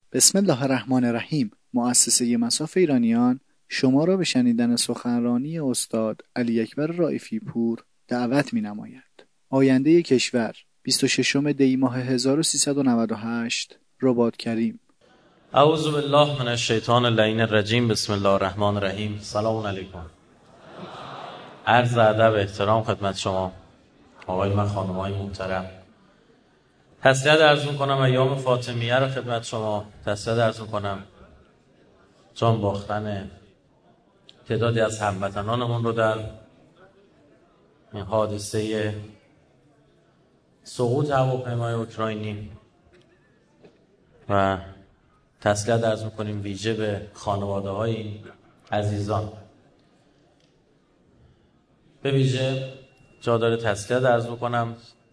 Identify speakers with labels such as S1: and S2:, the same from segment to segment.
S1: بسم الله الرحمن الرحیم. مؤسسه مصاف ایرانیان شما را به شنیدن سخنرانی استاد علی اکبر رائفی پور دعوت می‌نماید. آینده کشور 26 دی ماه 1398 رباط کریم.
S2: اعوذ بالله من الشیطان اللعین الرجیم. بسم الله الرحمن الرحیم. سلام علیکم. عرض ادب احترام خدمت شما آقای و خانم‌های محترم. تسلیت عرض می‌کنم ایام فاطمیه را خدمت شما. تسلیت عرض می‌کنم جان باختن تعدادی از هموطنانمون رو در این حادثه سقوط هواپیمای اوکراینی و تسلیت عرض می‌کنیم ویژه به خانواده‌های این عزیزان. به ویژه جا داره تسلیت عرض می‌کنم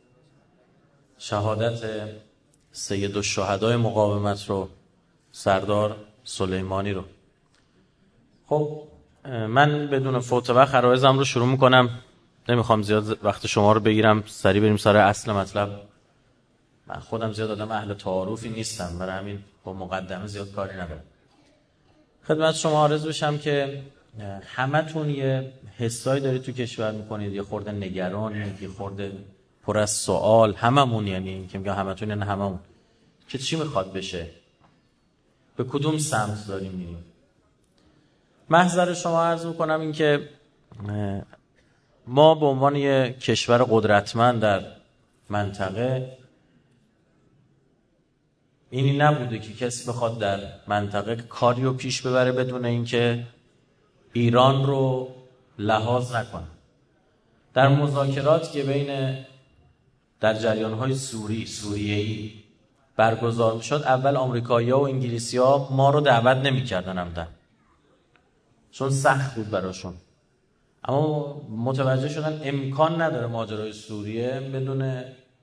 S2: شهادت سید الشهدای مقاومت رو، سردار سلیمانی رو. خب من بدون فوت وقت عرایزم رو شروع میکنم. نمیخوام زیاد وقت شما رو بگیرم، سریع بریم سر اصل مطلب. من خودم زیاد آدم اهل تعارفی نیستم، برای همین با مقدمه زیاد کاری ندارم. خدمت شما عرض بشم که همتون یه حسایی دارید تو کشور میکنید، یه خورده نگرانید، یه خورده پر از سوال. هممون، یعنی که میگم همتون یعنی هممون، که چی میخواد بشه، به کدوم سمت داریم میریم. محضر شما عرض میکنم این که ما به عنوان یه کشور قدرتمند در منطقه، اینی نبوده که کسی بخواد در منطقه کاری رو پیش ببره بدون اینکه ایران رو لحاظ نکنه. در مذاکرات که بین در جریان‌های سوریه‌ای برگزار می‌شد، اول آمریکایی‌ها و انگلیسی‌ها ما رو دعوت نمی‌کردن عمدن، چون سخت بود براشون. اما متوجه شدن امکان نداره ماجرای سوریه بدون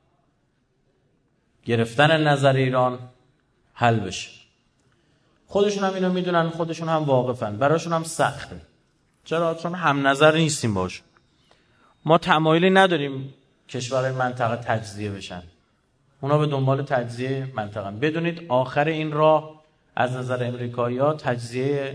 S2: گرفتن نظر ایران حل بشه. خودشون هم اینو میدونن، خودشون هم واقفن، براشون هم سخته. چرا؟ چون هم نظر نیستیم باش. ما تمایلی نداریم کشورهای منطقه تجزیه بشن. اونا به دنبال تجزیه منطقه. بدونید آخر این راه از نظر امریکایی‌ها تجزیه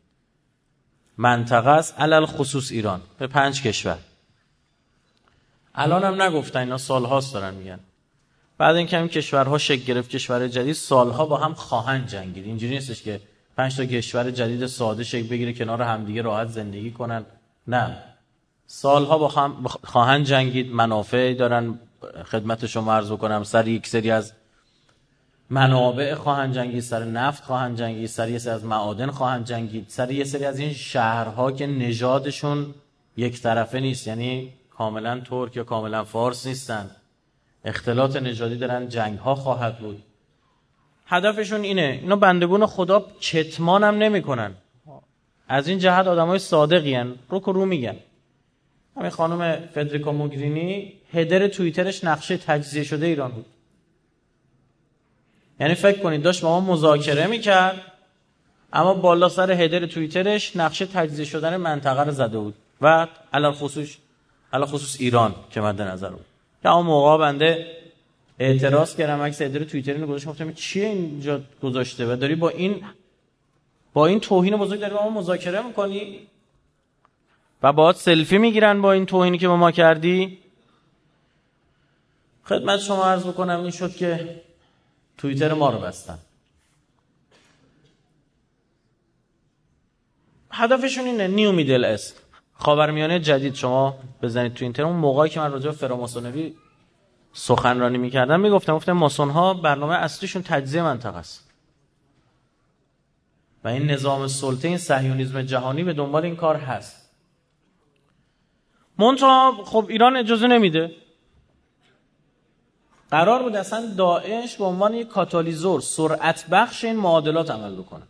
S2: منطقه است، علل خصوص ایران، به 5 کشور. الان هم نگفتن، اینا سال‌هاست دارن میگن. بعد اینکه این کشورها شکل گرفت، کشور جدید سالها با هم خواهند جنگید. اینجوری نیستش که 5 تا کشور جدید ساده شکل بگیره کنار همدیگه راحت زندگی کنن. نه، سالها با هم خواهند جنگید. منافعی دارن. خدمت شما عرض کنم سر یک سری از منابع خواهند جنگید، سر نفت خواهند جنگید، سر یک سری از معادن خواهند جنگید، سر یک سری از این شهرها که نژادشون یک طرفه نیست، یعنی کاملا ترک یا کاملا فارس نیستن، اختلاط نژادی دارن، جنگ ها خواهد بود. هدفشون اینه. اینا بندگون خدا چتمان هم نمی کنن. از این جهت آدمای صادقی هن، رو میگن. همین خانم فدریکا موگرینی هدر توییترش نقشه تجزیه شده ایران بود. یعنی فکر کنید داشت با ما مذاکره میکرد، اما بالا سر هدر توییترش نقشه تجزیه شدن منطقه رو زده بود و علل خصوص ایران که مد نظر بود. که اون موقع بنده اعتراض کردم، عکس هدر توییتر رو گذاشتم، گفتم چیه اینجا گذاشته و داری با این توهین بزرگ داری با ما مذاکره میکنی و باهات سلفی میگیرن با این توهینی که با ما کردی. خدمت شما عرض بکنم این شد که توییتر ما رو بستن. هدفشون اینه، نیو میدل است، خاورمیانه جدید. شما بزنید تو اینترنت، اون موقعی که من راجع به فراماسونری سخنرانی میکردم میگفتم ماسون ها برنامه اصلیشون تجزیه منطقه است و این نظام سلطه، این صهیونیسم جهانی به دنبال این کار هست. منتها خب ایران اجازه نمیده. قرار بود اصلا داعش به عنوان یک کاتالیزور، سرعت بخش این معادلات عمل بکنه.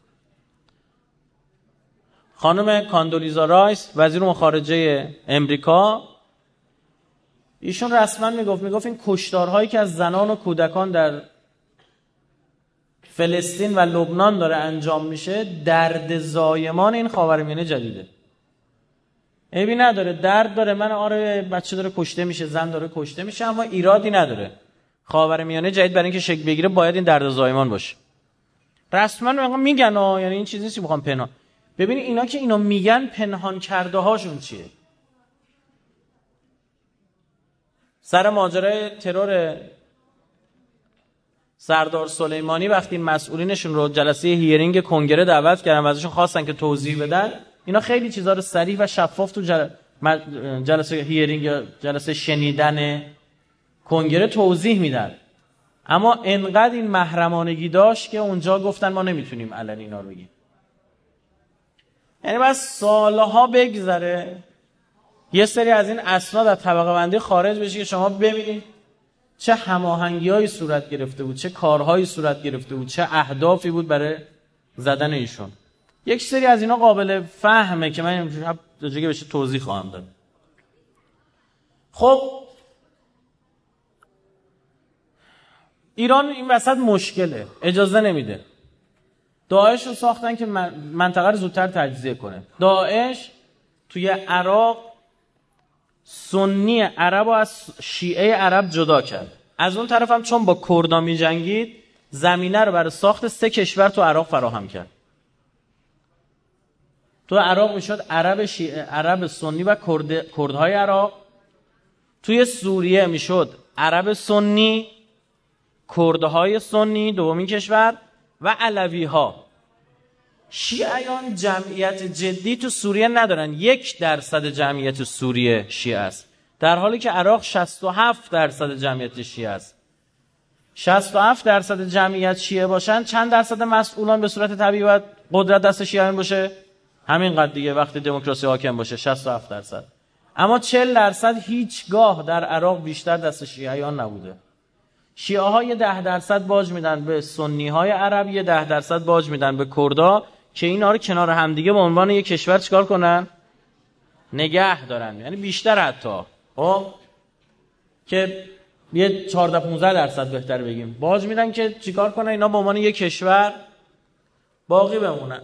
S2: خانم کاندولیزا رایس وزیر امور خارجه امریکا، ایشون رسما میگفت این کشتارهایی که از زنان و کودکان در فلسطین و لبنان داره انجام میشه درد زایمان این خاورمیانه جدیده. عیبی نداره، درد داره، من آره بچه داره کشته میشه، زن داره کشته میشه، اما ایرادی نداره. خاورمیانه جدید برای اینکه شکل بگیره باید این درد زایمان باشه. رسما میگن یعنی این چیزی که میخوام پنهان. ببینید اینا که اینا میگن پنهان کرده هاشون چیه؟ سر ماجرای ترور سردار سلیمانی وقتی مسئولینشون رو جلسه هیرینگ کنگره دعوت کردن و ازشون خواستن که توضیح بدن، اینا خیلی چیزا رو صریح و شفاف تو جلسه هیرینگ یا جلسه شنیدن کنگره توضیح میدن. اما انقدر این محرمانگی داشت که اونجا گفتن ما نمیتونیم علنی اینا رو بگیم. یعنی بس سالها بگذره یه سری از این اسناد از طبقه بندی خارج بشه که شما ببینید چه هماهنگی‌هایی صورت گرفته بود، چه کارهایی صورت گرفته بود، چه اهدافی بود برای زدن ایشون. یک سری از اینا قابل فهمه که من دیگه بشه توضیح خواهم داد. خب ایران این وسط مشکله، اجازه نمیده. داعش رو ساختن که منطقه رو زودتر تجزیه کنه. داعش توی عراق سنی عرب رو از شیعه عرب جدا کرد. از اون طرف هم چون با کردها می جنگید زمینه رو برای ساخت 3 کشور تو عراق فراهم کرد. تو عراق میشد عرب شیعه، عرب سنی و کردهای عراق. توی سوریه میشد عرب سنی، کردهای سنی دومین کشور و علوی ها. شیعیان جمعیت جدی تو سوریه ندارن. 1% جمعیت سوریه شیعه است، در حالی که عراق 67% جمعیت شیعه است. 67% جمعیت شیعه باشن، چند درصد مسئولان به صورت طبیعی باید قدرت دست شیعیان باشه؟ همینقدر دیگه. وقتی دموکراسی حاکم باشه 67%. اما 40% هیچگاه در عراق بیشتر دست شیعیان نبوده. شیعه ها یه 10% باج میدن به سنی های عرب، یه 10% باج میدن به کردا که اینا رو کنار همدیگه به عنوان یک کشور چیکار کنن؟ نگه دارن. یعنی بیشتر حتی که یه 14-15% بهتر بگیم باج میدن که چیکار کنن؟ اینا به عنوان یک کشور باقی بمونن.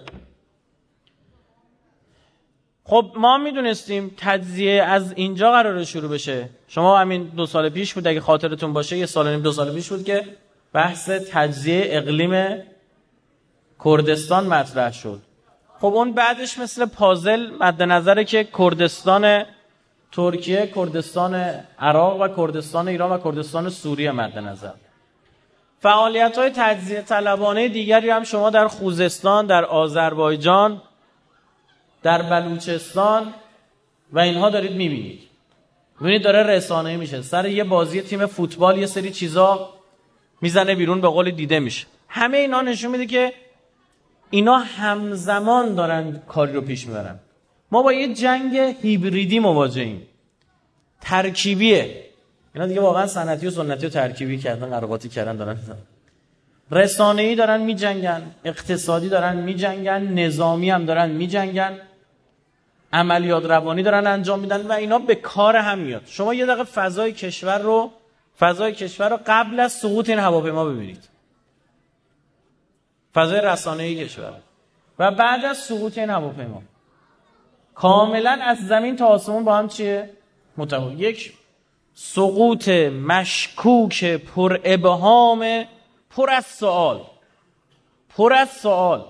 S2: خب ما میدونستیم تجزیه از اینجا قراره شروع بشه. شما همین 2 سال پیش بود اگه خاطرتون باشه، 1 سال و نیم 2 سال پیش بود که بحث تجزیه اقلیم کردستان مطرح شد. خب اون بعدش مثل پازل مد نظره که کردستان ترکیه، کردستان عراق و کردستان ایران و کردستان سوریه مد نظر. فعالیت‌های تجزیه طلبانه دیگری هم شما در خوزستان، در آذربایجان، در بلوچستان و اینها دارید میبینید. ببینید داره رسانه‌ای میشه. سر یه بازی تیم فوتبال یه سری چیزا میزنه بیرون، به قول دیده میشه. همه اینا نشون میده که اینا همزمان دارن کاری رو پیش میبرن. ما با یه جنگ هیبریدی مواجهیم، ترکیبیه. اینا دیگه واقعا سنتی و سنتی و ترکیبی کردن، قراقاتی کردن، دارن رسانه‌ای دارن میجنگن، اقتصادی دارن میجنگن، نظامی هم دارن میجنگن، عملیات روانی دارن انجام میدن و اینا به کار هم میاد. شما یه دقیقه فضای کشور رو قبل از سقوط این هواپیما ببینید. فضای رسانه‌ای کشور و بعد از سقوط این هواپیما کاملا از زمین تا آسمون با هم چیه؟ متفاوت. یک سقوط مشکوک، پر ابهام، پر از سوال.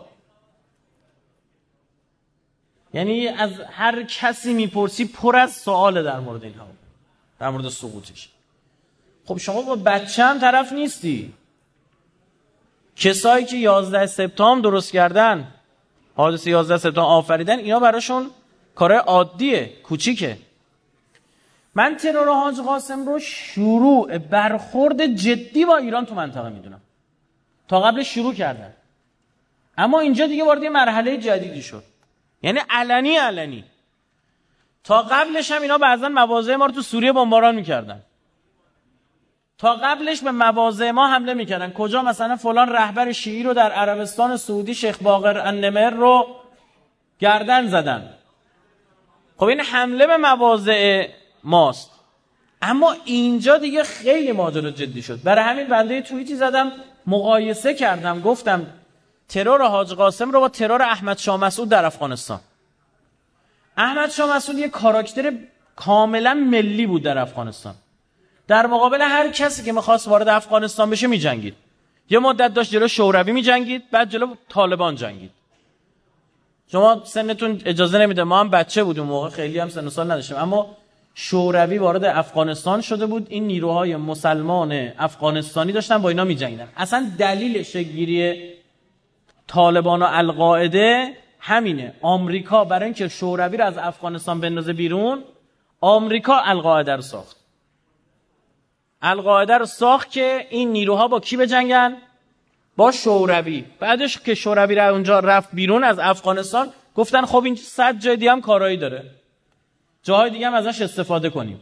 S2: یعنی از هر کسی میپرسی پر از سوال در مورد این هوا، در مورد سقوطش. خب شما با بچه هم طرف نیستی. کسایی که 11 سپتامبر درست کردن، حادثه 11 سپتامبر آفریدن، اینا براشون کارهای عادیه، کوچیکه. من ترور حاج قاسم رو شروع برخورد جدی با ایران تو منطقه میدونم. تا قبل شروع کردن، اما اینجا دیگه وارد یه مرحله جدیدی شد. یعنی علنی. تا قبلش هم اینا بعضن مواضع ما رو تو سوریه بمباران میکردن. تا قبلش به مواضع ما حمله میکردن. کجا؟ مثلا فلان رهبر شیعی رو در عربستان سعودی، شیخ باقر النمر رو گردن زدن. خب این حمله به مواضع ماست. اما اینجا دیگه خیلی ماجرا جدی شد. برای همین بنده توییتی زدم، مقایسه کردم، گفتم ترور حاج قاسم رو با ترور احمد شاه مسعود در افغانستان. احمد شاه مسعود یه کاراکتر کاملا ملی بود در افغانستان. در مقابل هر کسی که می‌خواست وارد افغانستان بشه می‌جنگید. یه مدت داشت جلو شوروی می‌جنگید، بعد جلو طالبان جنگید. شما سنتون اجازه نمیده، ما هم بچه بودیم موقع، خیلی هم سن و سال نداشتیم، اما شوروی وارد افغانستان شده بود، این نیروهای مسلمان افغانستانی داشتن با اینا می‌جنگیدن. اصلا دلیل شکل‌گیری طالبان و القاعده همینه. آمریکا برای اینکه شوروی رو از افغانستان بندازه بیرون، آمریکا القاعده رو ساخت. القاعده رو ساخت که این نیروها با کی بجنگن؟ با شوروی. بعدش که شوروی رو اونجا رفت بیرون از افغانستان، گفتن خب این 100 جای دیگه هم کارایی داره، جاهای دیگه هم ازش استفاده کنیم.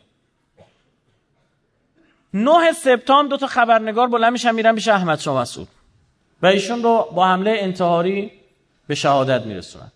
S2: 9 سپتامبر 2 تا خبرنگار بلند میشن میرن پیش احمد شاه مسعود و ایشون رو با حمله انتحاری به شهادت میرسونن.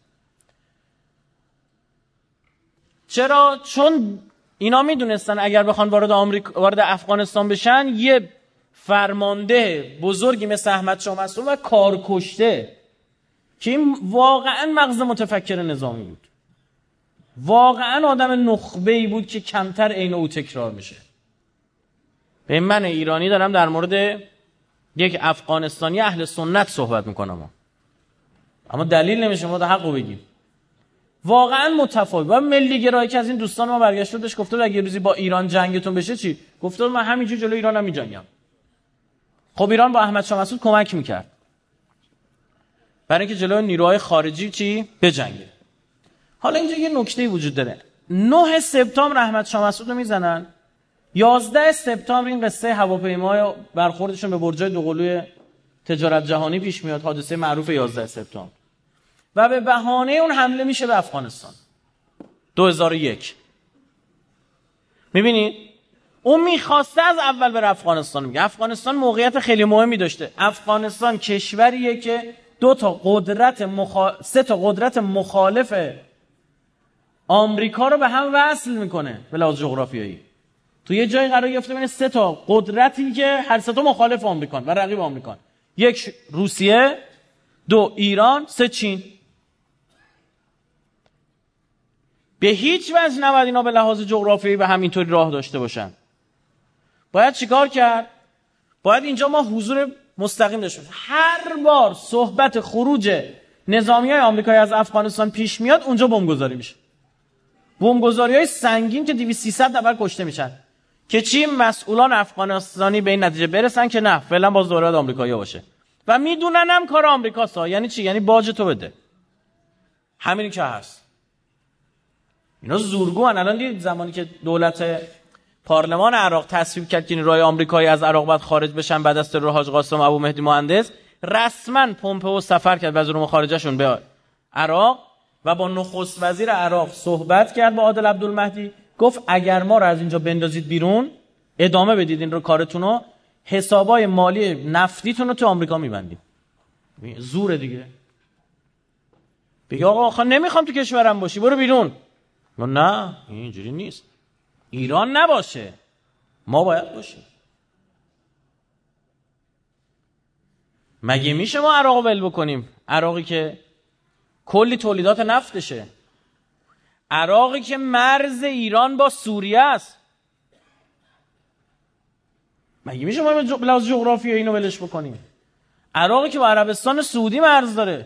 S2: چرا؟ چون اینا میدونستن اگر بخوان وارد افغانستان بشن، یه فرمانده بزرگی مثل احمد شاه مسعود و کارکشته که این واقعا مغز متفکر نظامی بود، واقعا آدم نخبه‌ای بود که کمتر عین او تکرار میشه. به من ایرانی دارم در مورد یک افغانستانی اهل سنت صحبت میکنم، اما دلیل نمیشه ما حقو بگیم. واقعا متفاوت. و ملی گرایی که از این دوستان ما برگشته بهش گفته بود اگه روزی با ایران جنگتون بشه چی؟ گفته من همینجوری جلوی ایرانم میجنگم. خب ایران با احمد شاه مسعود کمک میکرد برای اینکه جلوی نیروهای خارجی چی؟ بجنگه. حالا اینجا یه نکته وجود داره. 9 سپتامبر احمد شاه مسعود رو میزنن. 11 سپتامبر این قصه هواپیمای برخوردشون به برجای دوقلوی تجارت جهانی پیش میاد، حادثه معروف 11 سپتامبر. و به بهانه اون حمله میشه به افغانستان 2001. میبینید اون میخواسته از اول بره افغانستان. میگه افغانستان موقعیت خیلی مهمی داشته. افغانستان کشوریه که 3 تا قدرت مخالف آمریکا رو به هم وصل میکنه به لحاظ جغرافیایی. تو یه جایی قرار گرفته بین 3 تا قدرتی که هر 3 تا مخالف آمریکان و رقیب آمریکان. 1 روسیه، 2 ایران، 3 چین. به هیچ وجه نباید اینا به لحاظ جغرافیایی به همینطوری راه داشته باشن. باید چیکار کرد؟ باید اینجا ما حضور مستقیم داشته باشیم. هر بار صحبت خروج نظامیای آمریکایی از افغانستان پیش میاد، اونجا بمبگذاری میشه. بمبگذاری‌های سنگین که 200-300 نفر کشته میشن. که چی؟ مسئولان افغانستانی به این نتیجه برسن که نه، فعلا باز دولت آمریکایی باشه. و میدونن هم کار آمریکاست. یعنی چی؟ یعنی باج تو بده. همینی که هست. اینا زورگوان. الان دید زمانی که دولت پارلمان عراق تصویب کرد که نیروهای آمریکایی از عراق باید خارج بشن بعد از ترور حاج قاسم و ابو مهدی مهندس، رسما پومپئو سفر کرد وزیر خارجه‌شون به عراق و با نخست وزیر عراق صحبت کرد با عادل عبدالمهدی. گفت اگر ما رو از اینجا بندازید بیرون، ادامه بدید این رو کارتونو، حسابای مالی نفتیتون رو تو آمریکا میبندیم. زوره دیگه. بگه آقا آخه نمیخوام تو کشورم باشی، برو بیرون. نه اینجوری نیست. ایران نباشه، ما باید باشیم. مگه میشه ما عراق ول بکنیم؟ عراقی که کلی تولیدات نفتشه، عراقی که مرز ایران با سوریه است. مگه میشه ما به لحاظ جغرافیایی اینو ولش بکنیم؟ عراقی که با عربستان سعودی مرز داره،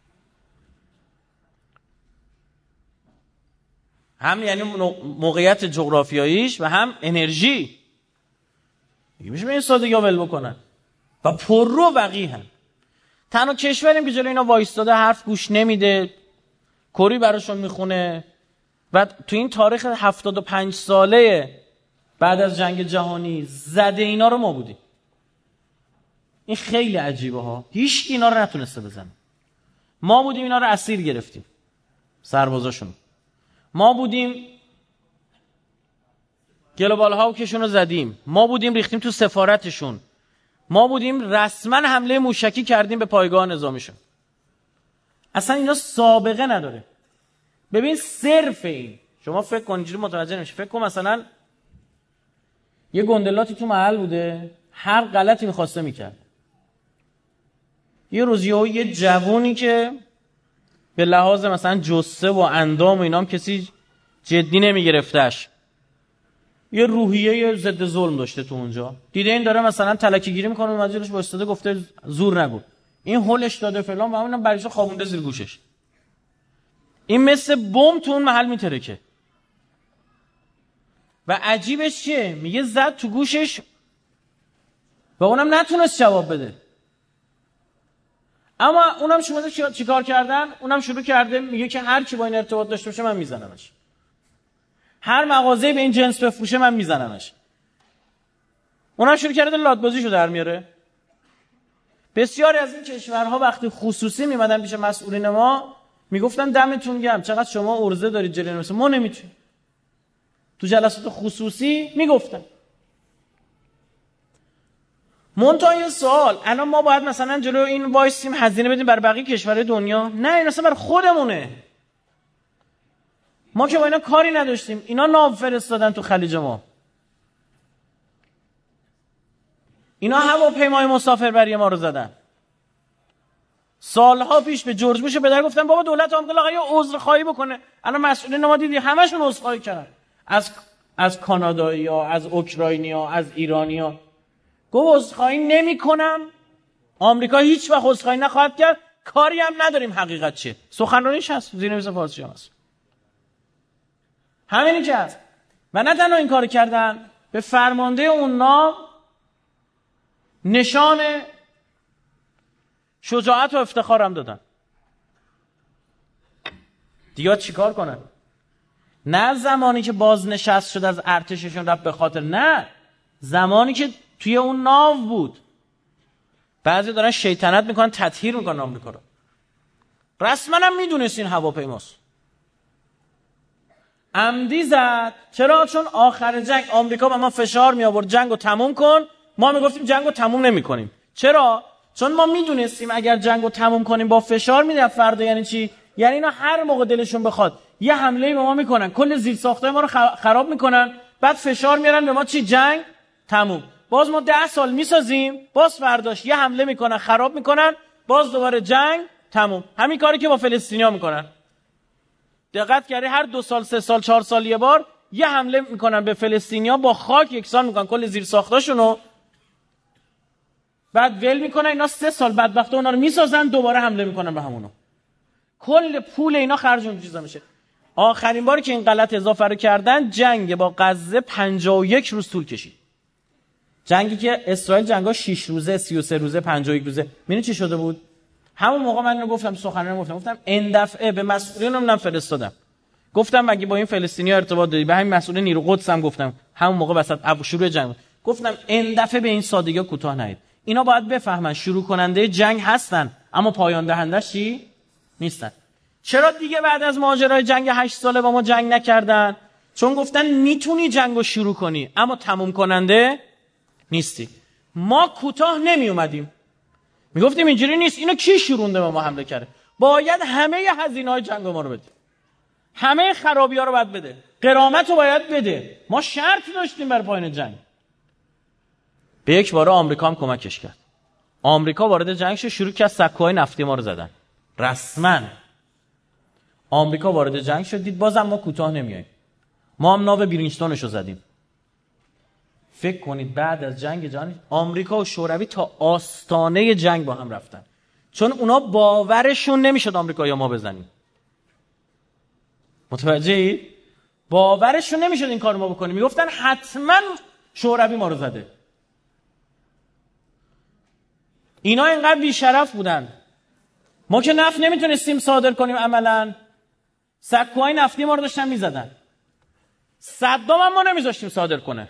S2: هم یعنی موقعیت جغرافیاییش و هم انرژی. مگه میشه به این سادگی ول بکنن؟ و پررو وقیحن. تنها کشوریم که جلوی اینا وایستاده، حرف گوش نمیده، کری براشون میخونه. و تو این تاریخ 75 ساله بعد از جنگ جهانی زده اینا رو ما بودیم. این خیلی عجیبه ها. هیچ اینا رو نتونسته بزنه. ما بودیم اینا رو اسیر گرفتیم، سربازاشون. ما بودیم گلوبال هاوکشون رو زدیم. ما بودیم ریختیم تو سفارتشون. ما بودیم رسما حمله موشکی کردیم به پایگاه نظامیشون. اصلا اینا سابقه نداره. ببین صرف این شما فکر کن، اینجوری متوجه نمیشه. فکر کن مثلا یه گندلاتی تو محل بوده، هر غلطی میخواسته میکرد. یه روز یه جوونی که به لحاظ مثلا جثه و اندام و اینام کسی جدی نمیگرفتش، یه روحیه ضد ظلم داشته تو اونجا، دیده این داره مثلا تلکی گیری میکنه، اومد جلوش وایساده گفته زور نگو، این هولش داده فلان و همونم بریشو خوابونده زیر گوشش. این مثل بم تو اون محل میترکه. و عجیبش چیه؟ میگه زد تو گوشش و اونم نتونست جواب بده. اما اونم شما چیکار کردن؟ اونم شروع کرده میگه که هر کی با این ارتباط داشته باشه من میزنمش. هر مغازه‌ای به این جنس بفروشه من میزنمش. اونم شروع کرده لاتبازیشو در میاره. بسیاری از این کشورها وقتی خصوصی میمدن پیش مسئولین ما میگفتن دمتون گرم چقدر شما عرضه دارید جلوی نمیشه، ما نمیتونیم. تو جلسات خصوصی میگفتن. منتهای سوال الان ما باید مثلا جلو این وایسیم هزینه بدیم برای بقیه کشورهای دنیا؟ نه، این اصلا برای خودمونه. ما که با اینا کاری نداشتیم، اینا ناو فرستادن تو خلیج ما، اینا هواپیمای مسافربری ما رو زدن. سالها پیش به جورج بوش پدر گفتن بابا دولت آمریکا آقا یه عذرخواهی بکنه. الان مسئولین ما دیدی همشون عذرخواهی کردن، از کانادایی‌ها، از اوکراینی‌ها، از ایرانی‌ها. گفت عذرخواهی نمی‌کنم. آمریکا هیچ وقت عذرخواهی نخواهد کرد، کاری هم نداریم. حقیقت چیه؟ سخنرانیش هست، زیرنویس فارسی هم هست. همینی که هست. و نه تنها این کار کردن، به فرمانده اونا نشان شجاعت و افتخار هم دادن. دیگه چیکار کنن؟ نه زمانی که بازنشست شد از ارتششون رفت به خاطر، نه، زمانی که توی اون ناو بود. بعضی دارن شیطنت میکنن، تطهیر میکنن آمریکا رو. رسما هم میدونست این هواپیماست. عمدی زد. چرا؟ چون آخر جنگ آمریکا به ما فشار می آورد جنگو تموم کن، ما میگفتیم جنگو تموم نمیکنیم. چرا؟ چون ما میدونستیم اگر جنگو تموم کنیم با فشار میده فردا. یعنی چی؟ یعنی اینا هر موقع دلشون بخواد یه حمله به ما میکنن، کل زیرساختای ما رو خراب میکنن، بعد فشار میارن به ما، چی؟ جنگ تموم. باز ما 10 سال میسازیم، باز فرداش یه حمله میکنن، خراب میکنن، باز دوباره جنگ تموم. همین کاری که با فلسطینیا میکنن. دقت کردی هر 2 سال 3 سال 4 سال یه بار یه حمله میکنن به فلسطینیا، با خاک یکسان میکنن کل زیرساختاشونو، بعد ول میکنن. اینا 3 سال بدبختا اونا رو میسازن، دوباره حمله میکنن به همونو. کل پول اینا خرج اون چیزا میشه. آخرین باری که این غلط اضافه رو کردن جنگ با غزه 51 روز طول کشید. جنگی که اسرائیل جنگا 6 روزه، 33 روزه، 51 روزه. میدونی چی شده بود؟ همون موقع من اینو گفتم، سخنرانی گفتم این دفعه به مسئولینم فرستادم. گفتم اگه با این فلسطینی‌ها ارتباط داری، به همین مسئول نیرو قدس هم گفتم، همون موقع وسط شروع جنگ گفتم این دفعه به این سادگی کوتاه نیاید. اینا باید بفهمن شروع کننده جنگ هستن اما پایان دهندش چی نیستن. چرا دیگه بعد از ماجرای جنگ 8 ساله با ما جنگ نکردن؟ چون گفتن میتونی جنگو شروع کنی اما تموم کننده نیستی. ما کوتاه نمی اومدیم، میگفتیم اینجوری نیست، اینو کی شورونده به ما حمله کرده، باید همه هزینه‌های جنگ ما رو بده، همه خرابی‌ها رو باید بده، غرامت رو باید بده. ما شرط داشتیم بر پایان جنگ. به یک باره آمریکا هم کمکش کرد. آمریکا وارد جنگش شروع کرد، سکوهای نفتی ما رو زدن. رسما آمریکا وارد جنگ شد، دید بازم ما کوتاه نمیاییم، ما هم ناو برینستونش رو زدیم. فکر کنید بعد از جنگ جهانی آمریکا و شوروی تا آستانه جنگ با هم رفتن، چون اونا باورشون نمیشد آمریکا یا ما بزنیم. متوجهید؟ باورشون نمیشد این کارو ما بکنیم، میگفتن حتما شوروی ما رو زده. اینا اینقدر بی‌شرف بودن. ما که نفت نمیتونستیم صادر کنیم، عملاً سکوهای نفتی ما رو داشتن میزدن. صدام هم ما نمیذاشتیم صادر کنه.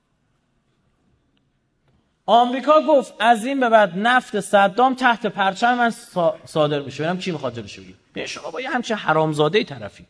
S2: آمریکا گفت از این به بعد نفت صدام تحت پرچم من صادر میشه، ببینم کی میخواد جلوش بگیره. شما با یه همچین حرامزاده‌ای طرفید.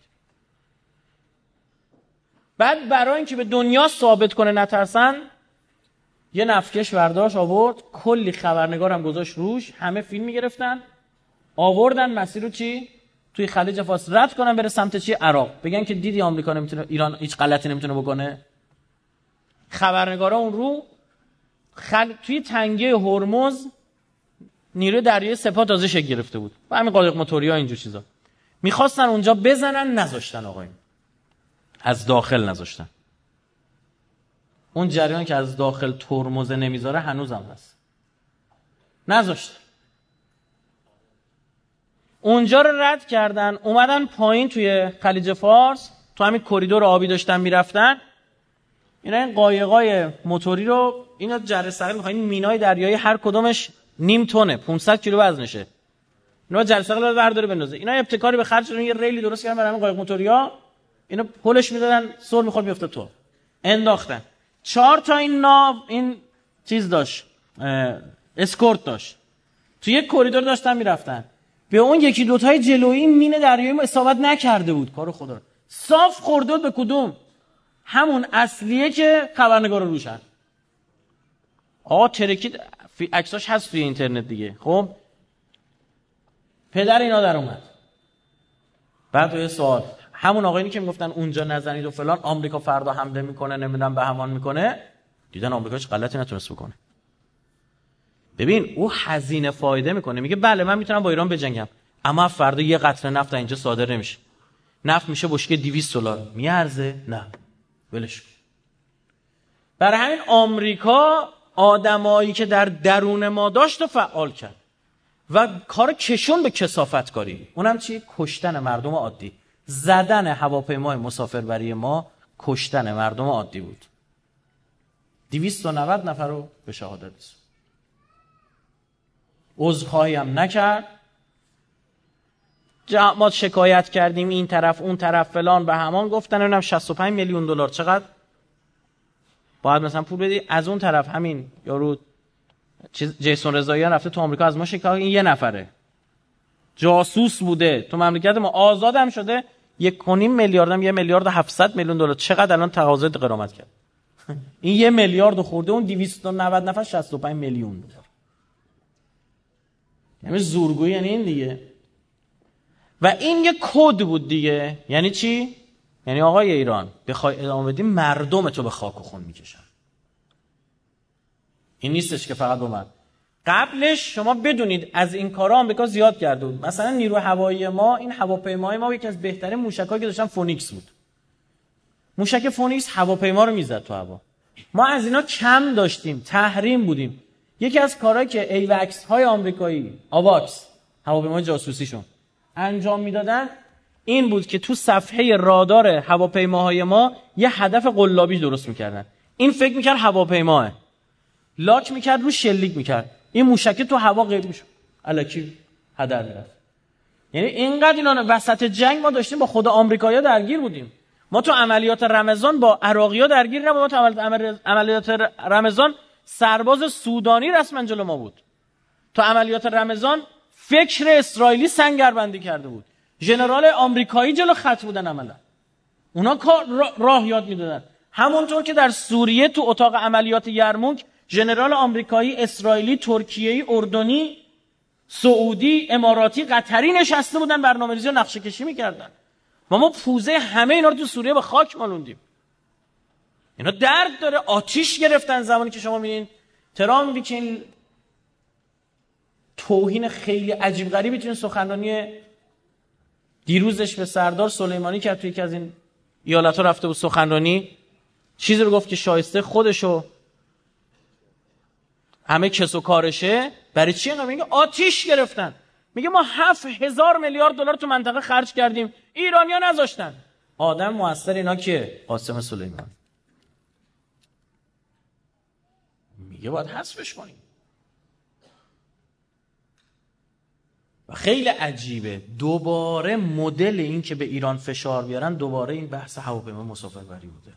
S2: بعد برای اینکه به دنیا ثابت کنه نترسن، یه نفتکش برداشت آورد، کلی خبرنگارم گذاشت روش، همه فیلم میگرفتن، آوردن مسیر رو چی؟ توی خلیج فارس رد کنن بره سمت چی؟ عراق. بگن که دیدی آمریکا نمیتونه، ایران هیچ غلطی نمیتونه بکنه. خبرنگارا اون رو توی تنگه هرمز نیروی دریایی سپاه تازه شکل گرفته بود و همین قایق موتوریا اینجور چیزا میخواستن اونجا بزنن، نذاشتن. آقایون از داخل نذاشتن. اون جریان که از داخل ترمز نمیذاره هنوزم هست. نذاشتن. اونجا رو رد کردن، اومدن پایین توی خلیج فارس، تو همین کریدور آبی داشتن میرفتن. اینا این قایقای موتوری رو اینا جره ثقیل میخوان، این مینای دریایی هر کدومش نیم تونه، 500 کیلو وزنشه. اینا جره ثقیل رو برداره بندازه. اینا ابتکاری به خرج دادن، یه ریلی درست کردن برای همین قایق موتوریا. اینا پلش میدادن، سر میخورد میافتاد تو. انداختن. 4 تا این ناو این چیز داشت، اسکورت داشت. تو یک کریدور داشتن میرفتن. به اون یکی دو تای جلویی مین دریایی اصابت نکرده بود. کارو خدا رو. صاف خورده بود به کدوم؟ همون اصلیه که خبرنگارا روشن. آقا ترکید، عکساش هست توی اینترنت دیگه. خب پدر اینا در اومد. بعد یه سوال، همون آقایونی که میگفتن اونجا نزنید و فلان، آمریکا فردا حمله میکنه نمیدونم بهمان میکنه، دیدن آمریکا هیچ غلطی نتونست بکنه. ببین او هزینه فایده میکنه، میگه بله من میتونم با ایران بجنگم، اما فردا یه قطره نفت اینجا صادر نمیشه، نفت میشه بشکه $200 میارزه؟ نه ولش. برای همین آمریکا آدمایی که در درون ما داشت و فعال کرد و کار کشون به کثافتکاری. اونم چی؟ کشتن مردم عادی، زدن هواپیمای مسافربری ما، کشتن مردم عادی بود. 290 نفر رو به شهادت رسوند. عذرخواهی هم نکرد. ما شکایت کردیم این طرف اون طرف فلان به همان، گفتن اونم 65 میلیون دلار چقدر باید مثلا پول بدی. از اون طرف همین یارو جیسون رضاییان رفته تو آمریکا از ما شکایت، این یه نفره جاسوس بوده تو مملکت ما، آزادم شده. 1.5 میلیاردم 1.7 میلیون چقدر الان تقاضای غرامت کرد. این 1 میلیارد خورده، اون 290 نفر 65 میلیون دلار. یعنی زورگویی، یعنی این دیگه. و این یه کد بود دیگه. یعنی چی؟ یعنی آقای ایران بخوای ادامه بدی مردم تو به خاک و خون میکشن. این نیستش که فقط اومد. قبلش شما بدونید از این کارا آمریکا زیاد کرده بود. مثلا نیروی هوایی ما، این هواپیمای ما یکی از بهترین موشکایی که داشتن فونیکس بود. موشک فونیکس هواپیما رو میزد تو هوا. ما از اینا کم داشتیم، تحریم بودیم. یکی از کارهایی که ایوکس های آمریکایی، آواکس هواپیمای جاسوسیشون انجام میدادن این بود که تو صفحه رادار هواپیماهای ما یه هدف قلابی درست میکردن. این فکر میکرد هواپیماه، لاک میکرد رو شلیک میکرد، این موشک تو هوا غیب میشد، الکی هدر میرفت. یعنی اینقدر اینا وسط جنگ ما داشتیم با خود آمریکایی‌ها درگیر بودیم. ما تو عملیات رمضان با عراقی‌ها درگیر نبودیم. ما تو عملیات رمضان سرباز سودانی رسما جلو ما بود. تو عملیات رمضان فکر اسرائیلی سنگربندی کرده بود. ژنرال آمریکایی جلو خط بودن عملا. اونا راه یاد میدادن. همونطور که در سوریه تو اتاق عملیات یرموک ژنرال آمریکایی، اسرائیلی، ترکیه‌ای، اردنی، سعودی، اماراتی، قطری نشسته بودن برنامه‌ریزی و نقشه کشی می‌کردن. ما پوزه همه اینا رو تو سوریه به خاک مالوندیم. اینا درد داره، آتیش گرفتن. زمانی که شما می‌بینین ترامپ میگه این توهین خیلی عجیب غریبی تو سخنرانی دیروزش به سردار سلیمانی که تو یکی از این ایالت‌ها رفته بود سخنرانی، چیزی رو گفت که شایسته خودشو همه کس و کارشه. برای چی اینقدر میگه آتیش گرفتن؟ میگه ما 7000 میلیارد دلار تو منطقه خرج کردیم، ایرانی‌ها نذاشتن. آدم موثر اینا که قاسم سلیمانی میگه باید حذفش کنیم. و خیلی عجیبه دوباره مدل این که به ایران فشار بیارن، دوباره این بحث هواپیما مسافربری بوده.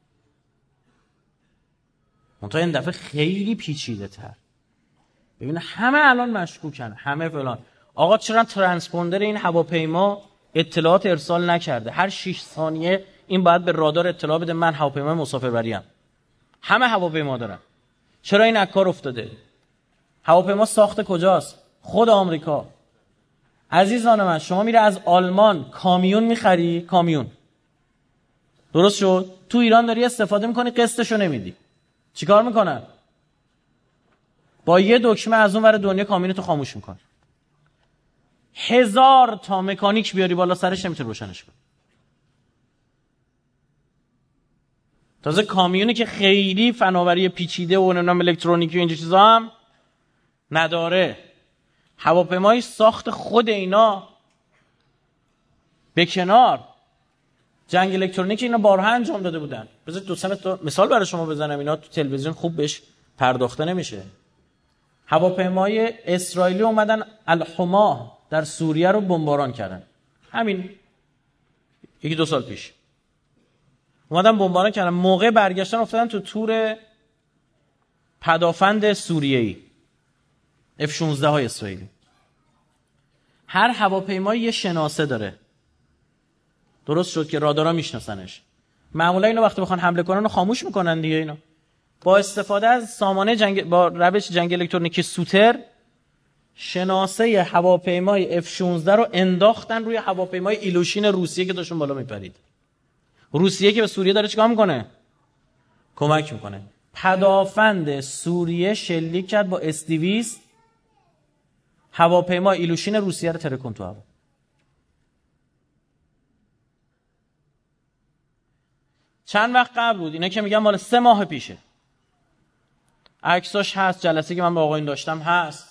S2: منتها این دفعه خیلی پیچیده تر. ببین همه الان مشکوکن، همه فلان. آقا چرا ترانسپوندر این هواپیما اطلاعات ارسال نکرده؟ هر 6 ثانیه این باید به رادار اطلاع بده من هواپیمای مسافربری ام. همه هواپیما دارن. چرا این کار افتاده؟ هواپیما ساخت کجاست؟ خود آمریکا. عزیزان من، شما میره از آلمان کامیون میخری، کامیون درست شد، تو ایران داری استفاده میکنی، قسطشو نمیدی. چیکار میکنن؟ با یه دکمه از اون ور دنیا کامیونتو خاموش میکنن. 1000 تا مکانیک بیاری بالا سرش نمیتونه روشنش کنه. تازه کامیونی که خیلی فناوری پیچیده و نمیدونم الکترونیکی و اینجور چیزا هم نداره. هواپیمای ساخت خود اینا به کنار، جنگ الکترونیکی اینا بارها انجام داده بودن. بذارید 2 تا مثال برای شما بزنم، اینا تو تلویزیون خوب بهش پرداخته نمیشه. هواپیمای اسرائیلی اومدن الحما در سوریه رو بمباران کردن، همین 1-2 سال پیش اومدن بمباران کردن. موقع برگشتن افتادن تو تور پدافند سوریه‌ای F-16 های اسرائیلی. هر هواپیمایی یه شناسه داره، درست شد که رادارها میشناسنش. معمولا اینو وقتی بخوان حمله کنن رو خاموش میکنن دیگه. اینا با استفاده از سامانه جنگ با روش جنگ الکترونیکی سوتر شناسه هواپیمای F-16 رو انداختن روی هواپیمای ایلوشین روسیه که داشتون بالا میپرید. روسیه که به سوریه داره چیکار میکنه؟ کمک میکنه. پدافند سوریه شلیک کرد با S-200 هواپیما ایلوشین روسیه رو ترکون تو هوا. چند وقت قبل بود، اینا که میگم مال 3 ماه پیشه. عکساش هست، جلسه که من با آقایون داشتم هست.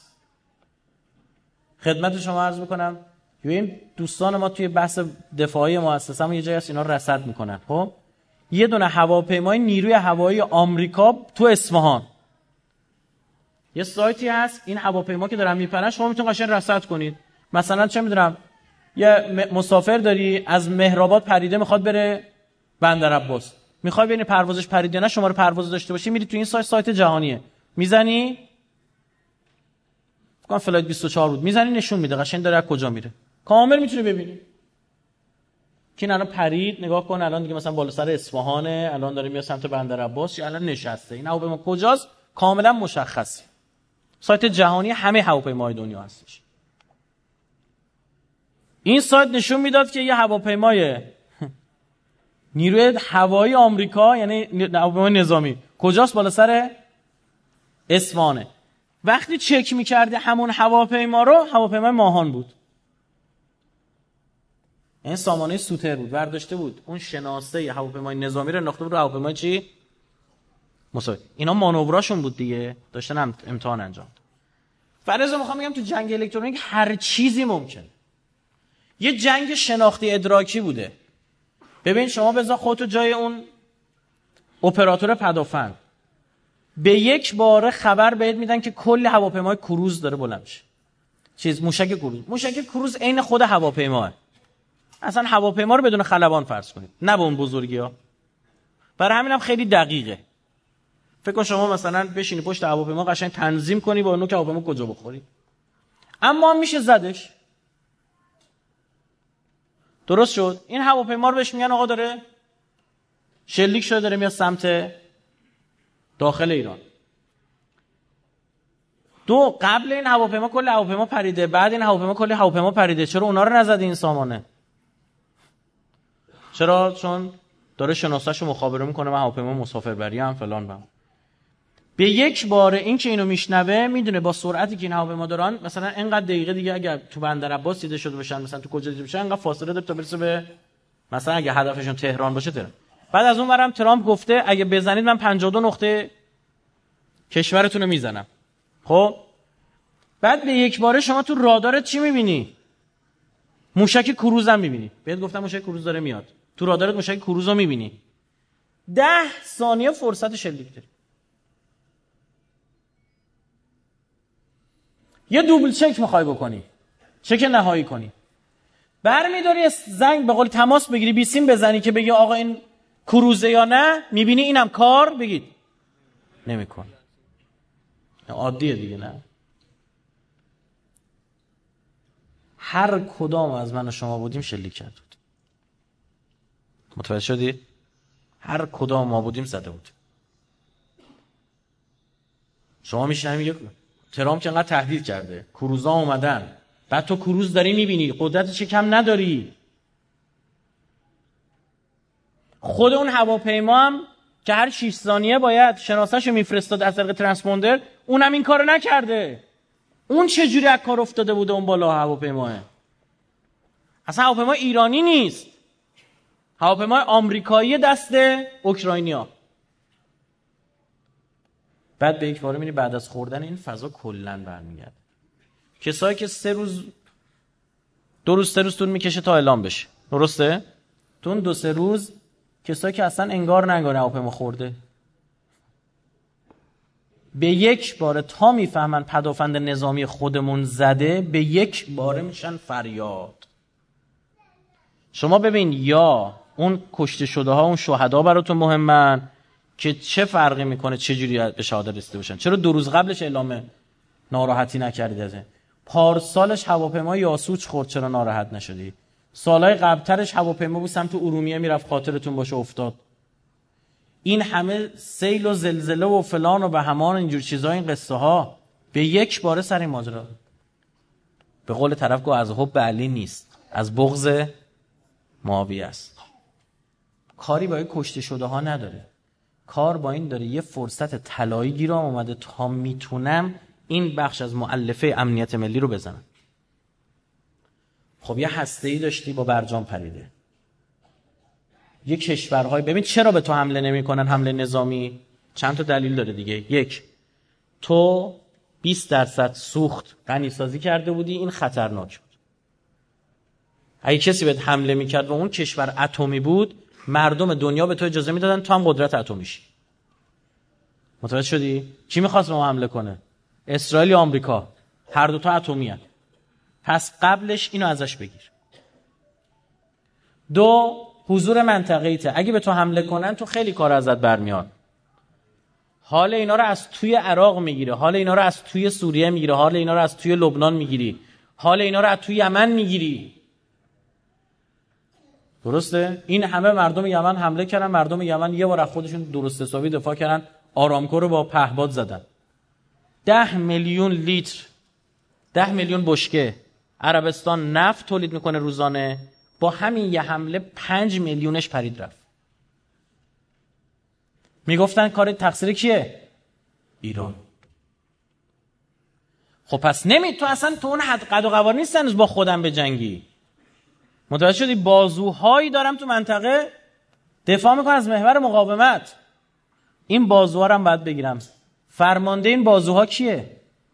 S2: خدمت شما عرض میکنم ببین دوستان ما توی بحث دفاعی مؤسسه‌مون یه جایی هست اینا رصد میکنن. خب یه دونه هواپیمای نیروی هوایی آمریکا تو اصفهان، یه سایتی هست، این هواپیما که دارن میپرن شما میتونید قشنگ رصد کنید. مثلا چه میدونم یه مسافر داری از مهرآباد پریده میخواد بره بندرعباس، میخوای ببینی پروازش پریده نه، شماره پرواز داشته باشی، میری تو این سایت جهانیه، میزنی فکر کنم فلایت 24 بود، میزنی نشون میده قشنگ داره از کجا میره، کامل میتونی ببینی که الان پرید. نگاه کن الان دیگه مثلا بالا سر اصفهانه، الان داره میاد سمت بندرعباس یا الان نشسته، این هواپیما کجاست کاملا مشخصه. سایت جهانی همه هواپیماهای دنیا هستش. این سایت نشون میداد که یه هواپیمای نیروی هوایی آمریکا، یعنی هواپیمای نظامی، کجاست؟ بالا سر اصفهانه. وقتی چک میکردی همون هواپیما رو، هواپیمای ماهان بود، این سامانه سوتر بود، برداشته بود اون شناسه هواپیمای نظامی رو انداخته بود رو هواپیمای چی؟ مساوی. اینا مانوراشون بود دیگه، داشتن امتحان انجام دادن. فرضاً میخوام بگم تو جنگ الکترونیک هر چیزی ممکنه. یه جنگ شناختی ادراکی بوده. ببین شما بذار خودتو جای اون اپراتور پدافند، به یک باره خبر بهت میدن که کل هواپیمای کروز داره بلند میشه. موشک کروز عین خود هواپیماه. اصلا هواپیما رو بدون خلبان فرض کنید، نه به اون بزرگی‌ها. برای همینم خیلی دقیقه. فکر کن شما مثلا بشینی پشت هواپیما قشنگ تنظیم کنی با نوک هواپیما کجا بخوری. اما میشه زدش. درست شد. این هواپیما رو بهش میگن آقا داره شلیک شده، داره میاد سمت داخل ایران. قبل این هواپیما کلی هواپیما پریده، بعد این هواپیما کلی هواپیما پریده. چرا اونا رو نزد این سامانه؟ چرا؟ چون داره شناسه‌شو مخابره میکنه، من هواپیما مسافربری ام فلان بم. به یک باره این که اینو میشنوه میدونه با سرعتی که این هواپیما دارن مثلا اینقدر دقیقه دیگه اگر تو بندرعباس دیده شده باشن، مثلا تو کجا دیده باشن، اینقدر فاصله داره تا برسه به مثلا اگه هدفشون تهران باشه تهران. بعد از اون ورم ترامپ گفته اگه بزنید من 52 نقطه کشورتون رو میزنم. خب بعد به یک باره شما تو رادارت چی میبینی؟ موشک کروز هم میبینی. بهت گفتم موشک کروز داره میاد، تو رادارت موشک کروز رو میبینی. 10 ثانیه فرصت شلیک داری. یه دوبل چک میخوای بکنی، چک نهایی کنی، برمیداری زنگ به قول تماس بگیری، بیسیم بزنی که بگی آقا این کروزه یا نه، میبینی اینم کار بگید نمیکنه. عادیه دیگه. نه هر کدام از من و شما بودیم شلیک کرد بود. متوجه شدی؟ هر کدام ما بودیم زده بود. شما میشنم میگه ترامپ که انقدر تهدید کرده، کروزا اومدن، بعد تو کروز داری میبینی، قدرتش کم نداری. خود اون هواپیما هم که هر 6 ثانیه باید شناسه‌شو میفرستاد از طریق ترانسپوندر، اونم این کارو نکرده. اون چه جوری از کار افتاده بوده اون بالا هواپیماه؟ اصلا هواپیما ایرانی نیست، هواپیمای آمریکایی دست اوکراینیا. بعد به یک باره می‌بینی بعد از خوردن این فضا کلاً برمیگرده. کسایی که 2 روز 3 روز طول میکشه تا اعلام بشه، درسته؟ تو اون 2-3 روز کسایی که اصلا انگار هواپیما خورده، به یک باره تا میفهمن پدافند نظامی خودمون زده، به یک باره میشن فریاد. شما ببین، یا اون کشته شده ها، اون شهدا براتون مهمن که چه فرقی میکنه چه جوری به شهادت رسیده باشن؟ چرا 2 روز قبلش اعلام ناراحتی نکردید از این؟ پارسالش هواپیما یاسوج خورد، چرا ناراحت نشدی؟ سالهای قبلترش هواپیما بود سمت ارومیه میرفت، خاطرتون باشه افتاد. این همه سیل و زلزله و فلان و بهمان اینجور چیزا، این قصه ها به یک باره سر این ماجرا. به قول طرف گفت از حب علی نیست، از بغض معاویه است. کاری با این کشته شده ها نداره، کار با این داره یه فرصت طلایی گیرم اومده تا میتونم این بخش از مؤلفه امنیت ملی رو بزنم. خب یه هسته‌ای داشتی با برجام پریده، یه کشورهای، ببین چرا به تو حمله نمی‌کنن، حمله نظامی؟ چند تا دلیل داره دیگه. 1، تو 20% سوخت غنیسازی کرده بودی، این خطرناک بود. اگه کسی بهت حمله میکرد و اون کشور اتمی بود، مردم دنیا به تو اجازه میدادن تو هم قدرت اتمیشی. متوجه شدی؟ کی میخواست به ما حمله کنه؟ اسرائیل یا آمریکا؟ هر دو تا اتمی هست. پس قبلش اینو ازش بگیر. 2، حضور منطقه‌ایته. اگه به تو حمله کنن تو خیلی کار ازت برمیاد. حال اینا رو از توی عراق میگیره، حال اینا رو از توی سوریه میگیره، حال اینا رو از توی لبنان میگیری، حال اینا رو از توی یمن میگیری. درسته؟ این همه مردم یمن حمله کردن، مردم یمن یه بار از خودشون درست حسابی دفاع کردن، آرامکو رو با پهباد زدن. 10 میلیون لیتر، 10 میلیون بشکه عربستان نفت تولید میکنه روزانه، با همین یه حمله 5 میلیونش پرید رفت. میگفتن کار تقصیر کیه؟ ایران. خب پس تو اصلا تو اون حد قد و قوار نیست هنوز با خودم به جنگی. متوجه شدی؟ بازوهایی دارم تو منطقه دفاع میکنم از محور مقاومت. این بازوها رو هم باید بگیرم. فرمانده این بازوها کیه؟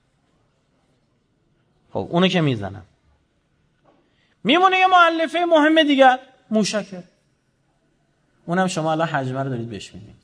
S2: خب اونو که میزنم. میمونه یه مؤلفه مهم دیگر، موشکه. اونم شما الان حجمه رو دارید بهش میبینید.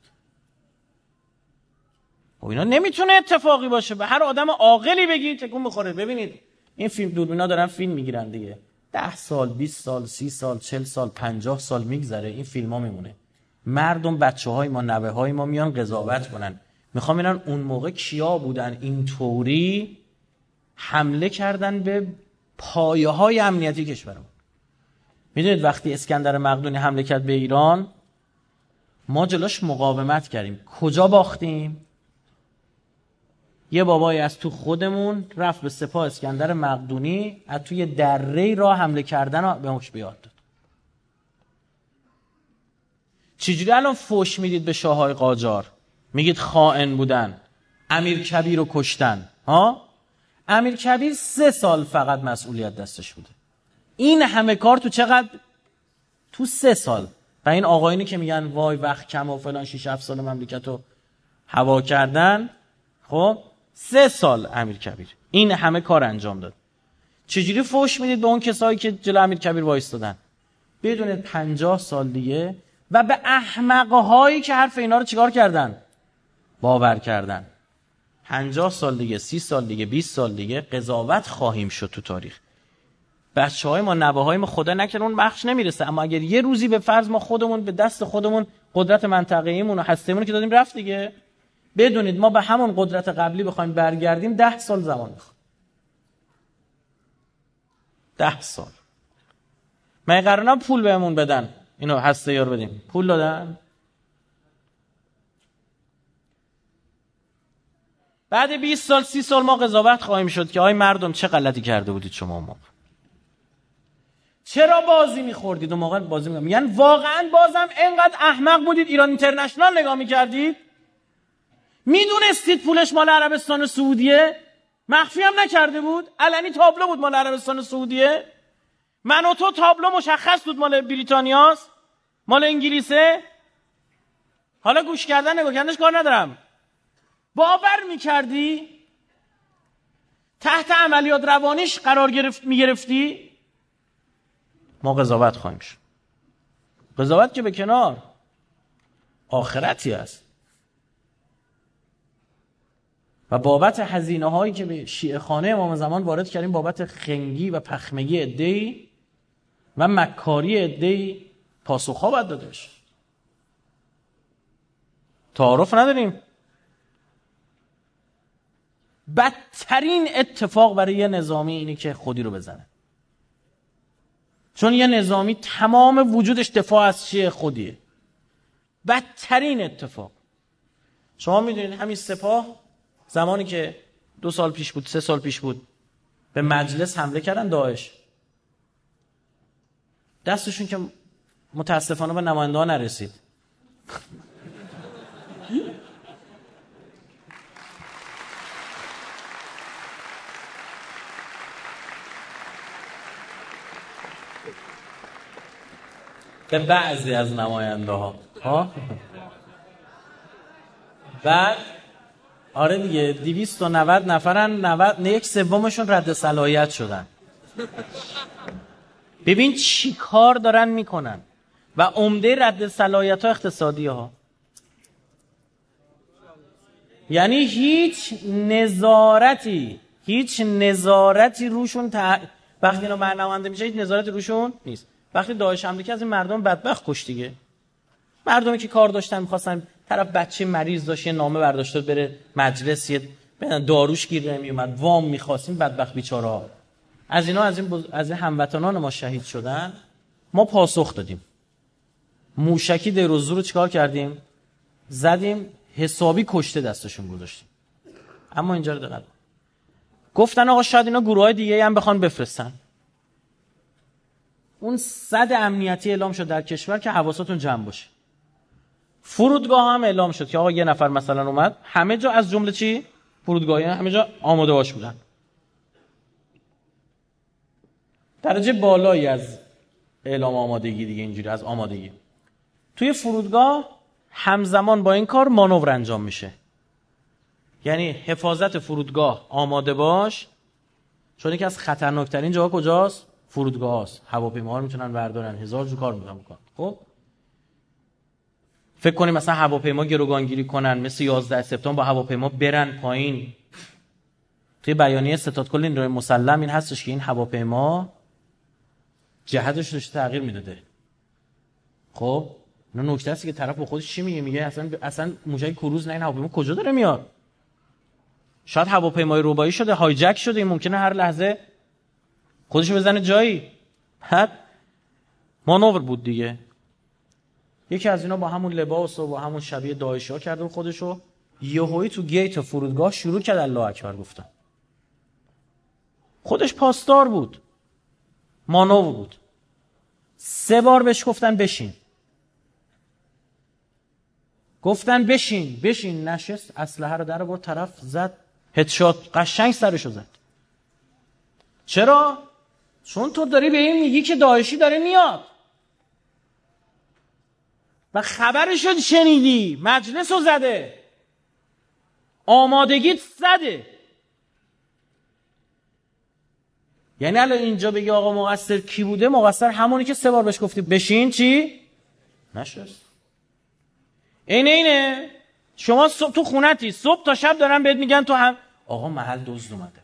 S2: خب اینا نمیتونه اتفاقی باشه. به هر آدم عاقلی بگید تکون بخوره. ببینید این فیلم دوربینا دارن فیلم میگیرن دیگه. 10 سال، 20 سال، 30 سال، 40 سال، 50 سال میگذره، این فیلم ها میمونه. مردم، بچه‌های ما، نوه‌های ما میان قضاوت کنن. میخوام ببینن اون موقع کیا بودن اینطوری حمله کردن به پایه‌های امنیتی کشورمون. میدونید وقتی اسکندر مقدونی حمله کرد به ایران، ما جلوش مقاومت کردیم. کجا باختیم؟ یه بابایی از تو خودمون رفت به سپاه اسکندر مقدونی، از توی دره راه حمله کردن رو به مش بیاد داد. چجوری الان فوش میدید به شاههای قاجار؟ میگید خائن بودن، امیر کبیر رو کشتن. امیر کبیر 3 سال فقط مسئولیت دستش بوده. این همه کار تو چقدر؟ تو 3 سال. و این آقایونی که میگن وای وقت کم و فلان 6-7 سال مملکت رو هوا کردن، خب 3 سال امیر کبیر این همه کار انجام داد. چجوری فوش میدید به اون کسایی که جلو امیر کبیر وایستادن؟ بدون 50 سال دیگه و به احمقهایی که حرف اینا رو چیکار کردن؟ باور کردن. 50 سال دیگه، 30 سال دیگه، 20 سال دیگه قضاوت خواهیم شد تو تاریخ. بچه‌های ما، نوه‌های ما، خدا نکنه اون بخش نمیرسه، اما اگر یه روزی به فرض ما خودمون به دست خودمون قدرت منطقه‌ایمون و هسته‌مون که دادیم رفت دیگه، بدونید ما به همون قدرت قبلی بخوایم برگردیم 10 سال زمان می‌خواد. 10 سال. من قراره پول بهمون بدن، اینو هسته‌ای رو بدیم. پول دادن؟ بعد 20 سال 30 سال ما قضاوت خواهیم شد که آی مردم چه غلطی کرده بودید شما ما. چرا بازی می‌خوردید اون موقع؟ بازی می‌گم یعنی واقعا بازم اینقدر احمق بودید ایران اینترنشنال نگاه می‌کردید؟ میدونستید پولش مال عربستان سعودیه؟ مخفی هم نکرده بود؟ علنی تابلو بود مال عربستان سعودیه؟ من و تو تابلو مشخص بود مال بریتانیاست؟ مال انگلیسه؟ حالا گوش کردن نگاه کردنش کار ندارم. باور میکردی؟ تحت عملیات روانیش قرار میگرفتی؟ ما قضاوت خواهیم شد. قضاوت که به کنار، آخرتی است. و بابت هزینه هایی که به شیعه خانه امام زمان وارد کردیم، بابت خنگی و پخمگی عده‌ای و مکاری عده‌ای، پاسخ‌ها باید داده بشه. تعارف نداریم. بدترین اتفاق برای یه نظامی اینه که خودی رو بزنه. چون یه نظامی تمام وجودش دفاع از چیه؟ خودیه. بدترین اتفاق. شما میدونید همین سپاه زمانی که 2 سال پیش بود، 3 سال پیش بود، به مجلس حمله کردن داعش، دستشون که متاسفانه به نماینده ها نرسید. به بعضی از نماینده ها بعد آره دیگه 290 نفرن، 1/3 رد صلاحیت شدن. ببین چی کار دارن میکنن. و عمده رد صلاحیت ها اقتصادی ها، یعنی هیچ نظارتی روشون وقتی اینا برنماینده میشه هیچ نظارتی روشون نیست. وقتی داعش حمله کرد از این مردم بدبخت کش دیگه. مردمی که کار داشتن می‌خواستن، طرف بچه مریض داشت یه نامه برداشته بره مجلس، یه داروش گیر نمیومد، وام می‌خواستیم، بدبخت بیچاره‌ها. از اینا از این هموطنان ما شهید شدن. ما پاسخ دادیم. موشکی دیر و زور رو چیکار کردیم؟ زدیم، حسابی کشته دستشون گذاشتیم. اما اینجا رو دقت گفتن آقا شاید اینا گروهای دیگه هم بخوان بفرستن. اون صد امنیتی اعلام شد در کشور که حواستون جمع باشه. فرودگاه هم اعلام شد که آقا یه نفر مثلا اومد، همه جا از جمله چی؟ فرودگاهی همه جا آماده باش بودن. درجه بالایی از اعلام آمادگی دیگه، اینجوری از آمادگی. توی فرودگاه همزمان با این کار مانور انجام میشه. یعنی حفاظت فرودگاه آماده باش، چون یکی از خطرناکترین جاها کجاست؟ فرودگاه هست. هواپیماها رو میتونن بردارن، 1000 جو کار میکنن. خب فکر کنیم مثلا هواپیما گروگانگیری کنن، مثل 11 سپتامبر با هواپیما برن پایین. توی بیانیه ستاد کل نیروی مسلح این هستش که این هواپیما جهتش رو تغییر میداده. خب اینا نکته است که طرف با خودش چی میگه اصلا موشک کروز نه، این هواپیما کجا داره میاد؟ شاید هواپیمای ربایی شده، هایجک شده، این ممکنه هر لحظه خودشو بزنه جایی. بعد مانور بود دیگه. یکی از اینا با همون لباس و با همون شبیه داعشی‌ها کرده و خودشو یهویی تو گیت فرودگاه شروع کرد الله اکبر گفتن. خودش پاسدار بود، مانور بود. 3 بار بهش گفتن بشین، گفتن بشین نشست، اسلحه رو در آورد، طرف زد هدشات، قشنگ سرشو زد. چرا؟ چون تو داری به این میگی که داعشی داره میاد و خبرشو شنیدی، مجلس رو زده، آمادگیت زده. یعنی الان اینجا بگی آقا مقصر کی بوده؟ مقصر همونی که 3 بار بهش گفتی بشین چی؟ نشست. اینه شما تو خونتی صبح تا شب دارن بهت میگن تو هم آقا محل دزد اومده،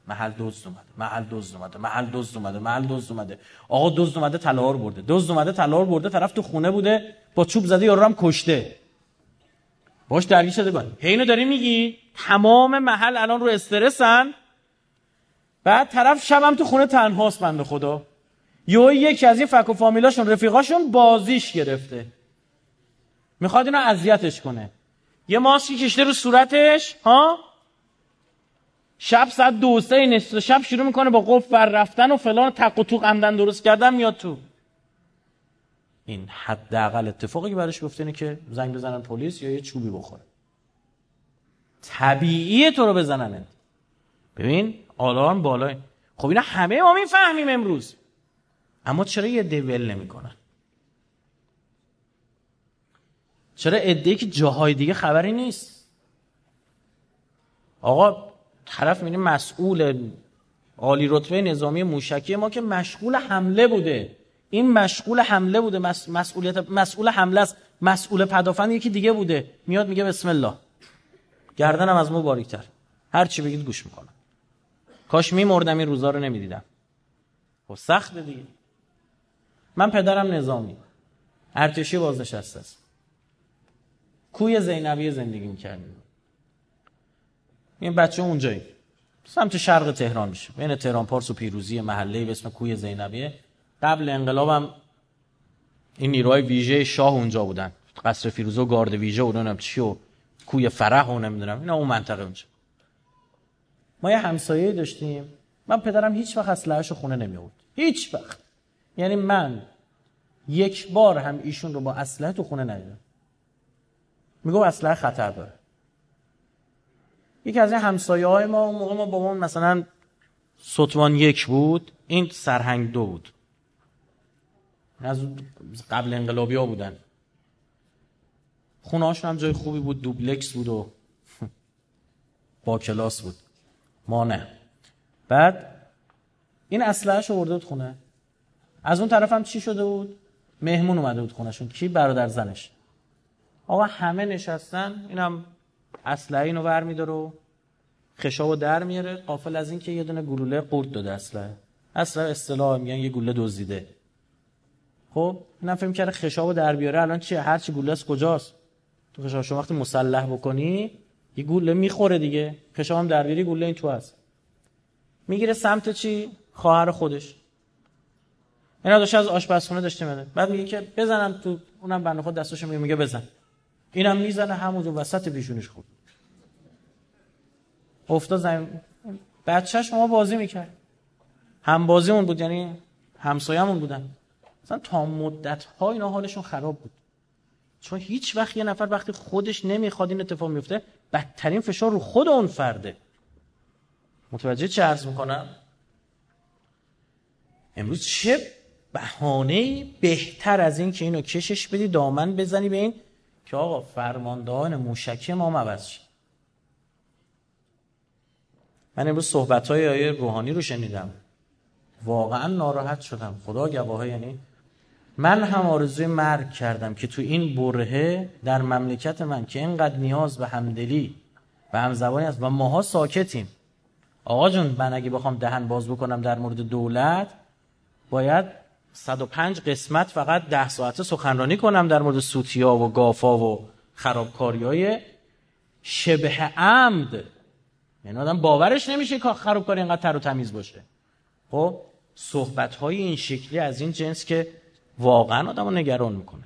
S2: آقا دزد اومده طلا رو برده، طرف تو خونه بوده با چوب زده یارو هم کشته، باش درگیر شده. گفت اینو داری میگی؟ تمام محل الان رو استرسن. بعد طرف شبم تو خونه تنهاست بنده خدا، یکی از این فک و فامیلاشون رفیقاشون بازیش گرفته، میخواد اینو اذیتش کنه، یه ماسکی کشته رو صورتش، شب ساعت 2-3 نصف شب شروع میکنه با قفل بر رفتن و فلان، تق و توق عمدن درست کردن میاد تو. این حداقل اتفاقی که براش گفته اینه که زنگ بزنن پلیس یا یه چوبی بخوره. طبیعیه تو رو بزنن. ببین آلارم بالای. خب اینا همه ما میفهمیم امروز، اما چرا یه دیول نمیکنن؟ چرا عده‌ای که جاهای دیگه خبری نیست؟ آقا طرف میگه مسئول عالی رتبه نظامی موشکی ما که مشغول حمله بوده، این مشغول حمله بوده، مسئول حمله است، مسئول پدافند یکی دیگه بوده، میاد میگه بسم الله، گردنم از مو باریک‌تر، هر چی بگید گوش میکنم. کاش میمردم این روزا رو نمیدیدم. خب سخته دیگه. من پدرم نظامی ارتشی بازنشسته است، کوی زینبیه زندگی میکردیم. این بچه اونجایی سمت شرق تهران میشه، بین تهران پارس و پیروزی، محله‌ای به اسم کوی زینبیه. قبل انقلابم این نیروهای ویژه شاه اونجا بودن، قصر فیروزه و گارد ویژه و نمیدونم چی و کوی فرح و نمیدونم اینا، اون منطقه اونجا. ما یه همسایه داشتیم، من پدرم هیچ وقت اسلحه‌شو خونه نمی آورد، هیچ وقت. یعنی من یک بار هم ایشون رو با اسلحه تو خونه ندیدم. میگم اسلحه خطر داره. یکی از این همسایه‌های ما، اون موقع ما بابام مثلا ستوان 1 بود، این سرهنگ 2 بود، از قبل انقلابی‌ها بودن. خونه‌هاشون هم جای خوبی بود، دوبلکس بود و با کلاس بود. ما نه. بعد این اسلحه‌شو برده بود خونه. از اون طرف هم چی شده بود؟ مهمون اومده بود خونه‌شون. کی؟ برادر زنش. آقا همه نشستن، اینم اسلحه اینو برمی‌داره و خشابو در میاره، غافل از این که یه دونه گلوله قورت داده اسلحه اصطلاح میگن یه گلوله دزدیده. خب اینم فهم کرده خشابو در بیاره، الان چیه؟ هر چی گلوله است کجاست؟ تو خشاب شما وقتی مسلح بکنی یه گلوله میخوره دیگه، خشابم در بیاری گلوله این تو هست. میگیره سمت چی؟ خواهر خودش. اینا داشت از آشپزخونه داشته میاد، بعد میگه که بزنم تو، اونم بنده خود دستاشو میگه بزن، اینم میزنه همونجا وسط پیشونیش خورد، افتاد زمین. بچه‌ش ما بازی میکرد، هم بازیمون بود، یعنی همسایه‌مون بودن. مثلا تا مدت‌ها اینا حالشون خراب بود، چون هیچ وقت یه نفر وقتی خودش نمیخواد این اتفاق میفته، بدترین فشار رو خود اون فرده. متوجه چه عرض میکنم؟ امروز چه بهانه‌ای بهتر از این که اینو کشش بدی دامن بزنی به این که آقا فرماندهان موشکی ما عوض شد. من امروز صحبت‌های آیه روحانی رو شنیدم، واقعا ناراحت شدم، خدا گواهه. یعنی من هم آرزوی مرگ کردم که تو این برهه در مملکت من که اینقدر نیاز به همدلی و همزبانی است و ماها ساکتیم. آقا جون من اگه بخوام دهن باز بکنم در مورد دولت، باید 105 قسمت فقط 10 ساعته سخنرانی کنم در مورد سوتیا و گافا و خرابکاری‌های شبه عمد. یعنی آدم باورش نمیشه که خرابکاری اینقدر تر و تمیز باشه. خب صحبت‌های این شکلی از این جنس که واقعا آدمو نگران میکنه.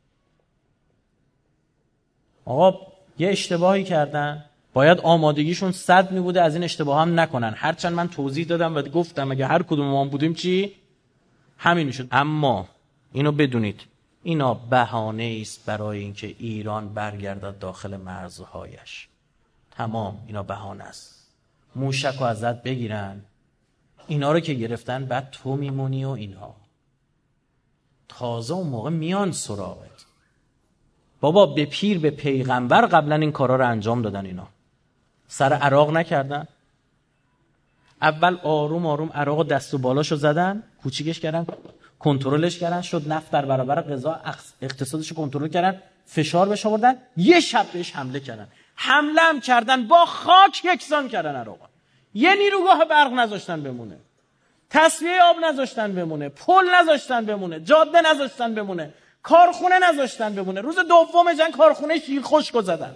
S2: آقا یه اشتباهی کردن، باید آمادگیشون 100 میبوده از این اشتباه هم نکنن. هرچند من توضیح دادم و گفتم اگه هر کدوم ما بودیم چی همین میشد. اما اینو بدونید اینا بهانه است برای اینکه ایران برگردد داخل مرزهایش. تمام اینا بهانه است. موشک رو ازت بگیرن، اینا رو که گرفتن بعد تو میمونی و اینها تازه اون موقع میان سراغت. بابا به پیر به پیغمبر قبلا این کارا رو انجام دادن، اینا سر عراق نکردن؟ اول آروم آروم عراق دست و بالاشو زدن، کوچیکش کردن، کنترلش کردن، شد نفت در برابر غذا، اقتصادشو کنترل کردن، فشار بهش آوردن، یه شب بهش حمله کردن. حمله هم کردن، با خاک یکسان کردن عراق. یه نیروگاه برق نذاشتن بمونه، تصفیه آب نذاشتن بمونه، پل نذاشتن بمونه، جاده نذاشتن بمونه، کارخونه نذاشتن بمونه. روز دوم جنگ کارخونه شیرخشک زدن.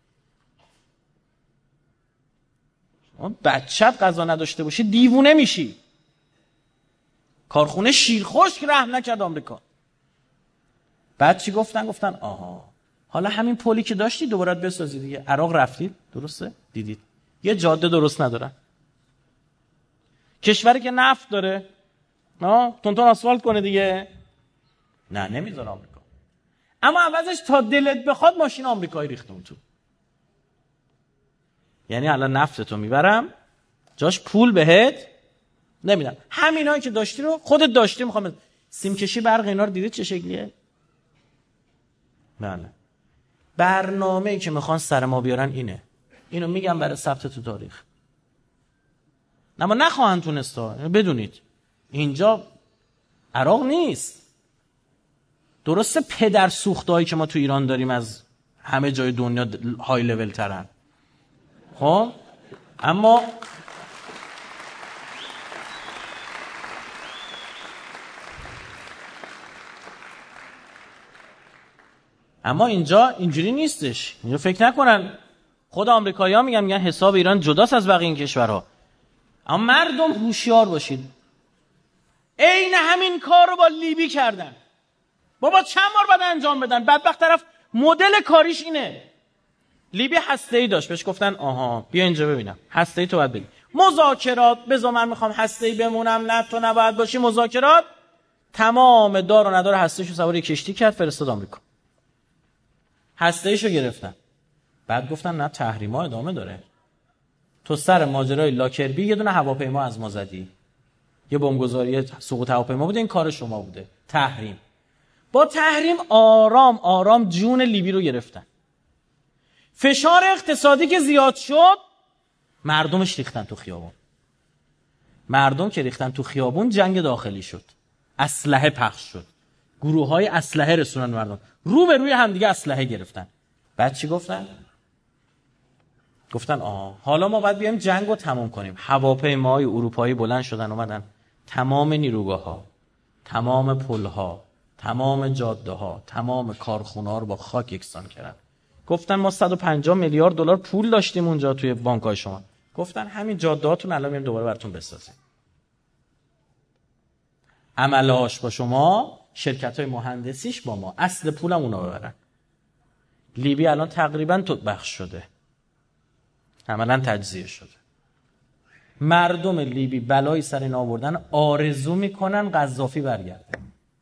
S2: بچت غذا نداشته باشی دیوونه میشی. کارخونه شیرخشک رحم نکرد آمریکا. بعد چی گفتن؟ گفتن آها حالا همین پلی که داشتی دوباره بسازی دیگه. عراق رفتید درسته؟ دیدید یه جاده درست ندارن. کشوری که نفت داره تون آسفالت کنه دیگه، نه نمیذاره آمریکا. اما عوضش تا دلت بخواد ماشین آمریکایی ریختم تو. یعنی الان نفتتو میبرم جاش پول بهت نمیدم. همینایی که داشتی رو خودت داشتی میخوام. سیم کشی برق اینا رو دیدید چه شکلیه؟ بله. برنامه‌ای که میخوان سر ما بیارن اینه. اینو میگم برای ثبت تو تاریخ. اما نخواهند تونست. بدونید اینجا عراق نیست. درسته پدر سوختهایی که ما تو ایران داریم از همه جای دنیا های لول ترن، خب اما اینجا اینجوری نیستش. اینجا فکر نکنن، خود آمریکایی‌ها میگن حساب ایران جداست از بقیه این کشورها. اما مردم هوشیار باشید. عین همین کار رو با لیبی کردن. بابا چند بار بعد انجام بدن. بدبخت طرف مدل کاریش اینه. لیبی هسته‌ای داشت، بهش گفتن آها بیا اینجا ببینم هسته‌ای تو باید بگی. مذاکرات، بذار من میخوام هسته‌ای بمونم، نه تو نباید باشی. مذاکرات. تمام دار و ندار هسته‌ایشو سوار کشتی کرد فرستاد آمریکا. هسته‌ایشو گرفتن. بعد گفتن نه تحریما ادامه داره. تو سر ماجرای لاکربی یه دونه هواپیما از ما زدی. یه بمبگذاری سقوط هواپیما بوده، این کار شما بوده. تحریم. با تحریم آرام آرام جون لیبی رو گرفتن. فشار اقتصادی که زیاد شد، مردمش ریختن تو خیابون. مردم که ریختن تو خیابون، جنگ داخلی شد. اسلحه پخش شد. گروه‌های اسلحه رسوندن مردم. رو به روی هم دیگه اسلحه گرفتن. بعد چی گفتن؟ گفتن حالا ما باید بیایم جنگ رو تمام کنیم. هواپیماهای اروپایی بلند شدن اومدن تمام نیروگاه‌ها، تمام پل‌ها، تمام جاده‌ها، تمام کارخونه‌ها رو با خاک یکسان کردن. گفتن ما 150 میلیارد دلار پول داشتیم اونجا توی بانک‌های شما. گفتن همین جاده‌هاتون الان میایم دوباره براتون بسازیم. عملهاش با شما، شرکت‌های مهندسیش با ما، اصل پولم اونا ببرن. لیبی الان تقریباً تو بخش شده. عملاً تجزیه شده. مردم لیبی بلایی سر این آوردن، آرزو میکنن قذافی برگرده.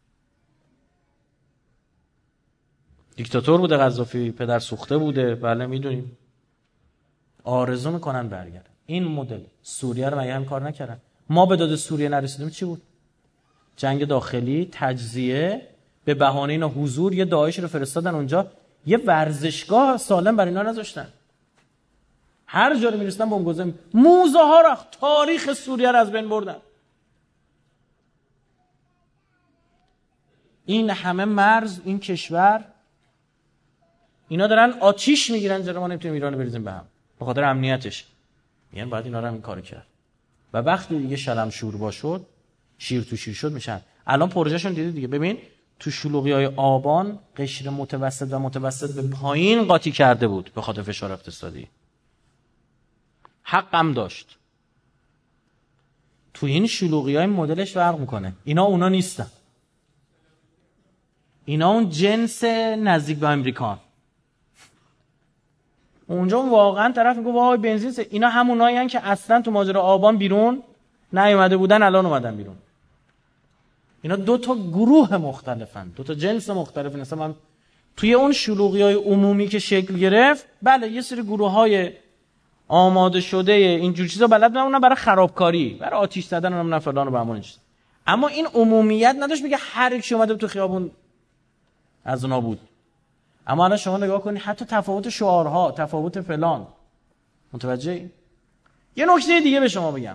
S2: دیکتاتور بوده قذافی، پدر سوخته بوده، بله میدونیم. آرزو میکنن برگرده. این مدل سوریه رو مگه هم کار نکردن؟ ما به داد سوریه نرسیدیم چی بود؟ جنگ داخلی، تجزیه، به بهانه اینا حضور یه داعش رو فرستادن اونجا، یه ورزشگاه سالم برای اینا نذاشتن. هر جا رو میرسن بمبگذاری، موزه ها رو، تاریخ سوریه رو از بین بردن. این همه مرز، این کشور، اینا دارن آتیش میگیرن، چرا ما نمیتونیم ایران رو بریزیم به هم؟ به خاطر امنیتش. میگن باید اینا رو هم این کارو کرد. و وقتی دیگه شلم شوربا شد، شیر تو شیر شد میشن. الان پروژهشون دیدید دیگه، ببین تو شلوغی‌های آبان قشر متوسط و متوسط به پایین قاطی کرده بود به خاطر فشار اقتصادی. حقم داشت. تو این شلوغی‌های مدلش فرق میکنه. اینا اونا نیستن. اینا اون جنس نزدیک به امریکان. اونجا واقعا طرف میگه وای بنزین سه. اینا همونایین که اصلا تو ماجرا آبان بیرون نیومده بودن، الان اومدن بیرون. اینا دو تا گروه مختلفن، دو تا جنس مختلفن. مثلا من توی اون شلوغی‌های عمومی که شکل گرفت، بله یه سری گروه‌های آماده شده اینجور چیزا بلد بودن، اونها برای خرابکاری، برای آتش زدن، اونم فلان و بهمان چیز. اما این عمومیت نداشت بگه هر کی اومده تو خیابون از اونا بود. اما الان شما نگاه کنید، حتی تفاوت شعارها، تفاوت فلان، متوجهی؟ یه نکته دیگه به شما بگم.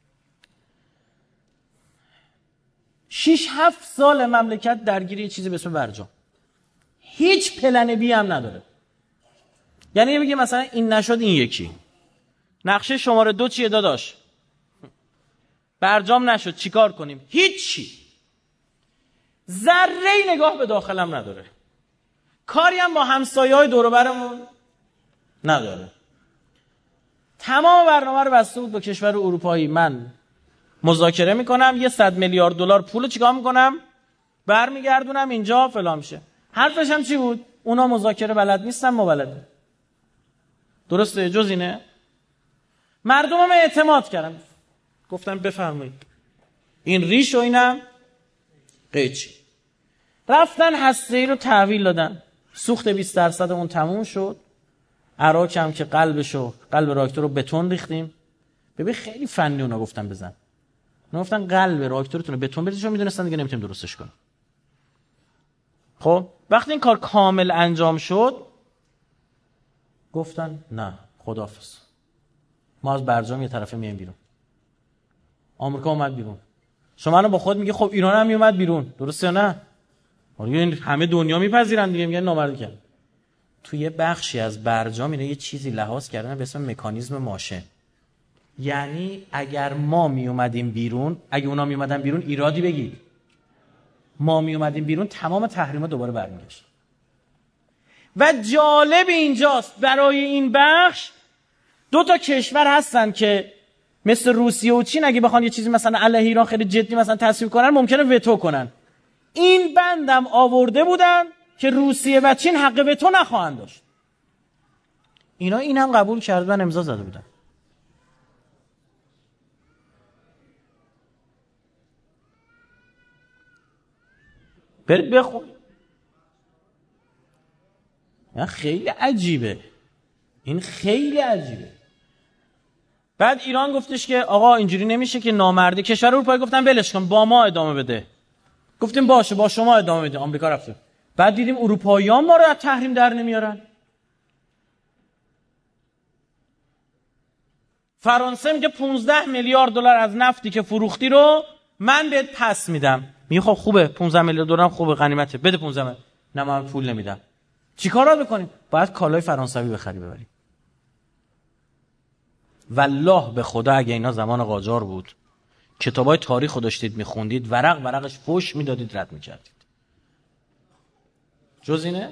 S2: 6-7 سال مملکت درگیر یه چیزی به اسم برجام. هیچ پلن بی هم نداره. یعنی بگیم مثلا این نشد این یکی. نقشه شماره 2 چیه داداش؟ برجام نشد چیکار کنیم؟ هیچی. ذره‌ای نگاه به داخلم نداره. کاری هم با همسایه‌های دور و برمون نداره. تمام برنامه رو بسته بود با کشور اروپایی. من مذاکره میکنم، یه 100 میلیارد دلار پولو چیکار میکنم؟ برمیگردونم اینجا فلان میشه. حرفش هم چی بود؟ اونا مذاکره بلد نیستن، ما بلدیم. درسته؟ جز اینه. مردم هم اعتماد کردن، گفتن بفرمایید این ریش و اینم قیچی. رفتن هسته‌ای رو تحویل دادن. سوخت 20% اون تموم شد. عراق هم که قلب راکتور رو بتون ریختیم. ببین خیلی فنی اونا گفتن بزن. اونا گفتن قلب راکتورتون رو بتون بریزید، چون میدونستن دیگه نمیتونیم درستش کنیم. خب وقتی این کار کامل انجام شد، گفتن نه خداحافظ. ما از برجام یه طرفه میایم بیرون. آمریکا اومد بیرون. شما الان با خود میگه خب ایران هم میومد بیرون، درسته یا نه؟ همه دنیا میپذیرن دیگه، میگن نامردی کردن. توی یه بخشی از برجام اینا یه چیزی لحاظ کردن به اسم مکانیزم ماشه. یعنی اگر ما میومدیم بیرون، اگه اونا میومدن بیرون ایرادی بگید، ما میومدیم بیرون تمام تحریما دوباره برمیگشت. و جالب اینجاست برای این بخش دو تا کشور هستن که مثل روسیه و چین اگه بخوان یه چیزی مثلا علیه ایران خیلی جدی مثلا تصویب کنن ممکنه وتو کنن. این بندم آورده بودن که روسیه و چین حق وتو نخواهند داشت. اینا اینم قبول کردن، امضا زده بودن. برید بخون. خیلی عجیبه، این خیلی عجیبه. بعد ایران گفتش که آقا اینجوری نمیشه که نامرده. کشور اروپایی گفتن ولش کن با ما ادامه بده. گفتیم باشه با شما ادامه بده. آمریکا رفته. بعد دیدیم اروپایی‌ها ما رو از تحریم در نمیارن. فرانسه میگه 15 میلیارد دلار از نفتی که فروختی رو من بهت پس میدم. میگه خب خوبه 15 میلیارد دلار هم خوبه، غنیمته، بده 15 میلیارد. نه من پول نمیدم. چیکارا بکنیم؟ باید کالای فرانسوی بخری ببریم. والله به خدا اگه اینا زمان قاجار بود، کتابای تاریخ رو داشتید میخوندید، ورقش فوش میدادید، رد میکردید. جز اینه؟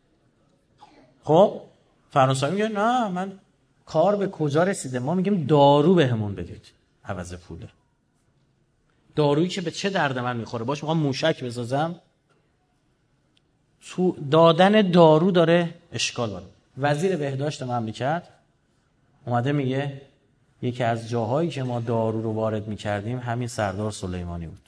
S2: خب فرانسوی میگه نه من کار به کجا رسیده، ما میگیم دارو بهمون بدید عوض پوله. دارویی که به چه درد من میخوره؟ باش میخوام موشک بسازم، تو دادن دارو داره اشکال داره. وزیر بهداشت مملکت اومده میگه یکی از جاهایی که ما دارو رو وارد میکردیم همین سردار سلیمانی بود.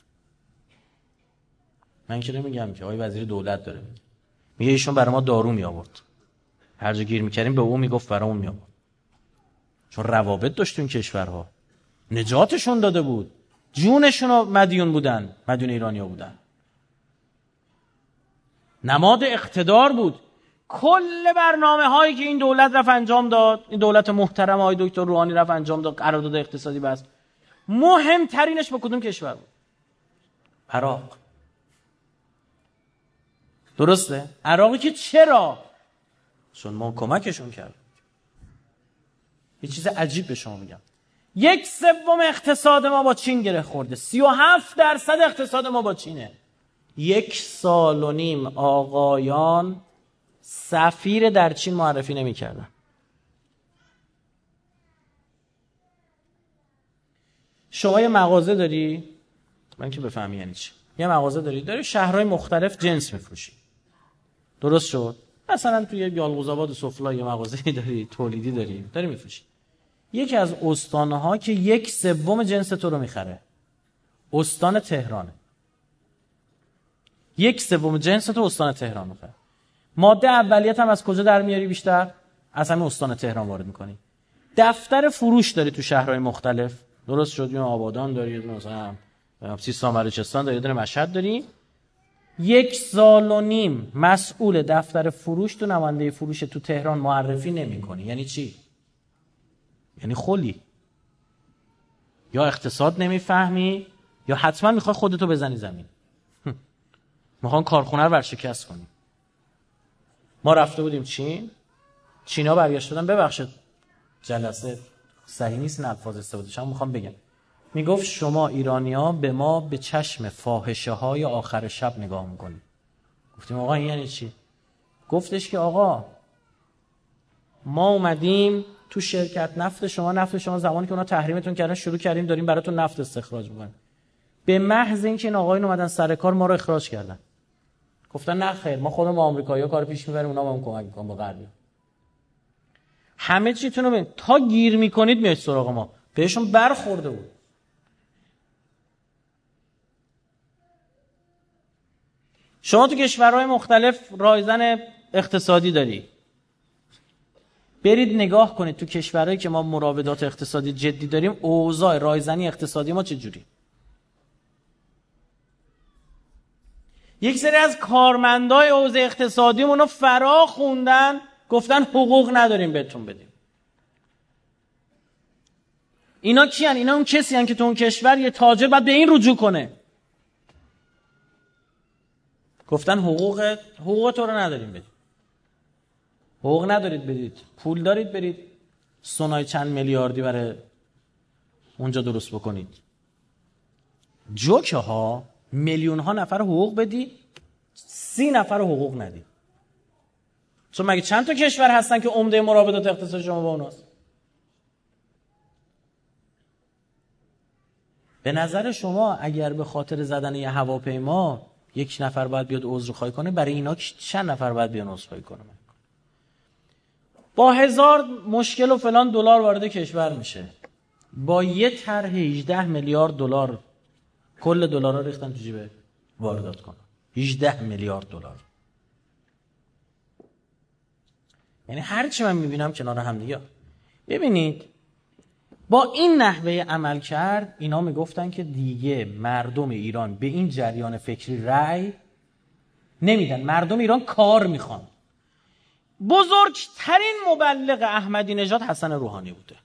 S2: من که نمیگم که آقای وزیر دولت داره میگه ایشون برای ما دارو می آورد، هر جا گیر میکردیم به اون میگفت برامون می آورد، چون روابط داشت این کشورها، نجاتشون داده بود، جونشون رو مدیون بودن، مدیون ایرانیا بودن، نماد اقتدار بود. کل برنامه هایی که این دولت رفت انجام داد، این دولت محترم آقای دکتر روحانی رفت انجام داد، قرارداد اقتصادی بست، مهمترینش با کدوم کشور بود؟ عراق. درسته؟ عراقی که چرا؟ چون ما کمکشون کردیم. یه چیز عجیب به شما میگم، 1/3 اقتصاد ما با چین گره خورده، 37% اقتصاد ما با چینه. 1.5 سال آقایان سفیر در چین معرفی نمی کردن. شما یه مغازه داری، من که بفهمی یعنی چی، یه مغازه داری شهرهای مختلف جنس میفروشی، درست شد؟ مثلا توی یالقوزآباد سفلا یه مغازه داری تولیدی داری میفروشی. یکی از استانها که 1/3 جنس تو رو میخره استان تهرانه. 1/3 جنس تو استان تهران میخره. ماده اولیت هم از کجا در میاری بیشتر؟ از همین استان تهران وارد میکنی. دفتر فروش داری تو شهرهای مختلف، درست شد؟ یا آبادان داری، مثلا سیستان بلوچستان داری، داره مشهد داری. 1.5 سال مسئول دفتر فروش تو نماینده فروش تو تهران معرفی نمیکنی. یعنی چی؟ یعنی خلی. یا اقتصاد نمیفهمی یا حتما میخوای خودتو بزنی زمین. میخوان کارخونه رو ورشکست کنی. ما رفته بودیم چینا برگشت دادن، ببخشید جلسه صحیح نیست این الفاظ استفاده شما، میخوام بگم میگفت شما ایرانی‌ها به ما به چشم فاحشه‌های آخر شب نگاه میکنید. گفتیم آقا این یعنی چی؟ گفتش که آقا ما اومدیم تو شرکت نفت شما زمانی که اونا تحریمتون کردن شروع کردیم داریم براتون نفت استخراج میکنیم. به محض اینکه این آقایون اومدن سر کار ما رو اخراج کردن. گفتن نه خیر ما خودمون با آمریکایی‌ها کار پیش میبریم، اونا بهمون کمک میکنن با غربی. همه چیتون رو ببین تا گیر میکنید میاد سراغ ما. بهشون برخورده بود. شما تو کشورهای مختلف رایزن اقتصادی داری. برید نگاه کنید تو کشورهایی که ما مراودات اقتصادی جدی داریم اوضاع رایزنی اقتصادی ما چه جوری. یک سری از کارمندای حوزه اقتصادیمون رو فرا خوندن، گفتن حقوق نداریم بهتون بدیم. اینا کیان؟ اینا اون کسی هن که تو اون کشور یه تاجر باید به این رجوع کنه. گفتن حقوق تو رو نداریم بدید. حقوق ندارید بدید. پول دارید برید سونای چند میلیاردی برای اونجا درست بکنید. جوکه ها میلیون ها نفر حقوق بدی، 30 نفر حقوق ندی. چون مگه چند تا کشور هستن که عمده مرابطات اقتصادی شما با اوناست؟ به نظر شما اگر به خاطر زدن یه هواپیما یک نفر باید بیاد عذرخواهی کنه، برای اینا چند نفر باید بیان عذرخواهی کنه؟ با 1000 مشکل و فلان دلار وارد کشور میشه، با یه طرح 18 میلیارد دلار کل دلارا ریختن تو جیب واردات کنن. 18 میلیارد دلار. یعنی هر چی من میبینم کنار هم دیگه. ببینید با این نحوه عمل کرد اینا میگفتن که دیگه مردم ایران به این جریان فکری رأی نمیدن، مردم ایران کار میخوان. بزرگترین مبلغ احمدی نژاد حسن روحانی بوده.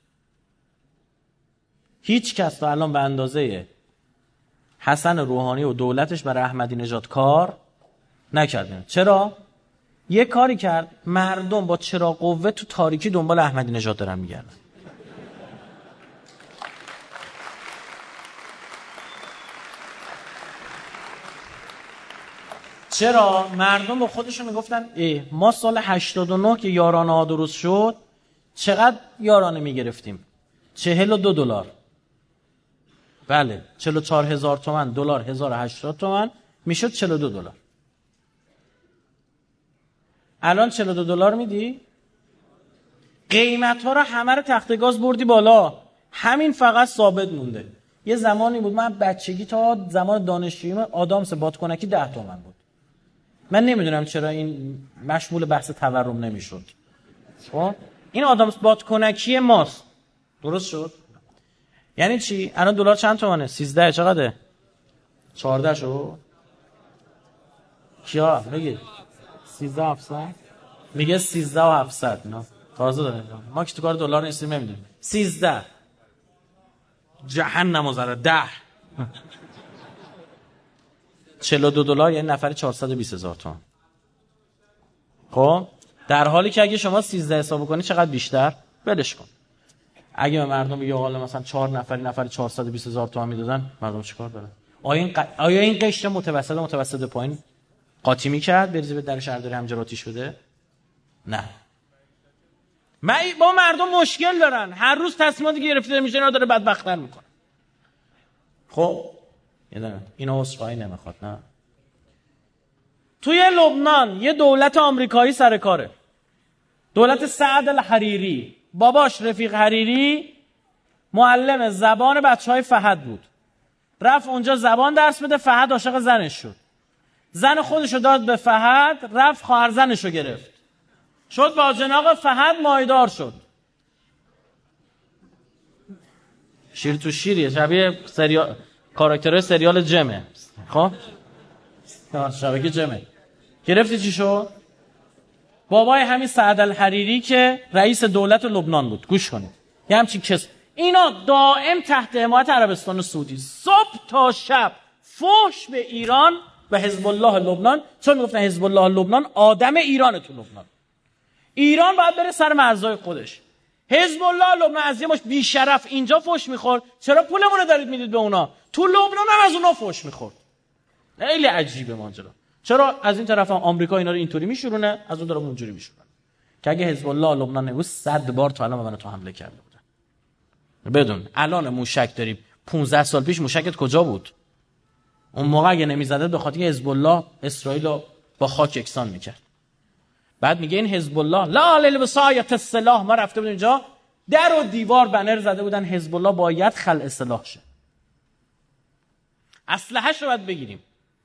S2: هیچ کس تا الان به اندازه حسن روحانی و دولتش برای احمدی نژاد کار نکرد. چرا؟ یه کاری کرد، مردم با چراغ قوه تو تاریکی دنبال احمدی نژاد دارن میگردن. چرا؟ مردم با خودشون میگفتن ما سال 89 که یارانه ها درست شد چقدر یارانه میگرفتیم؟ 42 دلار. بله 44,000 تومان دلار 1080 تومان میشد 42 دلار. الان 42 دلار میدی؟ قیمت ها رو همه رو تخته گاز بردی بالا، همین فقط ثابت مونده. یه زمانی بود من بچگی تا زمان دانشجوییم آدامس بادکنکی 10 تومن بود. من نمیدونم چرا این مشمول بحث تورم نمیشد. خب این آدامس بادکنکی ماست. درست شد؟ یعنی چی؟ الان دلار چند تومنه؟ 13 چقدره؟ 14 شد؟ کیا؟ بگید 13700 میگه 13700 نه تازه داره. ما که تو کار دلار نیستیم نمیدونیم. 13 جهنم زره 10 42 دلار یعنی نفر 420,000 تومان. خب در حالی که اگه شما 13 حساب کنی چقدر بیشتر؟ ولش کن. اگه به مردم بگی حالا مثلا 4 نفر 420,000 تومان میدادن، مردم چیکار دارن؟ آیا این قشر متوسط پایین قاطی میکرد بریزه به در شهرداری همجراتیش بده؟ نه. با مردم مشکل دارن، هر روز تصمیماتی گرفته میشه اینا داره بدبخت‌تر میکنه. خب اینا عذرخواهی نمیخواد. نه توی لبنان یه دولت آمریکایی سر کاره، دولت سعد الحریری. باباش رفیق حریری معلم زبان بچهای فهد بود، رفت اونجا زبان درس بده. فهد عاشق زنش شد، زن خودشو داد به فهد، رفت خواهر زنشو گرفت، شد با جناق فهد مایدار شد. شیر تو شیریه، شبیه کاراکترهای سریال جمه. خب شبکه جمه گرفتی چی شد؟ بابای همین سعد الحریری که رئیس دولت لبنان بود. گوش کنید یه همچین کس. اینا دائم تحت حمایت عربستان سعودی، صبح تا شب فحش به ایران و حزب الله لبنان. چون میگفتن حزب الله لبنان آدم ایران تو لبنان، ایران باید بره سر مرزهای خودش. حزب الله لبنان از یه مش بی شرف اینجا فحش میخورد، چرا پولمون رو دارید میدید به اونا؟ تو لبنان هم از اونا فحش میخورد. خیلی عجیبه ماجرا. چرا از این طرف هم آمریکا اینا رو اینطوری میشورونه، از اون طرف اونجوری میشورن؟ که اگه حزب الله لبنان نبود 100 بار تا الان به من تو حمله کرده بودن. بدون الان موشک داریم، 15 سال پیش موشکت کجا بود؟ اون موقع اگه نمیزده به خاطر حزب الله اسرائیل رو با خاک یکسان میکرد. بعد میگه این حزب الله لا للوصایت السلاح. ما رفته بودیم اینجا در و دیوار بنر زده بودن حزب الله باید خلع سلاح شه، اسلحه‌اش رو باید بگیریم.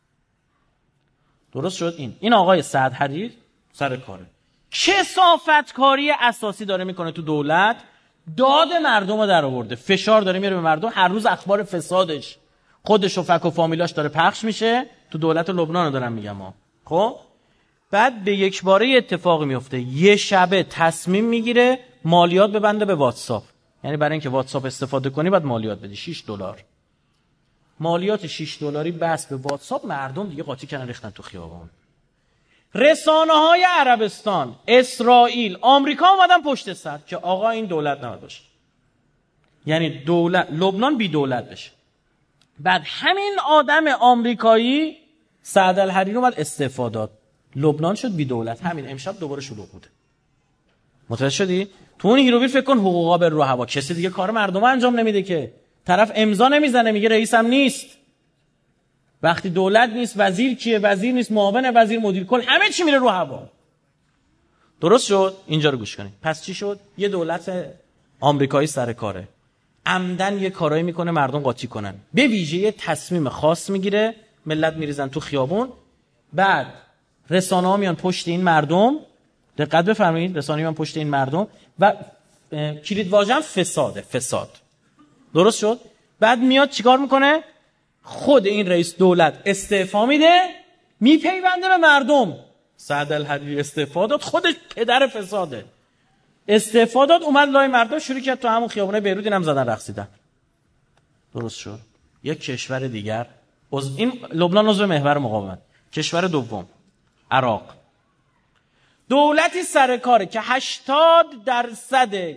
S2: درست شد؟ این آقای سعد حریر سر کاره. کثافتکاری اساسی داره میکنه تو دولت، داد مردم رو در آورده، فشار داره میاره به مردم، هر روز اخبار فسادش خودش و فک و فامیلاش داره پخش میشه تو دولت لبنان رو دارم میگم ها. خب بعد به یک باره اتفاقی میفته، یه شبه تصمیم میگیره مالیات ببنده به واتساپ. یعنی برای اینکه واتساپ استفاده کنی باید مالیات بدی $6. مالیات $6 بس به واتساپ، مردم دیگه قاطی کردن ریختن تو خیابان. رسانه‌های عربستان، اسرائیل، آمریکا اومدن پشت سر که آقا این دولت نباید باشه. یعنی دولت لبنان بی دولت بشه. بعد همین آدم آمریکایی سعد الحریری اومد استعفا داد. لبنان شد بی دولت. همین امشب دوباره شلوغ بوده. متوجه شدی؟ تو اون هیروبیل فکر کن حقوقا بر رو هوا، کسی دیگه کار مردم انجام نمیده که. طرف امضا نمیزنه میگه رئیسم نیست. وقتی دولت نیست وزیر کیه؟ وزیر نیست، معاون وزیر، مدیر کل، همه چی میره رو هوا. درست شد؟ اینجا رو گوش کنید. پس چی شد؟ یه دولت آمریکایی سر کاره. عمدن یه کارایی میکنه مردم قاطی کنن. به ویژه یه تصمیم خاص میگیره، ملت میریزن تو خیابون. بعد رسانه‌ها میان پشت این مردم. دقت بفرمایید، رسانه‌ها میان پشت این مردم و کلید واژه‌ام فساده، فساد. درست شد؟ بعد میاد چیکار میکنه؟ خود این رئیس دولت استعفا میده، میپیونده به مردم. سعد الحریری استعفا داد، خودش پدر فساده. استعفا داد، اومد لای مردم شروع کرد تو همون خیابونه بیروت اینم زدن رقصیدن. درست شد؟ یک کشور دیگر، این لبنان عضو محور مقاومت. کشور دوم عراق. دولتی سر کاره که 80%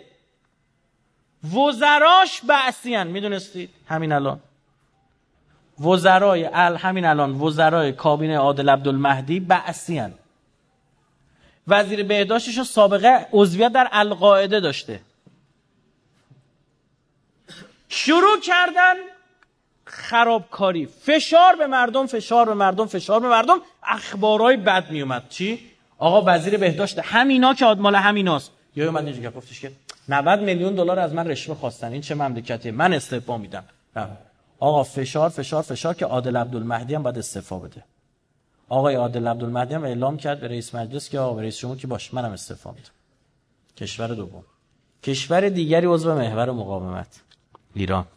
S2: وزراش بعثیان. میدونستید؟ همین الان وزرای کابینه عادل عبدالمهدی بعثیان. وزیر بهداشتش سابقه عضویت در القاعده داشته. شروع کردن خرابکاری، فشار به مردم، اخبارای بد می اومد. چی؟ آقا وزیر بهداشت همینا که مال همیناست. یا اومد اینجا گفتش که $90 میلیون از من رشوه خواستن، این چه مملکتیه، من استعفا میدم. آقا فشار که عادل عبدالمهدی هم باید استعفا بده. آقای عادل عبدالمهدی هم اعلام کرد به رئیس مجلس که آقا رئیس جمهور که باش، منم استعفا میدم. کشور دوم. کشور دیگری عضو محور مقاومت، ایران.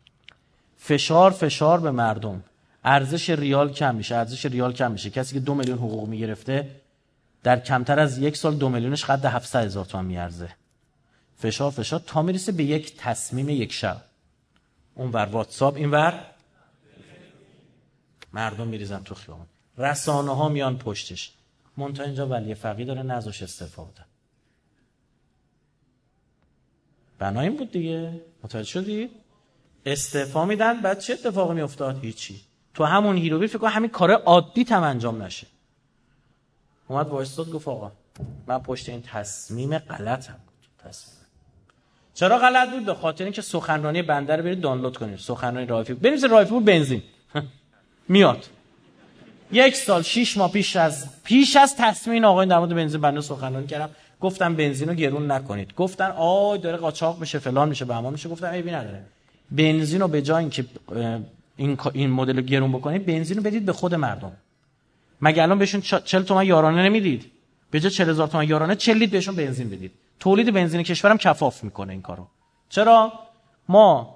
S2: فشار به مردم. ارزش ریال کم میشه. کسی که 2 میلیون حقوق میگرفته در کمتر از 1 سال 2 میلیونش قد 700,000 تومان میارزه. فشار تا میرسه به یک تصمیم یک شب. اون ور واتساپ، این ور مردم میریزن تو خیابون. رسانه ها میان پشتش. منتها اینجا ولی فقیه داره نذاش استعفا بده. بنا این بود دیگه. متوجه شدی؟ استعفا میدن، بعد چه اتفاقی میافتاد؟ هیچی. تو همون هیروبیل فکر کنم همین کار عادی تام انجام نشه. اومد وایستاد گفت آقا من پشت این تصمیم غلطم بود. چرا غلط بود؟ به خاطر اینکه سخنرانی بنده رو برید دانلود کنید. سخنرانی رایفی بنویسید، رایفی بنزین میاد. 1 سال 6 ماه پیش از تصمیم آقای در مورد بنزین بنده سخنرانی کردم. گفتم بنزین رو گرون نکنید. گفتن آی داره قاچاق میشه، فلان میشه، بهمان میشه. گفتم عیبی نداره. بنزین رو به جای اینکه این مدل رو گرون بکنید، بنزین رو بدید به خود مردم. مگه الان بهشون 40 تومن یارانه نمیدید؟ به جای 40,000 تومن یارانه 40 لیتر بهشون بنزین بدید. تولید بنزین کشورم کفاف میکنه این کارو. چرا؟ ما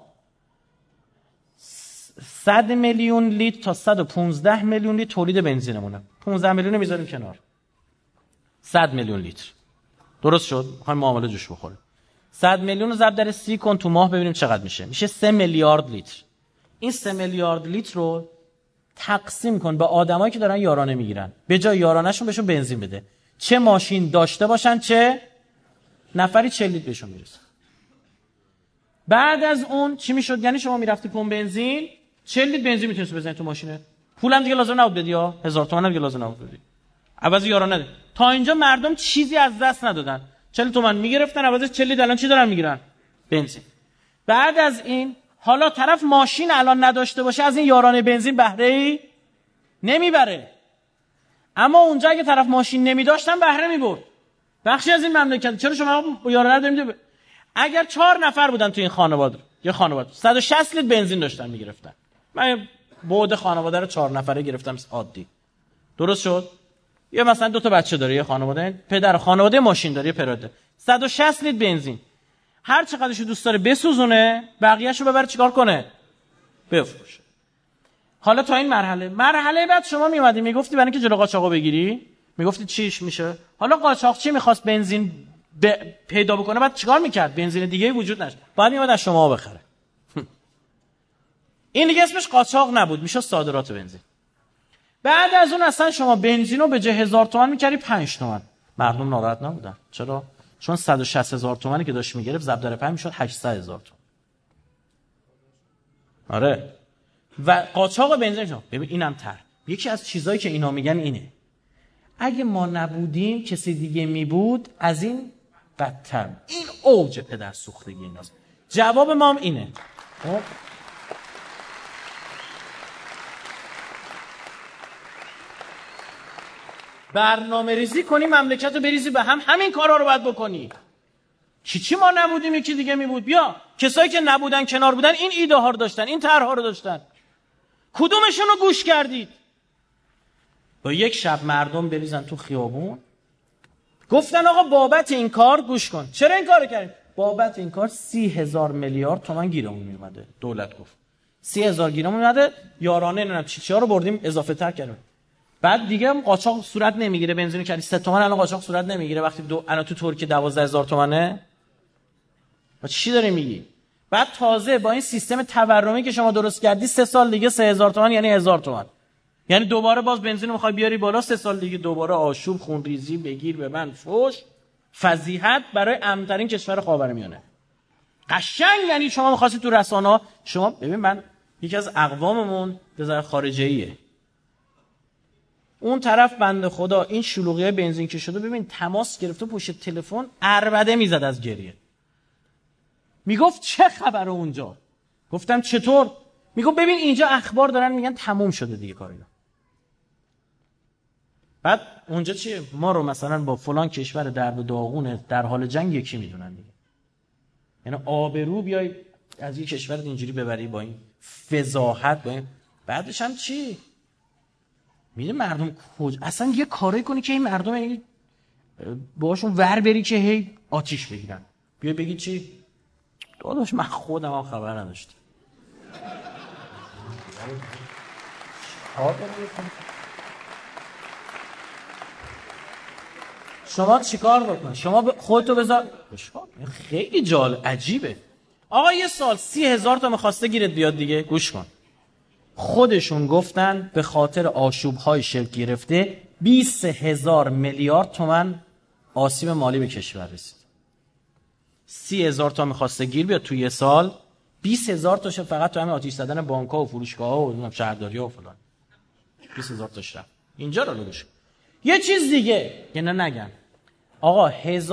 S2: 100 میلیون لیتر تا 115 میلیون لیتر تولید بنزینمونه. 15 میلیون میذاریم کنار. 100 میلیون لیتر. درست شد؟ میخوایم معامله جوش بخوره. 100 میلیون رو ضرب در 30 کن تو ماه ببینیم چقدر میشه. میشه 3 میلیارد لیتر. این 3 میلیارد لیتر رو تقسیم کن به آدمایی که دارن یارانه میگیرن. به جای یارانهشون بهشون بنزین بده. چه ماشین داشته باشن، چه نفری 40 لیتر بهشون میرسه. بعد از اون چی میشد؟ یعنی شما میرفتی پمپ بنزین 40 لیتر بنزین میتونستی بزنی تو ماشینت. پولم دیگه لازم نبود بدی، 1000 تومن دیگه لازم نبود بدی. عوض یارانه. تا اینجا مردم چیزی از دست ندادن. 40 تومن میگرفتن، عوض 40 لیتر الان چی دارن میگیرن؟ بنزین. بعد از این حالا طرف ماشین الان نداشته باشه، از این یارانه بنزین بهره‌ای نمیبره. اما اونجا اگه طرف ماشین نمیداشتن بهره میبرد. بخشی از این مملکت. چرا شما یارانه نمیدید؟ اگر 4 نفر بودن تو این خانواده، یه خانواده 160 لیتر بنزین داشتن میگرفتن. من بعد خانواده رو 4 نفره گرفتم عادی. درست شد؟ یا مثلا 2 تا بچه داره یه خانواده، پدر خانواده ماشین داره، یه پراده. 160 لیتر بنزین. هر چقدرشو دوست داره بسوزونه، بقیه‌شو ببره چیکار کنه؟ بفروشه. حالا تا این مرحله بعد شما میومدی میگفتی برای اینکه جلو قاچاقو بگیری، میگفتی چیش میشه؟ حالا قاچاقچی میخواست بنزین پیدا بکنه بعد چیکار میکرد؟ بنزین دیگه وجود نداشت، بعد میومد از شما بخره. این دیگه اسمش قاچاق نبود، میشه صادرات بنزین. بعد از اون اصلا شما بنزین رو به جای 1000 تومان میکردی 5 تومان. مردم ناراحت نبودن. چرا؟ چون 160,000 تومانی که داشت میگرفت ضرب در 5 میشد 800,000 تومان. آره. و قاچاق بنزین شما ببین اینم تر. یکی از چیزایی که اینا میگن اینه، اگه ما نبودیم کسی دیگه میبود از این بدتر. این اوج پدر سوختگی ایناست. جواب ما هم اینه. برنامه ریزی کنی مملکت رو بریزی به هم، همین کارا رو باید بکنی. چی ما نبودیم یکی دیگه میبود. بیا کسایی که نبودن کنار بودن این ایده ها رو داشتن، این طرح ها رو داشتن، کدومشون رو گوش کردید؟ با یک شب مردم بریزن تو خیابون گفتن آقا بابت این کار گوش کن. چرا این کارو کردیم؟ بابت این کار 30,000 میلیارد تومان گیرمون میومده. دولت گفت 30,000 گیرمون اومده، یارانه نمیدونم چیا رو بردیم اضافه تر کردیم. بعد دیگه قاچاق صورت نمیگیره. بنزین کردی 3 تومن، الان قاچاق صورت نمیگیره وقتی الان تو ترکیه 12,000 تومنه. با چی داری میگی؟ بعد تازه با این سیستم تورمی که شما درست کردی 3 سال دیگه 3,000 تومن یعنی 1,000 تومن، یعنی دوباره باز بنزین رو میخوای بیاری بالا. 3 سال دیگه دوباره آشوب، خونریزی، بگیر به من، فوش، فضیحت برای امن‌ترین کشور خاورمیانه. قشنگ یعنی شما می‌خواستی تو رسانه‌ها، شما ببین من یکی از اقواممون وزارت خارجه‌ایه، اون طرف بنده خدا این شلوغیای بنزین که شده ببین تماس گرفته پشت تلفن عربده میزد از گریه، میگفت چه خبره اونجا؟ گفتم چطور؟ میگفت ببین اینجا اخبار دارن میگن تموم شده دیگه کار اینا. بعد اونجا چیه؟ ما رو مثلا با فلان کشور درب و داغونه در حال جنگ یکی میدونن دیگه. یعنی آبرو بیای از یک کشور اینجوری ببری با این فضاحت، با این بعدش هم چی؟ میده مردم کجا اصلا یه کاری کنی که این مردم یعنی باهاشون ور بری که هی آتیش بگیرن. بیای بگی چی؟ داداش من خودم هم خبر نداشتم. شما چیکار بکن؟ شما خودتو بذار. خیلی جالب عجیبه. آقا یه سال 30,000 تا می‌خواسته گیرت بیاد دیگه. گوش کن. خودشون گفتن به خاطر آشوب‌های شکل گرفته 20,000 میلیارد تومان آسیب مالی به کشور رسید. 30,000 تا می‌خواسته گیر بیاد تو یه سال، 20,000 تاش فقط تو همین آتش زدن بانک‌ها و فروشگاه‌ها و شهرداری‌ها و فلان. 20,000 تاش رفت. اینجا رو گوش کن. یه چیز دیگه که نگم. آقا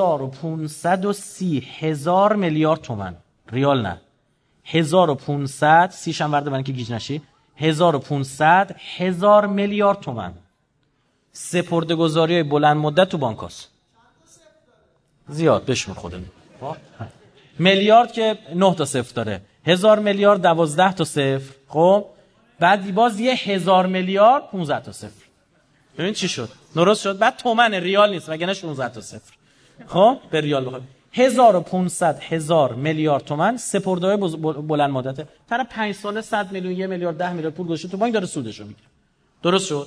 S2: 1530,000 میلیارد تومان ریال، نه 1500 30 شم ورده برای که گیج نشی، 1500,000 میلیارد تومان سپرده‌گذاری‌های بلند مدت تو بانکاست. زیاد بشمر خودم. میلیارد که 9 تا صفر داره، 1000 میلیارد 12 تا صفر. خب بعد باز یه 1000 میلیارد 15 تا صفر. ببین چی شد؟ درست شد؟ بعد تومن ریال نیست وگرنه 16 تا صفر. خب به ریال بخواد 1500,000 میلیارد تومان سپرده‌های بلند مدت. طرف 5 ساله 100 میلیون 1 میلیارد 10 میلیارد پول گذاشته تو بانک داره سودشو میگیره. درست شد؟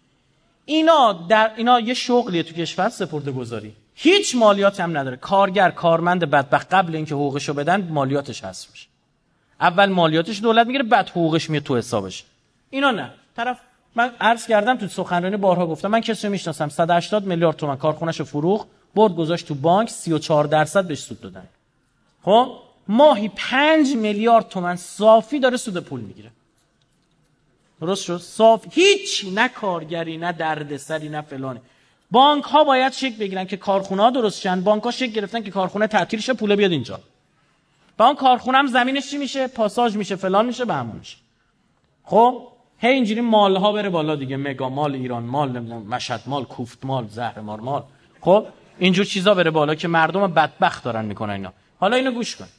S2: اینا یه شغلیه تو کشور سپرده‌گذاری. هیچ مالیاتی هم نداره. کارگر کارمند بدبخت قبل اینکه حقوقشو بدن مالیاتش حذف میشه. اول مالیاتش دولت میگیره بعد حقوقش میاد تو حسابش. اینا نه. طرف من عرض کردم تو سخنرانی بارها گفتم من کسی رو میشناسم 180 میلیارد تومان کارخونه‌شو فروخت، برد گذاشت تو بانک 34% بهش سود دادن. خب ماهی 5 میلیارد تومان صافی داره سود پول میگیره. درست شد؟ صاف هیچ، نه کارگری نه دردسری نه فلانه. بانک ها باید شکل بگیرن که کارخونه ها درست شن. بانک ها شکل گرفتن که کارخونه تعطیل شه پول بیاد اینجا. با اون کارخونه هم زمینش چی میشه؟ پاساژ میشه، فلان میشه، بهمون میشه. خب هی اینجوری مال ها بره بالا دیگه، مگا مال ایران مال، مشهد مال، کوفت مال، زهرمار مال. خب اینجور چیزا بره بالا که مردم بدبخت دارن میکنن اینا. حالا اینو گوش کن.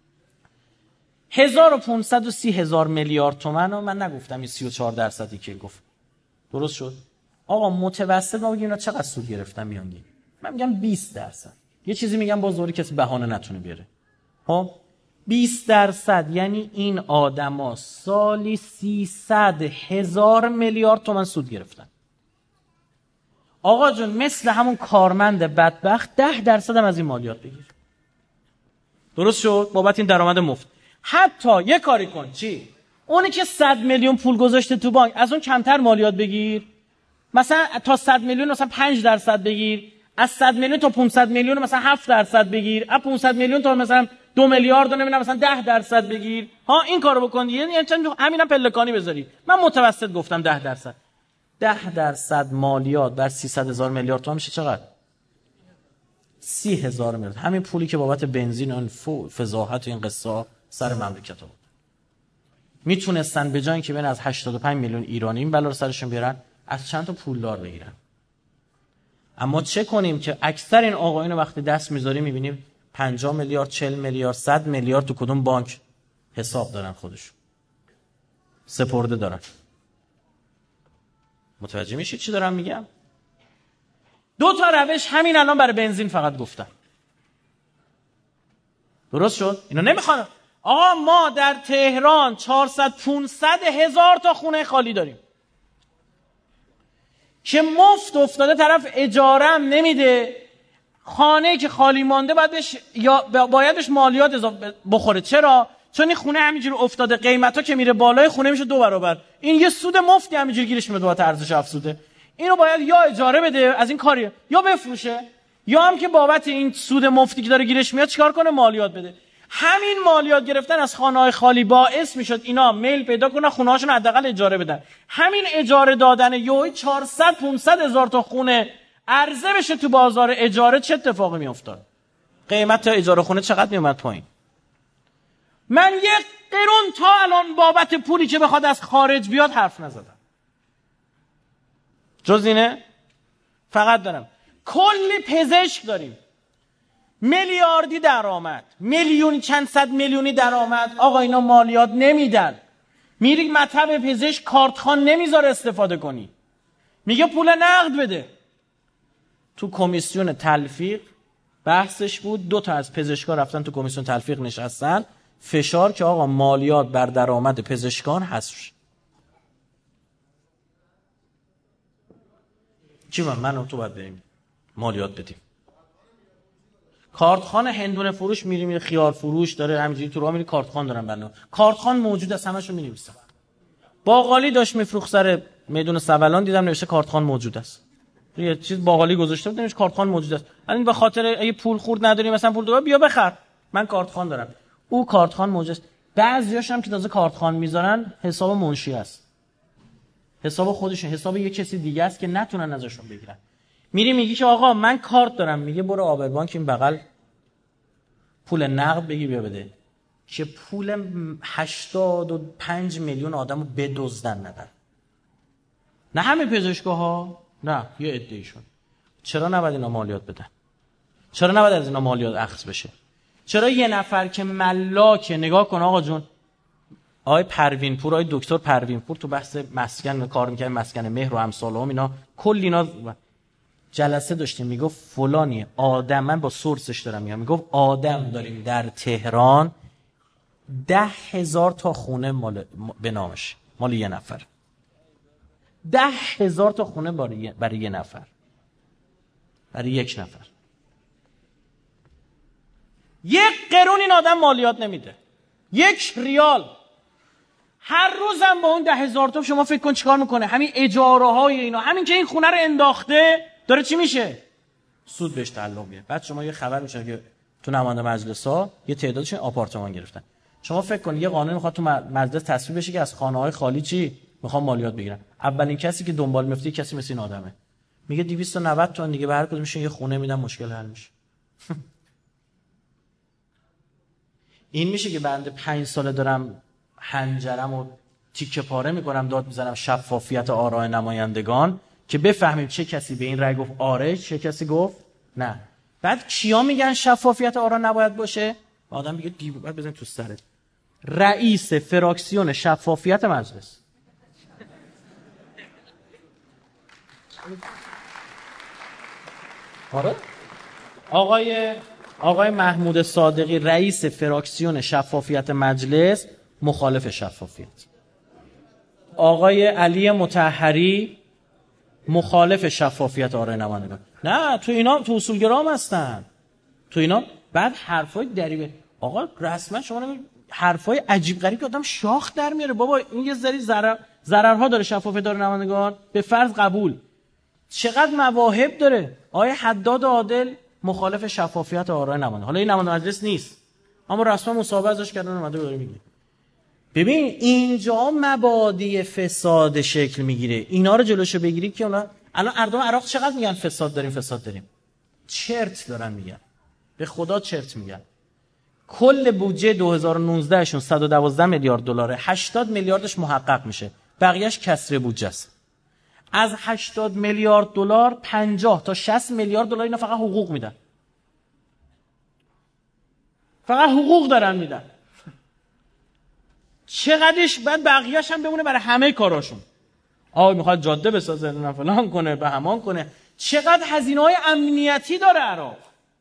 S2: 1530,000 میلیارد تومان رو من نگفتم این 34% که گفت. درست شد؟ آقا متوسط ما بگیم اینا چقدر سود گرفتن میانگین؟ من میگم 20%. یه چیزی میگم باز دوری کسی بهانه نتونه بیاره. خب 20% یعنی این آدما سالی 300,000 میلیارد تومان سود گرفتن. آقا جون مثل همون کارمند بدبخت 10% هم از این مالیات بگیر. درست شد؟ بابت این درآمد مفت. حتی یه کاری کن، چی؟ اونی که 100 میلیون پول گذاشته تو بانک از اون کمتر مالیات بگیر. مثلا تا 100 میلیون مثلا 5% بگیر. از 100 میلیون تا 500 میلیون مثلا 7% بگیر. از 500 میلیون تا مثلا 2 میلیارد نمیدونم مثلا 10% بگیر. ها این کارو بکن. یعنی چند همینم پلکانی بذاری. من متوسط گفتم 10%. 10% مالیات بر 300,000 میلیارد تومان میشه چقدر؟ 30,000 میلیارد. همین پولی که بابت بنزین و فضاحت و این قصه سر مملکت بود. میتونستن به جای اینکه بین از 85 میلیون ایرانی این بلا رو سرشون بیارن، از چند تا پولدار بگیرن. اما چه کنیم که اکثر این آقایون وقتی دست میذاریم میبینیم 50 میلیارد، 40 میلیارد، 100 میلیارد تو کدوم بانک حساب دارن، خودشون سپرده دارن. متوجه میشید چی دارم میگم؟ 2 تا روش همین الان برای بنزین فقط گفتم. درست شد؟ اینو نمیخوام. آقا ما در تهران 400-500 هزار تا خونه خالی داریم که مفت افتاده، طرف اجاره هم نمیده، خانه‌ای که خالی مانده باید بهش مالیات اضافه بخوره. چرا؟ چون این خونه همینجوری افتاده، قیمتا که میره بالای خونه میشه 2 برابر. این یه سود مفتی همینجوری گیرش میاد بابت ارزش افزوده. اینو باید یا اجاره بده از این کاریه یا بفروشه، یا هم که بابت این سود مفتی که داره گیرش میاد چیکار کنه؟ مالیات بده. همین مالیات گرفتن از خانه‌های خالی باعث میشد اینا میل پیدا کنن خونه‌هاشون حداقل اجاره بدن. همین اجاره دادن یوهی 400-500 هزار تا خونه عرضه بشه تو بازار اجاره، چه اتفاقی میافتاد؟ قیمت اجاره خونه چقدر میومد پایین؟ من یک قرون تا الان بابت پولی که بخواد از خارج بیاد حرف نزدم. جز اینه فقط دارم کلی پزشک داریم، میلیاردی درآمد، میلیونی چند صد میلیونی درآمد. آقا اینا مالیات نمیدن. میری مطب پزشک کارتخوان نمیذاره استفاده کنی، میگه پول نقد بده. تو کمیسیون تلفیق بحثش بود، 2 تا از پزشکا رفتن تو کمیسیون تلفیق نشستن، فشار که آقا مالیات بر درآمد پزشکان حذف شه. چی من و تو باید بریم مالیات بدیم؟ کارتخوان هندونه فروش میریم، خیار فروش داره همینجوری تو راه میری کارتخوان دارن بنده. کارتخوان موجود است، همشو می‌نویسن. باقالی داشت میفروخت سر میدون سولان، دیدم نوشته کارتخوان موجود است. یه چیز باقالی گذاشته بود نوشته کارتخوان موجود است. الان به خاطر اگه پول خورد نداری مثلا پول دو بیا بخر، من کارتخوان دارم. او کارتخوان موجود است. بعضیاش هم که تازه کارتخوان میذارن حساب منشی است. حساب خودشون، حساب یه کسی دیگه است که نتونن ازشون بگیرن. میری میگی که آقا من کارت دارم، میگه برو آبربانک این بغل پول نقد بگیر بیا بده، که پول 85 میلیون آدمو بدزدن ندن. نه همه پزشکاها، نه یه عده‌ایشون. چرا نباید اینا مالیات بدن؟ چرا نباید از اینا مالیات اخذ بشه؟ چرا یه نفر که ملاکه، نگاه کن آقا جون، آقای پروین پور، آقای دکتر پروین پور تو بحث مسکن کار می‌کنه، مسکن مهر و امثالهم، اینا کلی اینا جلسه داشتیم، میگفت فلانی آدم، من با سورسش دارم میگم، میگفت آدم داریم در تهران 10,000 تا خونه مال به نامش، مال یه نفر. 10,000 تا خونه برای یه نفر، برای یک نفر. یک قرون این آدم مالیات نمیده، 1 ریال. هر روزم با اون 10,000 تا شما فکر کن چیکار میکنه؟ همین اجاره های اینا، همین که این خونه رو انداخته داره چی میشه؟ سود بهش تعلق میگیره. بعد شما یه خبر میشه که تو نماینده مجلس‌ها یه تعدادشون آپارتمان گرفتن. شما فکر کن یه قانون میخواد تو مجلس تصویب بشه که از خانه‌های خالی چی میخوام مالیات بگیرن. اولین کسی که دنبال میفته کسی مثل این آدمه، میگه 290 تومن دیگه به هر کدومشون یه خونه میدم مشکل حل میشه. این میشه که بنده 5 ساله دارم حنجرمو تیکه پاره میکنم، داد میزنم شفافیت آراء نمایندگان که بفهمیم چه کسی به این رأی گفت آره، چه کسی گفت نه. بعد کیا میگن شفافیت آراء نباید باشه؟ آدم میگه دیو، بعد بزنیم تو سرت. رئیس فراکسیون شفافیت مجلس. آره؟ آقای محمود صادقی رئیس فراکسیون شفافیت مجلس مخالف شفافیت. آقای علی مطهری مخالف شفافیت آرای نمایندگان. نه تو اینا تو اصولگرا هم هستن. تو اینا بعد حرفای دریبه. آقا رسما شما نمی حرفای عجیب غریب که آدم شاخ در میاره. بابا این یه ذری ضررها داره شفافیت آرای نمایندگان، به فرض قبول. چقدر مواهب داره. آیه حداد عادل مخالف شفافیت آرای نماینده. حالا این نماینده مجلس نیست، اما رسما مصاحبه ازش کردن اومده داره میگه. ببین اینجا مبادی فساد شکل میگیره. اینا رو جلوشو بگیری که الان اردوغان عراق چقدر میگن فساد داریم. چرت دارن میگن. به خدا چرت میگن. کل بودجه 2019 شون 112 میلیارد دلاره. 80 میلیاردش محقق میشه. بقیه‌اش کسر بودجه است. از 80 میلیارد دلار 50 تا 60 میلیارد دلار اینا فقط حقوق میدن. فقط حقوق دارن میدن. چقدرش بعد بقیه‌اش هم بمونه برای همه کاراشون. میخواد جاده بسازه، نه فلان کنه، بهمان کنه. چقدر هزینه‌های امنیتی داره عراق.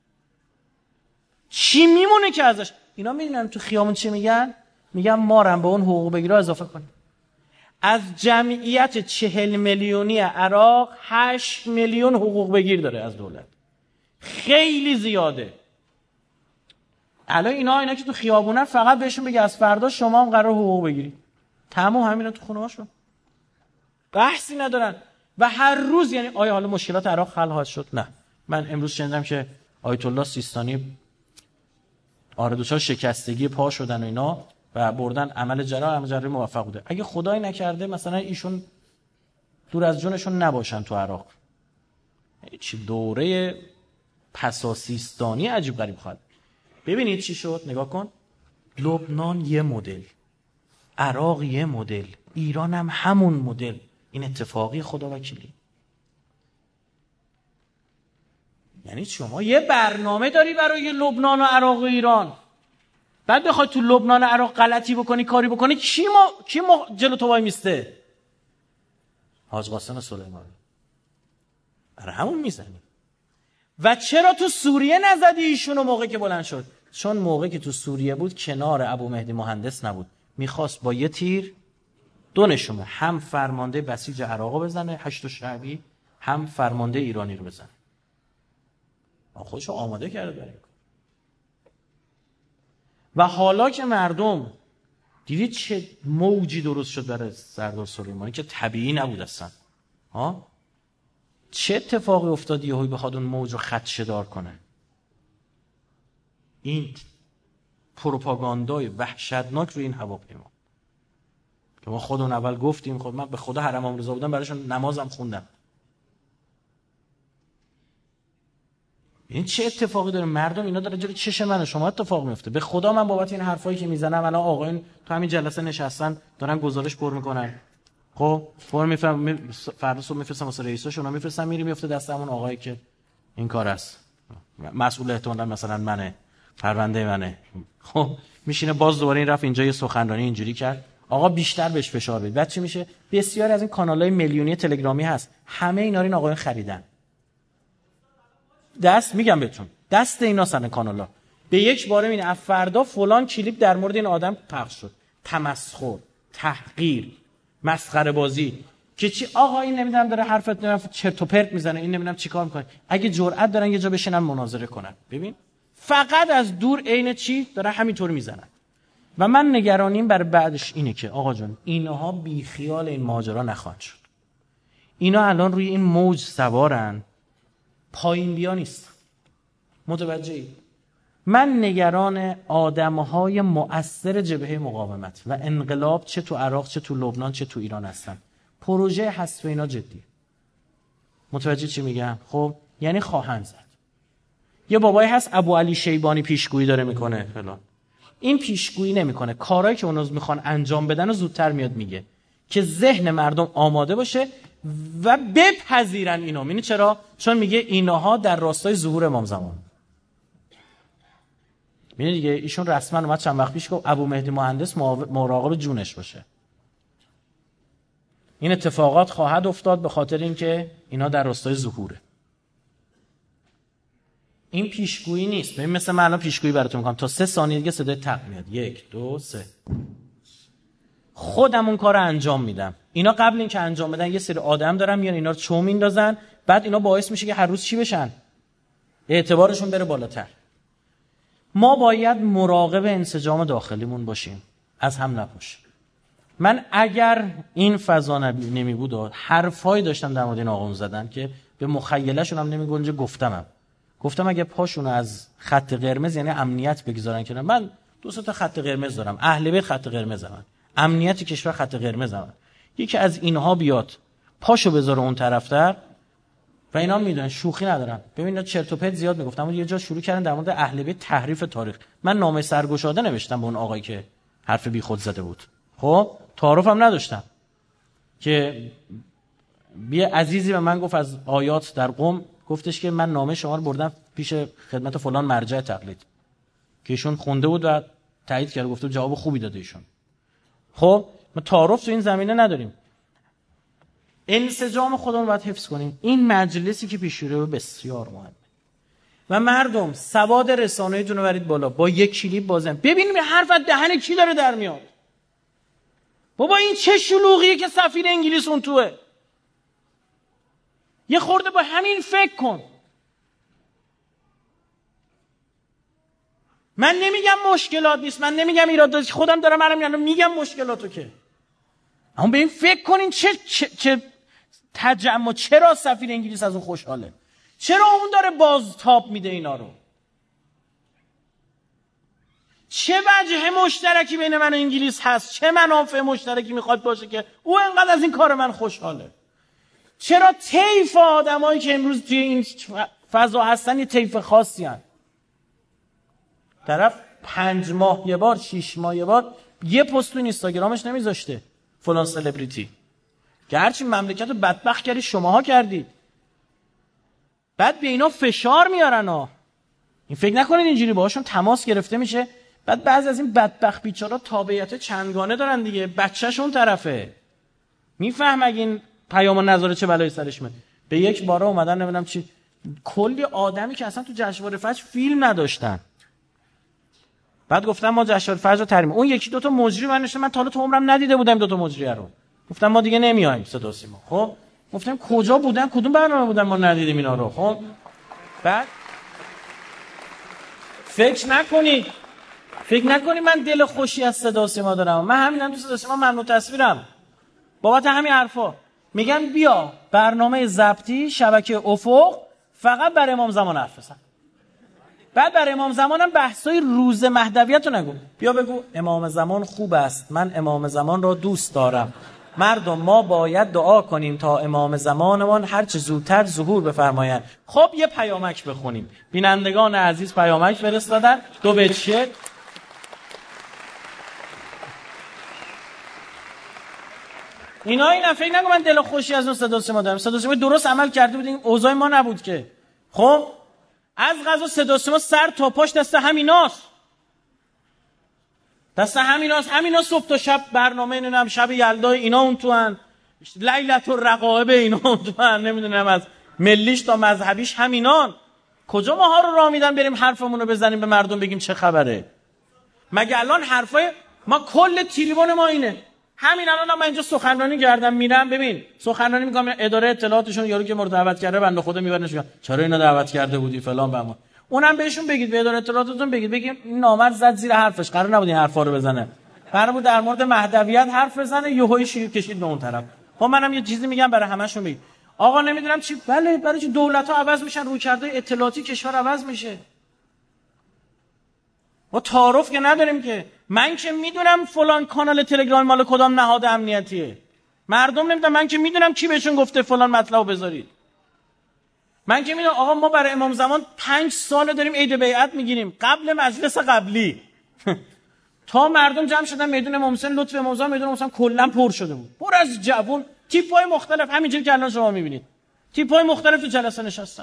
S2: چی میمونه که ازش؟ اینا میدونن تو خیابون چی میگن؟ میگن ما رو به اون حقوق بگیرا اضافه کنیم. از جمعیت 40 میلیونی عراق 8 میلیون حقوق بگیر داره از دولت. خیلی زیاده. الان اینا که تو خیابونن فقط بهشون بگه از فردا شما هم قرار حقوق بگیرید. تمام همینا تو خونه هاشون. بحثی ندارن. و هر روز یعنی آیا حالا مشکلات عراق حل خواهد شد؟ نه. من امروز شنیدم که آیت الله سیستانی دوچار شکستگی پا شدن و اینا و بردن عمل جراحی موفق بوده. اگه خدای نکرده مثلا ایشون دور از جونشون نباشن تو عراق، چی دوره پساسیستانی عجیب غریب خواهد. ببینید چی شد، نگاه کن. لبنان یه مدل، عراق یه مدل، ایران هم همون مدل. این اتفاقی خدا وکیلی. یعنی شما یه برنامه داری برای لبنان و عراق و ایران، بعد بخوای تو لبنان و عراق غلطی بکنی، کاری بکنی، کی جلو تو وای میسته؟ حاج قاسم سلیمانی. برای همون میزنی. و چرا تو سوریه نزدی ایشونو موقعی که بلند شد؟ چون موقعی که تو سوریه بود کنار ابو مهدی مهندس نبود، میخواست با یه تیر دو نشونه، هم فرمانده بسیج عراقو بزنه 8 شعبی، هم فرمانده ایرانی رو بزنه. خودشو آماده کرده برای این. و حالا که مردم دیدید چه موجی درست شد برای سردار سلیمانی که طبیعی نبود اصلا. چه اتفاقی افتاد یهویی بخواد اون موج رو خدشه‌دار کنه؟ این پروپاگاندای وحشتناک رو این هواپیما که ما خودمون اول گفتیم. خب من به خدا حرم امام بودم براشون نمازم خوندم. این چه اتفاقی داره؟ مردم اینا داره جلوی چش من و شما اتفاق میفته. به خدا من بابت این حرفایی که میزنم الان آقایون تو همین جلسه نشستن دارن گزارش پر میکنن. خب پر میفهم فردا صبح میفرستم واسه رئیساش، اونا میفرستن میری میفته دست همون آقایی که این کار است، مسئول احتمالاً مثلا منه، پرونده منه. خب میشینه باز دوباره این رفت اینجا یه سخنرانی اینجوری کرد. آقا بیشتر بهش فشار بدید. بعد چی میشه؟ بسیاری از این کانال‌های میلیونی تلگرامی هست، همه اینا رو این آقایون خریدن. میگم بهتون دست اینا سن کانالا به یک باره میبینه از فردا فلان کلیپ در مورد این آدم پخش شد، تمسخر، تحقیر، مسخره بازی که چی آقا این نمیدونم داره حرفت چرت و پرت میزنه، این نمیدونم چیکار میکنه. اگه جرأت دارن یه جا بشینن مناظره کنن، ببین فقط از دور عین چی داره همینطور میزنن. و من نگرانیم برای بعدش اینه که آقا جان اینها بی خیال این ماجرا نخواهند شد. اینا الان روی این موج سوارن، پایین بیا نیست. متوجهی؟ من نگران آدمهای مؤثر جبهه مقاومت و انقلاب چه تو عراق چه تو لبنان چه تو ایران هستن. پروژه حذف اینا جدیه. متوجه چی میگم؟ خب یعنی خواهند زد. یه بابایی هست ابو علی شیبانی پیشگویی داره میکنه فلان. این پیشگویی نمیکنه، کارهایی که اونها میخوان انجام بدن و زودتر میاد میگه که ذهن مردم آماده باشه و بپذیرن اینو. می‌بینی چرا؟ چون میگه اینها در راستای ظهور امام زمان. می‌بینی دیگه ایشون رسما اومد چند وقت پیش گفت ابو مهدی مهندس مراقب جونش باشه. این اتفاقات خواهد افتاد به خاطر اینکه اینا در راستای ظهوره. این پیشگویی نیست. ببین مثلا من الان پیشگویی براتون می‌کنم تا 3 ثانیه دیگه صدای تق میاد. 1 2 3. خودم اون کار انجام میدم. اینا قبل این که انجام بدن یه سری آدم دارن میان اینا رو چو میندازن، بعد اینا باعث میشه که هر روز چی بشن؟ اعتبارشون بره بالاتر. ما باید مراقب انسجام داخلیمون باشیم، از هم نپاشیم. من اگر این فضا نمی بود حرفایی داشتم در مورد این آقایون زدن که به مخیله‌شون هم نمیگنجه. گفتم اگه پاشون از خط قرمز یعنی امنیت بگذارن کنار، من 2 تا خط قرمز دارم، اهل بیت خط قرمزم، امنیت کشور خط قرمزم، یکی از اینها بیاد پاشو بذاره اون طرفتر و اینا میدونن شوخی ندارن. ببین چرت و پرت زیاد میگفتم. یه جا شروع کردن در مورد اهل بیت تحریف تاریخ. من نامه سرگشاده نوشتم به اون آقایی که حرف بی خود زده بود. خب تعارفم نداشتم که یه عزیزی به من گفت از آیات در قم، گفتش که من نامه شما رو بردم پیش خدمت فلان مرجع تقلید که ایشون خونده بود و تایید کرد، گفت جواب خوبی داده ایشون. خب ما تعارف تو این زمینه نداریم. انسجام خودمون باید حفظ کنیم. این مجلسی که پیش رو بسیار مهمه و مردم سواد رسانه‌ایتون رو برید بالا. با یک کلیپ بازم ببینیم حرف از دهن کی داره در میاد. بابا این چه شلوغیه که سفیر انگلیس اون توه. یه خورده با همین فکر کن. من نمیگم مشکلات نیست، من نمیگم ایراد داشت، خودم دارم الان میگم مشکلاتو که. اما به این فکر کنین چه تجمع، چرا سفیر انگلیس از اون خوشحاله؟ چرا اون داره بازتاب میده اینا رو؟ چه وجه مشترکی بین من و انگلیس هست؟ چه منافع مشترکی میخواد باشه که او انقدر از این کار من خوشحاله؟ چرا طیف آدمایی که امروز توی این فضا هستن یه طیف خاصی هستن؟ طرف 5 ماه یه بار 6 ماه یه بار یه پست تو اینستاگرامش نمیذاشته فلان سلبریتی، که هرچی مملکت رو بدبخت کردی شماها کردید. بعد به اینا فشار میارن ها. این فکر نکنید اینجوری باهاشون تماس گرفته میشه. بعد بعضی از این بدبخت بیچارا تابعیت چندگانه دارن دیگه، بچه‌ش اون طرفه، میفهم اگه این پیامو نذاره چه بلایی سرش میاد. به یک باره اومدن نمیدونم چی، کلی آدمی که اصلا تو جشنواره فجر فیلم نداشتن، بعد گفتم ما جشنواره فجر رو تریم. اون یکی 2 تا مجری من نشون، من تا حالا تو عمرم ندیده بودم 2 تا مجری رو. گفتم ما دیگه نمیایم صدا سیما. خب گفتم کجا بودن، کدوم برنامه بودن ما ندیدیم اینا رو. خب بعد فکر نکنی من دل خوشی از صدا سیما دارم. من همینم تو صدا سیما ممنوع تصویرم بابت همین حرفا. میگن بیا برنامه ضبطی شبکه افق فقط برای امام زمان حرف بزن. بعد برای امام زمانم بحثای روز مهدویت رو نگو، بیا بگو امام زمان خوب است، من امام زمان را دوست دارم، مردم ما باید دعا کنیم تا امام زمانمان هر چه زودتر ظهور بفرمایند. خب یه پیامک بخونیم. بینندگان عزیز پیامک فرستادن 2 بچه. اینا فکر نکن من دل خوشی از اون صدا سیما دارم. صدا سیما درست عمل کرده بود، این اوضاع ما نبود که. خب از قضا صدا سیما سر تا پاش دست همیناست. همینا صبح تا شب برنامه نمیدونم شب یلدا اینا اون تو ان، لیلت الرقائب اینا اون تو ان، نمیدونم از ملیش تا مذهبیش همینان. کجا ماها رو راه میدن بریم حرفمون رو بزنیم به مردم بگیم چه خبره؟ مگه الان حرفای ما کل تریبون ما اینه. همین الان من اینجا سخنرانی کردم میرم، ببین سخنرانی میگم اداره اطلاعاتشون یارو که ما رو دعوت کرده بنده خدا میبرنش میگم چرا اینا دعوت کرده بودی فلان بهمان. اونم بهشون بگید، به اداره اطلاعاتتون بگید این نامرد زد زیر حرفش، قرار نبود این حرفا رو بزنه، قرار بود در مورد مهدویت حرف بزنه، یهویی شیر کشید به اون طرف. خب منم یه چیزی میگم برای همشون بگید آقا نمیدونم چی، بله برای چی دولت‌ها عوض میشن، رویکردهای اطلاعاتی کشور عوض میشه. ما تعارف که نداریم که. من که میدونم فلان کانال تلگرام مال کدام نهاد امنیتیه، مردم نمیدونم. من که میدونم کی بهشون گفته فلان مطلبو بذارید. من که میدونم آقا ما برای امام زمان 5 سال داریم عید بیعت میگیریم، قبل مجلس قبلی تا مردم جمع شدن میدون امام حسین، لطف امام زمان میدون امام حسین کلا پر شده بود، پر از جوون، تیپ‌های مختلف، همینجوری که الان شما میبینید تیپ‌های مختلف تو جلسه نشستن.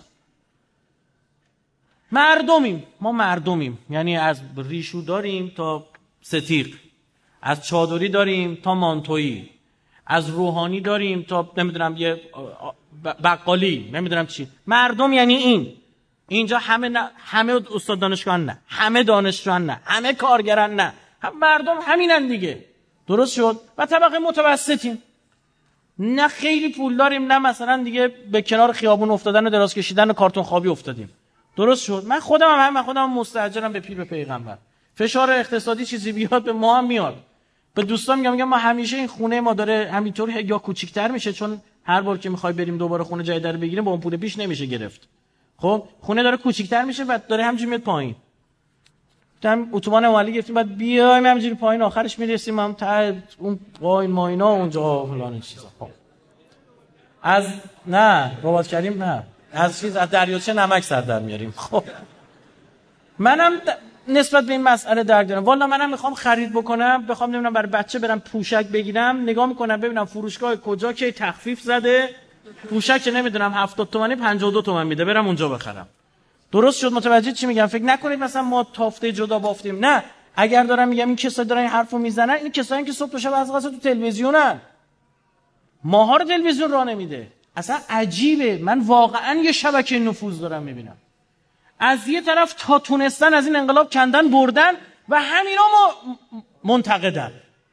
S2: ما مردمیم، یعنی از ریشو داریم تا ستیق، از چادری داریم تا مانتویی، از روحانی داریم تا نمیدونم یه بقالی، نمیدونم چی. مردم یعنی اینجا همه استاد دانشگاه نه، همه دانشجو نه، همه کارگران نه، مردم همینن دیگه. درست شد. و طبقه متوسطیم، نه خیلی پول داریم نه مثلا دیگه به کنار خیابون افتادن و دراز کشیدن و کارتون خوابی افتادیم. درست شد. من خودم مستاجرم به پیر به پیغمبر. فشار اقتصادی چیزی بیاد به ما هم میاد. به دوستان میگم ما همیشه این خونه ما داره همینطور یا کوچیک‌تر میشه، چون هر بار که میخوای بریم دوباره خونه جدید رو بگیریم با اون پول پیش نمیشه گرفت. خب خونه داره کوچیک‌تر میشه و داره همینجوری میاد پایین. دم اتوبان اولی گرفتیم بعد بیایم همینجوری پایین، آخرش میرسیم هم تا اون قاین ماینا اونجا فلان چیزا. خب از نه رباط کریم نه از چیز از دریاچه نمک سر در میاریم. خب منم نسبت به این مسئله درک دارم. والا منم میخوام خرید بکنم، بخوام نمیدونم برای بچه برم پوشک بگیرم، نگاه میکنم ببینم فروشگاه کجا که تخفیف زده پوشک نمیدونم 70 تومانی 52 تومن میده، برم اونجا بخرم. درست شد؟ متوجه چی میگم؟ فکر نکنید مثلا ما تافته جدا بافتیم. نه، اگر دارم میگم این کسایی دارن این حرفو میزنن، این کسایی که صبح تا شب از قصد تو تلویزیونن، ماها رو تلویزیون راه نمیده. اصلا عجیبه. من واقعا یه شبکه نفوذ دارم میبینم. از یه طرف تا تونستن از این انقلاب کندن بردن و همینا منتقدن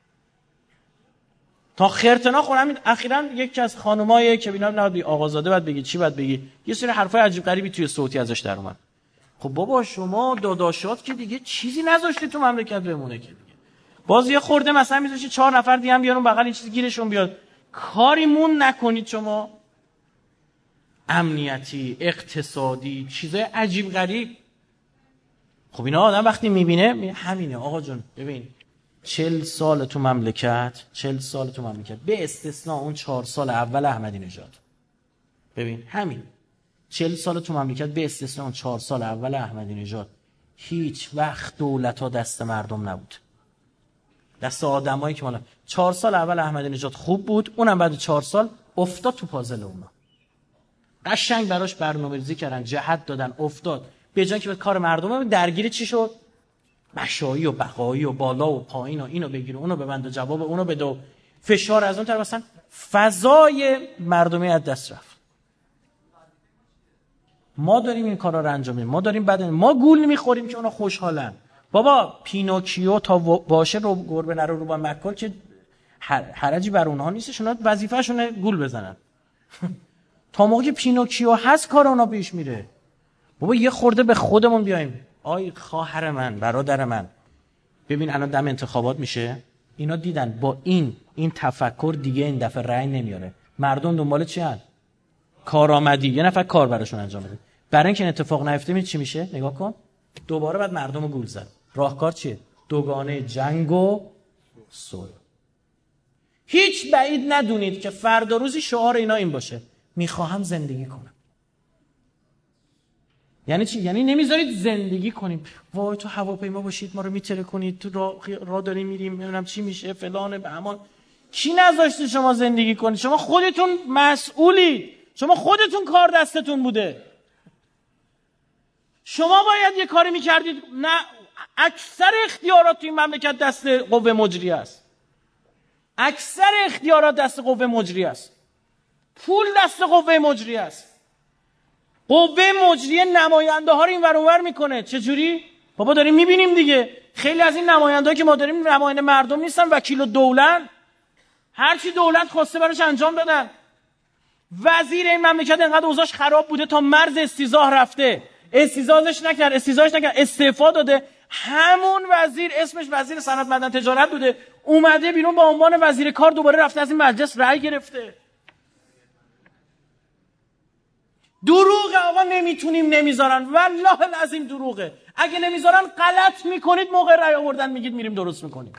S2: تا خرتنا خورم. اخیراً یکی از خانمایی که اینا نباید بگی آقازاده باید بگی چی باید بگی، یه سری حرفای عجیب غریبی توی صوتی ازش در اومد. خب بابا شما داداشات که دیگه چیزی نذاشتی تو مملکت بمونه که دیگه، باز یه خورده مثلا میذاشتی 4 نفر دیگه هم بیارون بغل این چیزی گیرشون بیاد، کاریمون نکنید شما. امنیتی، اقتصادی، چیزای عجیب غریب. خب اینا آدم وقتی میبینه همینه آقا جون. ببین 40 سال تو مملکت به استثناء اون 4 سال اول احمدی نژاد، ببین همین 40 سال تو مملکت به استثناء اون 4 سال اول احمدی نژاد هیچ وقت دولت‌ها دست مردم نبود، دست آدمایی که مالا 4 سال اول احمدی نژاد خوب بود، اونم بعد 4 سال افتاد تو پازل اونا. قشنگ براش برنامه‌ریزی کردن، جهت دادن، افتاد. به جای که به کار مردم درگیر چی شد؟ مشایی و بقایی و بالا و پایین و اینو بگیر و اونو ببند و جواب اونو بده و فشار از اون طرف، اصلا فضای مردمی از دست رفت. ما داریم این کارا رو انجام میدیم، ما داریم ما گول میخوریم که اونا خوشحالن. بابا پینوکیو تا باشه رو گربه نرو رو با مکار که حرجی بر اونها نیستش، اونا وظیفه‌شونه گول بزنن. تا موقعی پینوکیو هست کار اونا پیش میره. بابا یه خورده به خودمون بیایم. آی خواهر من، برادر من، ببین الان دم انتخابات میشه، اینا دیدن با این تفکر دیگه این دفعه رأی نمیاره. مردم دنبال چی هن؟ کارآمدی. یه نفر کار براشون انجام بده. برای اینکه این اتفاق نیفته می چی میشه؟ نگاه کن. دوباره بعد مردمو گول زد. راهکار چیه؟ دوگانه جنگ و صلح. هیچ بعید ندونید که فردا روزی شعار اینا این باشه: میخواهم زندگی کنم. یعنی چی؟ یعنی نمیذارید زندگی کنیم. وای تو هواپیما باشید ما رو میتره کنید، تو راه داریم میریم نمیدونم چی میشه فلانه بهمان. کی نذاشته شما زندگی کنید؟ شما خودتون مسئولید. شما خودتون کار دستتون بوده. شما باید یه کاری میکردید. نه، اکثر اختیارات این مملکت دست قوه مجریه است. اکثر اختیارات دست قوه مجریه است. پول دست قوه مجریه است. قوه مجریه نماینده ها رو این ور اون ور میکنه. چجوری؟ بابا داریم میبینیم دیگه. خیلی از این نماینده‌ها که ما داریم نماینده مردم نیستن، وکیل دولت. هر چی دولت خواسته براش انجام دادن. وزیر این مملکت انقدر اوضاعش خراب بوده تا مرز استیضاح رفته، استیضاحش نکرد، استعفا داده. همون وزیر اسمش وزیر صنعت معدن تجارت بوده، اومده بیرون با عنوان وزیر کار دوباره رفته از این مجلس رأی گرفته. دروغه آقا. نمیتونیم، نمیذارن. والله العظیم دروغه. اگه نمیذارن غلط میکنید، موقع رأی آوردن میگید میریم درست میکنیم.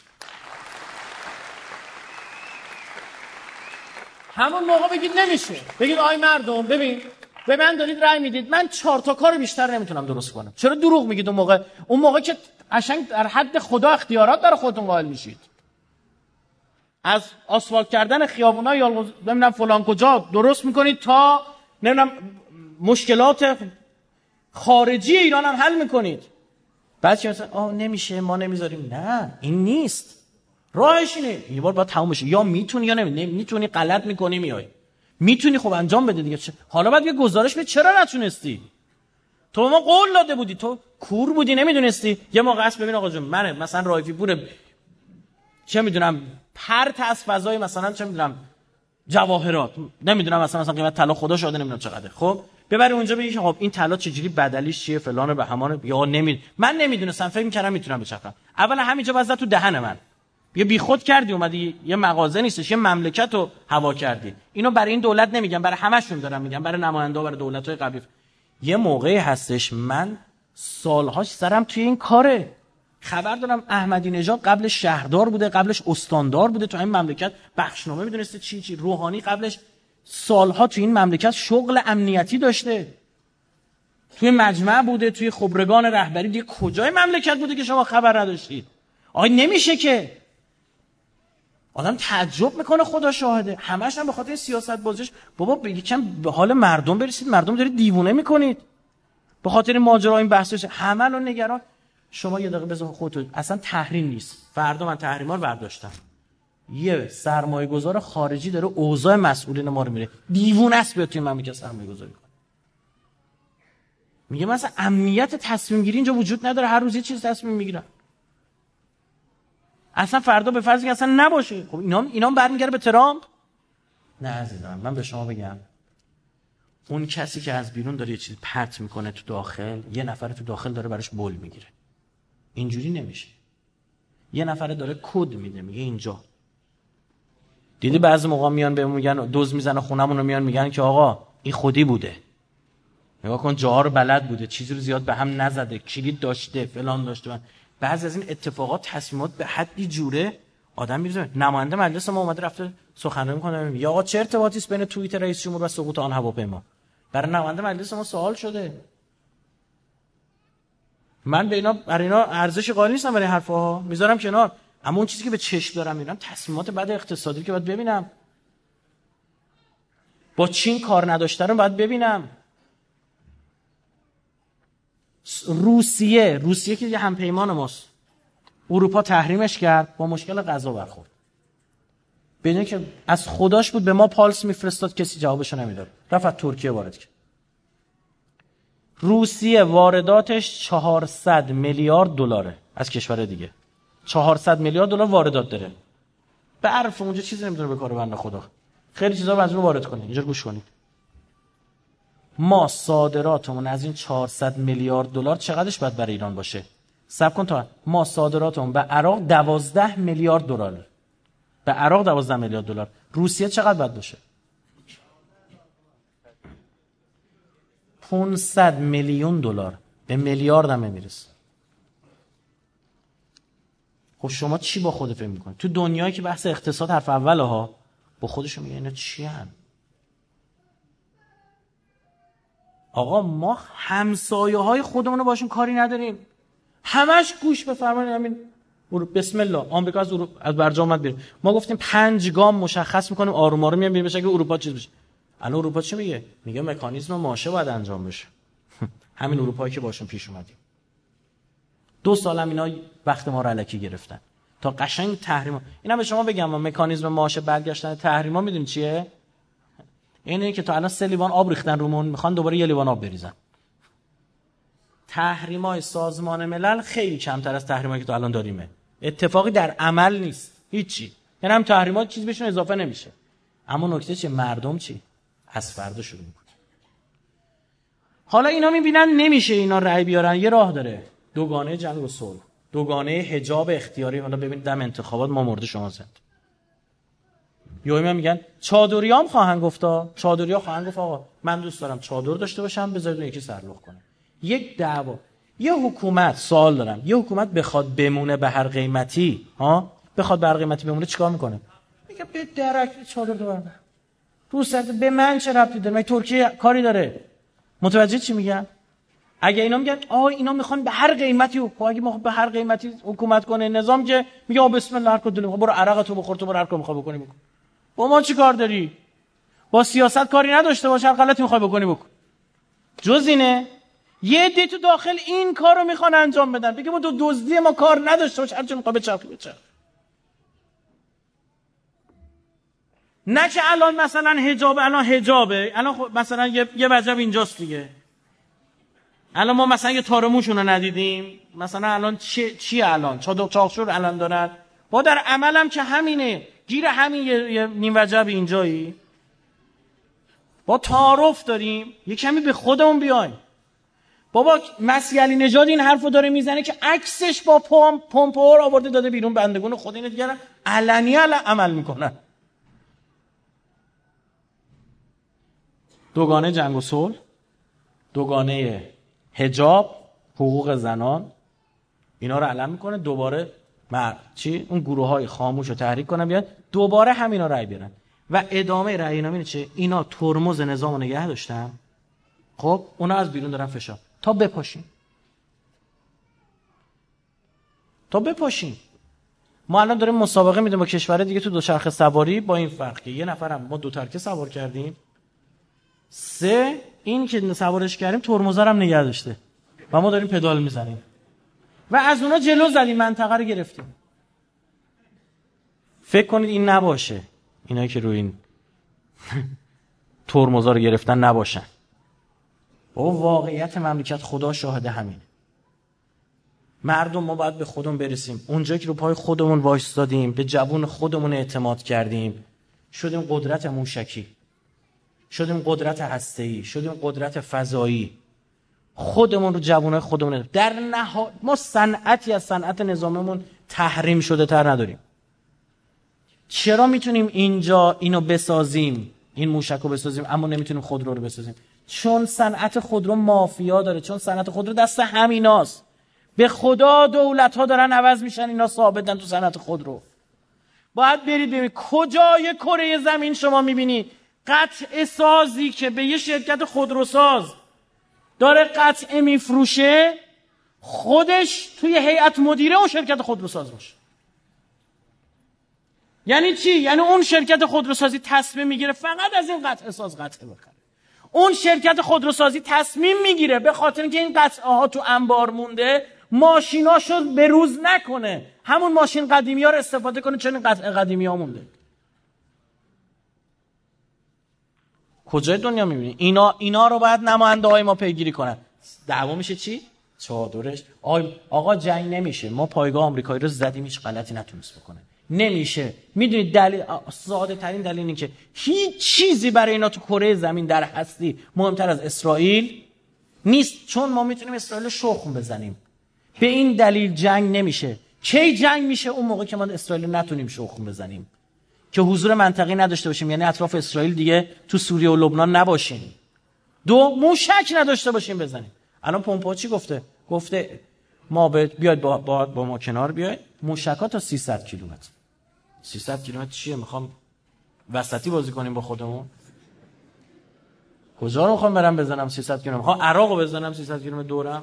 S2: همون موقع بگید نمیشه. بگید آی مردم ببین به من دارید رأی میدید، من 4 تا کار بیشتر نمیتونم درست کنم. چرا دروغ میگید اون موقع که قشنگ در حد خدا اختیارات در خودتون قائل میشید. از آسفالت کردن خیابونا یا نمیدونم فلان کجا درست میکنید تا نمیدونم مشکلات خارجی ایران هم حل میکنید. بعد چه مثلا نمیشه ما نمیذاریم. نه این نیست. راهش اینه. یه بار باید تموم بشه. یا میتونی یا نمیتونی. غلط میکنی میای. میتونی خب انجام بده دیگه. حالا بعد یه گزارش بده چرا نتونستی؟ تو ما قول داده بودی، تو کور بودی نمیدونستی. یه موقع است ببین آقا جون، من مثلا رایفی پور چه میدونم پرت از فضای مثلا چه میدونم جواهرات، نمیدونم مثلا قیمت طلا خدا شاده نمیدونم چقدره، خب ببری اونجا بگی خب این طلا چجوری بدلیش چیه فلان به همان، یا من نمیدونستم، فکر می‌کردم میتونم بچرخم. اولا همینجا واسه تو دهن من یه بیخود کردی، اومدی یه مغازه نیستش یه مملکت رو هوا کردی. اینو برای این دولت نمیگم، برای همشون دارم میگم، برای نماینده ها، برای دولت‌های قبلی. یه موقعی هستش من سالهاش سرم توی این کاره، خبر دارم احمدی نژاد قبلش شهردار بوده، قبلش استاندار بوده تو این مملکت، بخشنامه میدونسته چی، روحانی قبلش سالها تو این مملکت شغل امنیتی داشته، توی مجمع بوده، توی خبرگان رهبری، دیگه کجای مملکت بوده که شما خبر نداشتید؟ آقا نمیشه که آدم تعجب میکنه، خدا شاهده. همش هم به خاطر سیاست بازیش. بابا بگی کم به حال مردم برسید، مردم دارید دیوونه میکنید به خاطر این ماجرا، این بحثش همه الان نگران. شما یه دقیقه بذار خودت، اصلا تحریم نیست. فردا من تحریما رو برداشتم، یه سرمایه‌گذار خارجی داره اوضاع مسئولین ما رو میره دیوونه است، بیاد توی مملکت سرمایه‌گذاری کنه. میگه مثلا امنیت تصمیم گیری اینجا وجود نداره، هر روز یه چیز تصمیم میگیرن. اصلا فردا به فرض که اصلا نباشه، خب اینا برمیگره به ترامپ. نه عزیزم، من به شما بگم اون کسی که از بیرون داره یه چیز پرت میکنه تو داخل، یه نفر تو داخل داره براش بول میگیره. اینجوری نمیشه. یه نفر داره کد میده، میگه اینجا. دیدی بعضی موقع میان بهمون میگن دوز میزنه خونمون رو، میان میگن که آقا این خودی بوده، نگاه کن جاها رو بلد بوده، چیزی رو زیاد به هم نزده، کلید داشته، فلان داشته. بعضی از این اتفاقات تصمیمات به حدی جوره آدم میره. نماینده مجلس ما اومده رفته سخنرانی میکنه، میگه آقا چه ارتباطی است بین توییت رئیس جمهور و سقوط آن هواپیما؟ برای نماینده مجلس ما سوال شده. من برای اینا ارزش قائل نیستم، برای حرفا میذارم کنار، اما اون چیزی که به چشم دارم میبینم، تصمیمات بعد اقتصادی که باید ببینم، با چین کار نداشته رو باید ببینم. روسیه که یه همپیمان ماست، اروپا تحریمش کرد، با مشکل غذا برخورد. بدون که از خداش بود به ما پالس میفرستاد، کسی جوابشو نمیداد، رفت ترکیه وارد کرد. روسیه وارداتش 400 میلیارد دلاره از کشور دیگه، 400 میلیارد دلار واردات داره. به عرف اونجا چیزی نمیتونه به کار بنده خدا، خیلی چیزا رو وارد کنه. اینجا گوش کنید، ما صادراتمون از این 400 میلیارد دلار چقدرش باید برای ایران باشه؟ حساب کن تا ما صادراتمون به عراق 12 میلیارد دلار، به عراق 12 میلیارد دلار. روسیه چقدر باید باشه؟ 500 میلیون دلار، به میلیارد هم نمیرسه. خب شما چی با خودت فکر می‌کنی؟ تو دنیایی که بحث اقتصاد حرف اوله ها، با خودشون میگه اینا چی هن؟ آقا ما همسایه‌های خودمون رو باشون کاری نداریم، همش گوش بفرمایید. همین بسم الله آمریکا از برجام اومد بیرون، ما گفتیم 5 گام مشخص میکنیم، آروم آروم میام بیرون بشه که اروپا چیز بشه. الان اروپا چی میگه؟ میگه مکانیزم ماشه باید انجام بشه. همین اروپایی که باشون پیش اومدیم 2 سال هم اینا وقت ما رو الکی گرفتن تا قشنگ تحریم. اینا به شما بگم ما مکانیزم ماشه برگشتن تحریما میدونید چیه؟ اینه که تا الان 3 لیوان آب ریختن رومون، میخوان دوباره 1 لیوان آب بریزن. تحریم‌های سازمان ملل خیلی کمتر از تحریمایی که تا الان داریمه. اتفاقی در عمل نیست، هیچی. یعنی هم تحریمات چیز بهشون اضافه نمیشه. اما نکته چیه؟ مردم چی؟ از فردا شروع میکنه. حالا اینا میبینن نمیشه اینا رأی بیارن، یه راه داره، دوگانه جنگ و صلح، دوگانه حجاب اختیاری. حالا ببینید دم انتخابات ما مورد شما زد. یهو میگن چادریام خواهند گفتا، چادریا خواهند گفت آقا من دوست دارم چادر داشته باشم، بذارید یکی سرلخ کنه. یک دعوا، یه حکومت، سوال دارم، یه حکومت بخواد بمونه به هر قیمتی، بخواد به هر قیمتی بمونه چیکار میکنه؟ میگه به درک چادر دو بردار رو سر، به من چه ربطی داره؟ من ترکیه کاری داره؟ متوجه چی میگن؟ اگه اینا میگن اینا میخوان به هر قیمتی، اگه ما به هر قیمتی حکومت کنه نظام، که میگه بسم الله هر کدوم برو عرقتو بخور، تو برو هر کاری میخوای بکنی بکن. با ما چی کار داری؟ با سیاست کاری نداشته باش، هر غلطی میخوای بکنی بکن. جز اینه یه عده تو داخل این کارو میخوان انجام بدن، بگه ما تو دزدی ما کار نداشته باش، هر چی میخوای بچرخی. نه که الان مثلا حجابه، الان خب مثلا یه وجب اینجاست دیگه. الان ما مثلا یه تارموشون رو ندیدیم، مثلا الان چی الان چادر چاخشور الان دارن، با در عملم که همینه، گیر همین یه نیم وجب اینجایی. با تعارف داریم، یه کمی به خودمون بیایم. بابا مسیح علی نژاد این حرفو داره میزنه که عکسش با پمپور آورده داده بیرون، بندگان خود اینو دیگه علنی عمل میکنن. دوگانه جنگ و صلح، دوگانه حجاب، حقوق زنان، اینا رو علم میکنه. دوباره اون گروه‌های خاموش رو تحریک کنن بیان دوباره همینا رأی بیارن و ادامه رأی نامه چه؟ اینا ترمز نظامو نگه داشتن. خب اونا از بیرون دارن فشار تا بپاشین. ما الان داریم مسابقه میدیم با کشور دیگه تو دوچرخه سواری، با این فرق که یه نفرم ما دو ترکه سوار کردیم، 3 این که سوارش کردیم ترمزا رو هم نگه داشته و ما داریم پدال میزنیم و از اونا جلو زدیم، منطقه رو گرفتیم. فکر کنید این نباشه، اینایی که روی این ترمزا رو گرفتن نباشن. با واقعیت مملکت خدا شاهد همین. مردم ما باید به خودمون برسیم. اونجا که رو پای خودمون وایستادیم، به جوون خودمون اعتماد کردیم، شدیم قدرت موشکی، شدیم قدرت هسته‌ای، شدیم قدرت فضایی. خودمون رو جوانای خودمون در نهایت ما صنعتی از صنعت نظاممون تحریم شده تر نداریم. چرا میتونیم اینجا اینو بسازیم، این موشک رو بسازیم، اما نمیتونیم خودرو رو بسازیم؟ چون صنعت خودرو مافیا داره، چون صنعت خودرو دست همیناست. به خدا دولت ها دارن عوض میشن، اینا ثابتن تو صنعت خودرو. باید برید ببینید کجای کره زمین شما میبینید قطعه سازی که به یه شرکت خودروساز داره قطعه میفروشه، خودش توی هیئت مدیره اون شرکت خودروساز باشه. یعنی چی؟ یعنی اون شرکت خودروسازی تصمیم میگیره فقط از این قطعه ساز قطعه بخره. اون شرکت خودروسازی تصمیم میگیره به خاطر اینکه این قطعه ها تو انبار مونده ماشیناشو بروز نکنه، همون ماشین قدیمی ها رو استفاده کنه چون این قطعه قدیمی ها مونده. کجای دنیا میبینی؟ اینا رو باید نماینده های ما پیگیری کنن. دعوا میشه چی؟ چادرش. آقا جنگ نمیشه، ما پایگاه آمریکایی رو زدیم هیچ غلطی نتونست بکنه. نمیشه. میدونید دلیل ساده ترین دلیل اینه که هیچ چیزی برای اینا تو کره زمین در هستی مهمتر از اسرائیل نیست، چون ما میتونیم اسرائیل رو شخم بزنیم. به این دلیل جنگ نمیشه. کی جنگ میشه؟ اون موقع که ما اسرائیل رو نتونیم شخم بزنیم، که حضور منطقی نداشته باشیم، یعنی اطراف اسرائیل دیگه تو سوریه و لبنان نباشیم. 2 موشک نداشته باشیم بزنیم. الان پومپو چی گفته ما بیاید با ما کنار بیاید، موشک‌ها تا 300 کیلومتر. 300 کیلومتر چیه؟ میخوام وسطی بازی کنیم با خودمون؟ کجا رو میخوام برم بزنم 300 کیلومتر؟ میخوام عراقو بزنم 300 کیلومتر دورم؟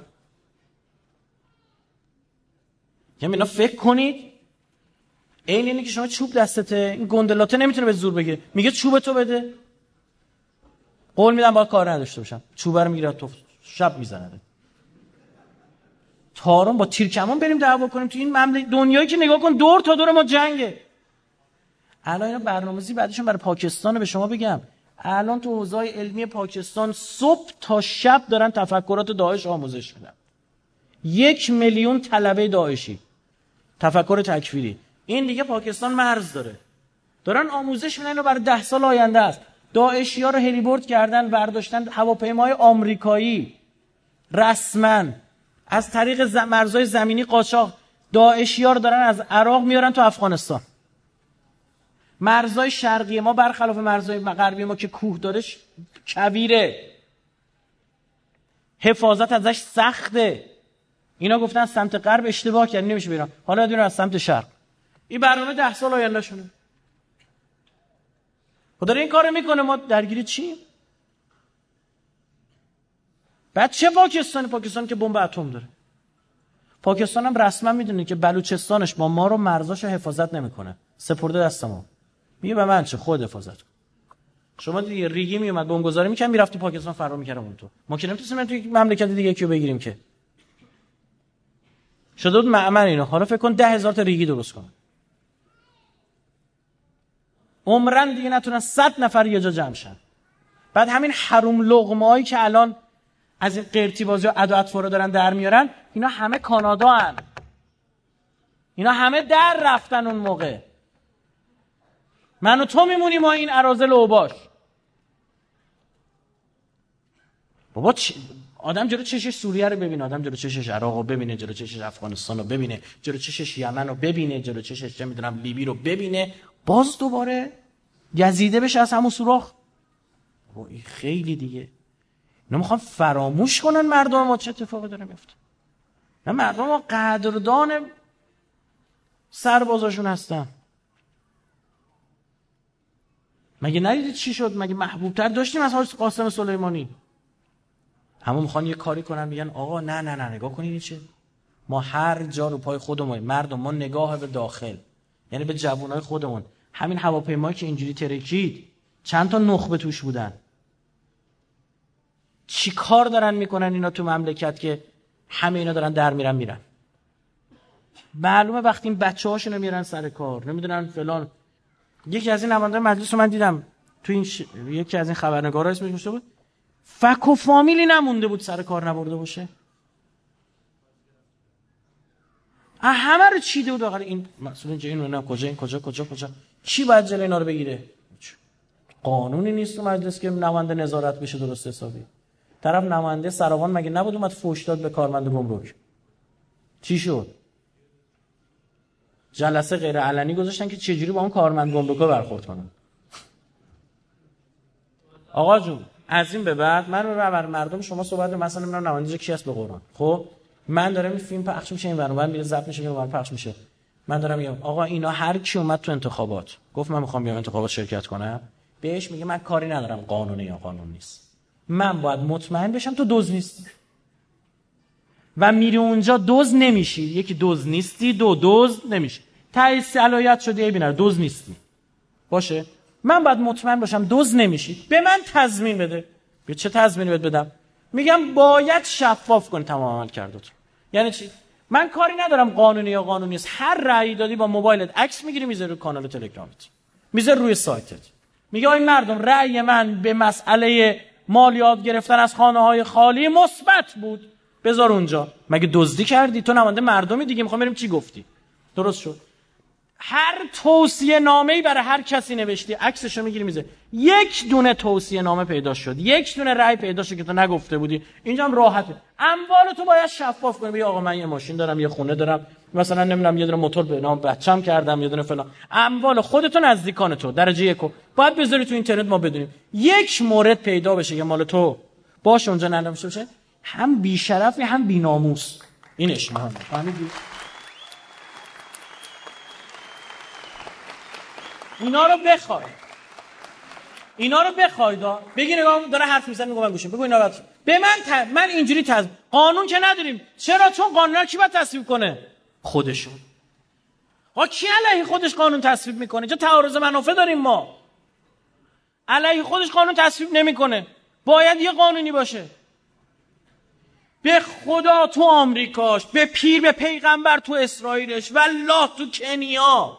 S2: یعنی اینا فکر کنید اینه که شما چوب دستته، این گندلاته نمیتونه به زور بگیره، میگه چوب تو بده، قول میدم با کار نداشته باشم، چوب رو میگیره تو شب میزنه. تارون با تیر کمان بریم دعوا کنیم تو این مملکت؟ دنیایی که نگاه کن دور تا دور ما جنگه. الان اینا برنامه‌ریزی بعدشون برای پاکستان به شما بگم. الان تو حوزه‌های علمی پاکستان صبح تا شب دارن تفکرات داعش آموزش میدن. 1 میلیون طلبه داعشی تفکر تکفیری. این دیگه پاکستان مرز دارن آموزش میدن، اینو برای 10 سال آینده است. داعشی‌ها رو هلیبرد کردن، برداشتن هواپیمای آمریکایی رسما از طریق مرزهای زمینی قاچاق داعشی‌ها رو دارن از عراق میارن تو افغانستان. مرزهای شرقی ما برخلاف مرزهای غربی ما که کوه داره کویره، حفاظت ازش سخته. اینا گفتن سمت غرب اشتباه کردن نمیشه بیرون، حالا دارن از سمت شرق. این برنامه 10 سال آینده شونه. خدا این کارو میکنه، ما درگیری چی؟ بعد چه پاکستان که بمب اتم داره. پاکستان هم رسما میدونه که بلوچستانش با ما رو مرزاشو حفاظت نمیکنه، سپرده دست ما. میگه به من چه، خود حفاظت کن. شما دیگه ریگی میومد بمبگذاری میکنه میرفت تو پاکستان فرار میکردم اون تو. ما که نمیتونیم تو مملکت دیگه یکیو بگیریم که. شده بود معمر اینا. حالا فکر کن 10,000 تا ریگی درست کنن. عمرن دیگه نتونن 100 نفر یه جا جمع شن. بعد همین حروم لقمه‌ای که الان از این قرتی بازی و ادا اطفال دارن در میارن، اینا همه کانادا هن. اینا همه در رفتن اون موقع. من و تو میمونیم ما این اراذل اوباش. بابا آدم جلو چشش سوریه رو ببینه، آدم جلو چشش عراق رو ببینه، جلو چشش افغانستان رو ببینه، جلو چشش یمن رو ببینه، جلو چشش چه میدونم لیبی رو ببینه، باز دوباره گزیده بشه از همون سوراخ. بابا این خیلی دیگه. اینا میخوان فراموش کنن مردم ما چه اتفاقی داره میفته. نه مردم ما قدردان سربازاشون هستن. مگه ندیدید چی شد؟ مگه محبوبتر داشتیم از حاج قاسم سلیمانی؟ همون میخوان یه کاری کنن میگن آقا نه نگاه کنید چه ما هر جا رو پای خودمون مردم، ما نگاه به داخل، یعنی به جوانای خودمون. همین هواپیمایی که اینجوری ترکید چند تا نخبه توش بودن. چی کار دارن میکنن اینا تو مملکت که همه اینا دارن در میرن؟ معلومه وقتی این بچه‌هاشونو میارن سر کار نمیدونن فلان. یکی از این نماینده مجلس رو من دیدم تو این یکی از این خبرنگارا اسمش گفته بود فک و فامیلی نمونده بود سر کار نبرده باشه. همه رو چیده بود. آخر این مسئول اینجا اینو کجا این کجا کی باید جلوی اینا رو بگیره؟ قانونی نیست تو مجلس که نماینده نظارت بشه درست حسابی. طرف نماینده سراوان مگه نبود اومد فوش داد به کارمند گمرک؟ چی شد؟ جلسه غیر علنی گذاشتن که چجوری با اون کارمند گمرکا برخورد کنن. آقا جون از این به بعد من رو بر مردم شما صحبت مثلا نمیدونم نماینده کی هست به قرآن. خب من دارم این فیلم پخش میشه، این برنامه میره ضبط میشه، این برنامه پخش میشه. من دارم میگم آقا اینا هر کی اومد تو انتخابات گفت من میخوام بیام انتخابات شرکت کنم، بهش میگه من کاری ندارم قانونی یا قانون نیست. من باید مطمئن بشم تو دزد نیستی. و میری اونجا دزد نمیشی. یکی دزد نیستی، دو دزد نمیشی. تایید صلاحیت شده ای بینر دزد نیستی. باشه؟ من باید مطمئن باشم دزد نمیشی. به من تضمین بده. به چه تضمینی بهت بدم؟ میگم باید شفاف کن تمام عملکردت. یعنی چی؟ من کاری ندارم قانونی یا قانونی نیست. هر رأی دادی با موبایلت عکس میگیری میذاری رو کانال تلگرامت. میذاری روی سایتت. میگه آی مردم رأی من به مسئله مالیات گرفتن از خانه‌های خالی مثبت بود. بذار اونجا. مگه دزدی کردی؟ تو نماینده مردمی دیگه. میخوام بریم چی گفتی؟ درست شد. هر توصیه نامه‌ای برای هر کسی نوشتی عکسشو میگیری میذاری. یک دونه توصیه نامه پیدا شد، یک دونه رأی پیدا شد که تو نگفته بودی. اینجا هم راحته. اموال تو باید شفاف کنی. بگی آقا من یه ماشین دارم، یه خونه دارم، مثلا نمیدونم یه دونه موتور به نام بچم کردم، یه دونه فلان. اموال خودت و نزدیکان تو درجه یکو باید بذاری تو اینترنت ما بدونیم. یک مورد پیدا بشه که مال تو باشه اونجا ننوشته بشه، هم بی‌شرفی هم بی‌ناموس. اینش مهمه. فهمیدی؟ اینا رو بخواید بگی نگاه داره حرف میزنه میگم من گوشم بگو اینا به من اینجوری قانون که نداریم. چرا؟ چون قانونا کی باید تصویب کنه؟ خودشون. کی علیه خودش قانون تصویب میکنه؟ چه تعارض منافع داریم ما؟ علیه خودش قانون تصویب نمیکنه. باید یه قانونی باشه. به خدا تو آمریکاش، به پیر به پیغمبر تو اسرائیلش، والله تو کنیا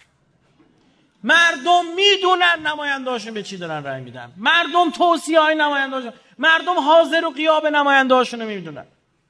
S2: مردم میدونن نمایندهاشون به چی دارن رأی میدن. مردم توصیه های نمایندهاشون، مردم حاضر و غیاب نمایندهاشون رو میدونن.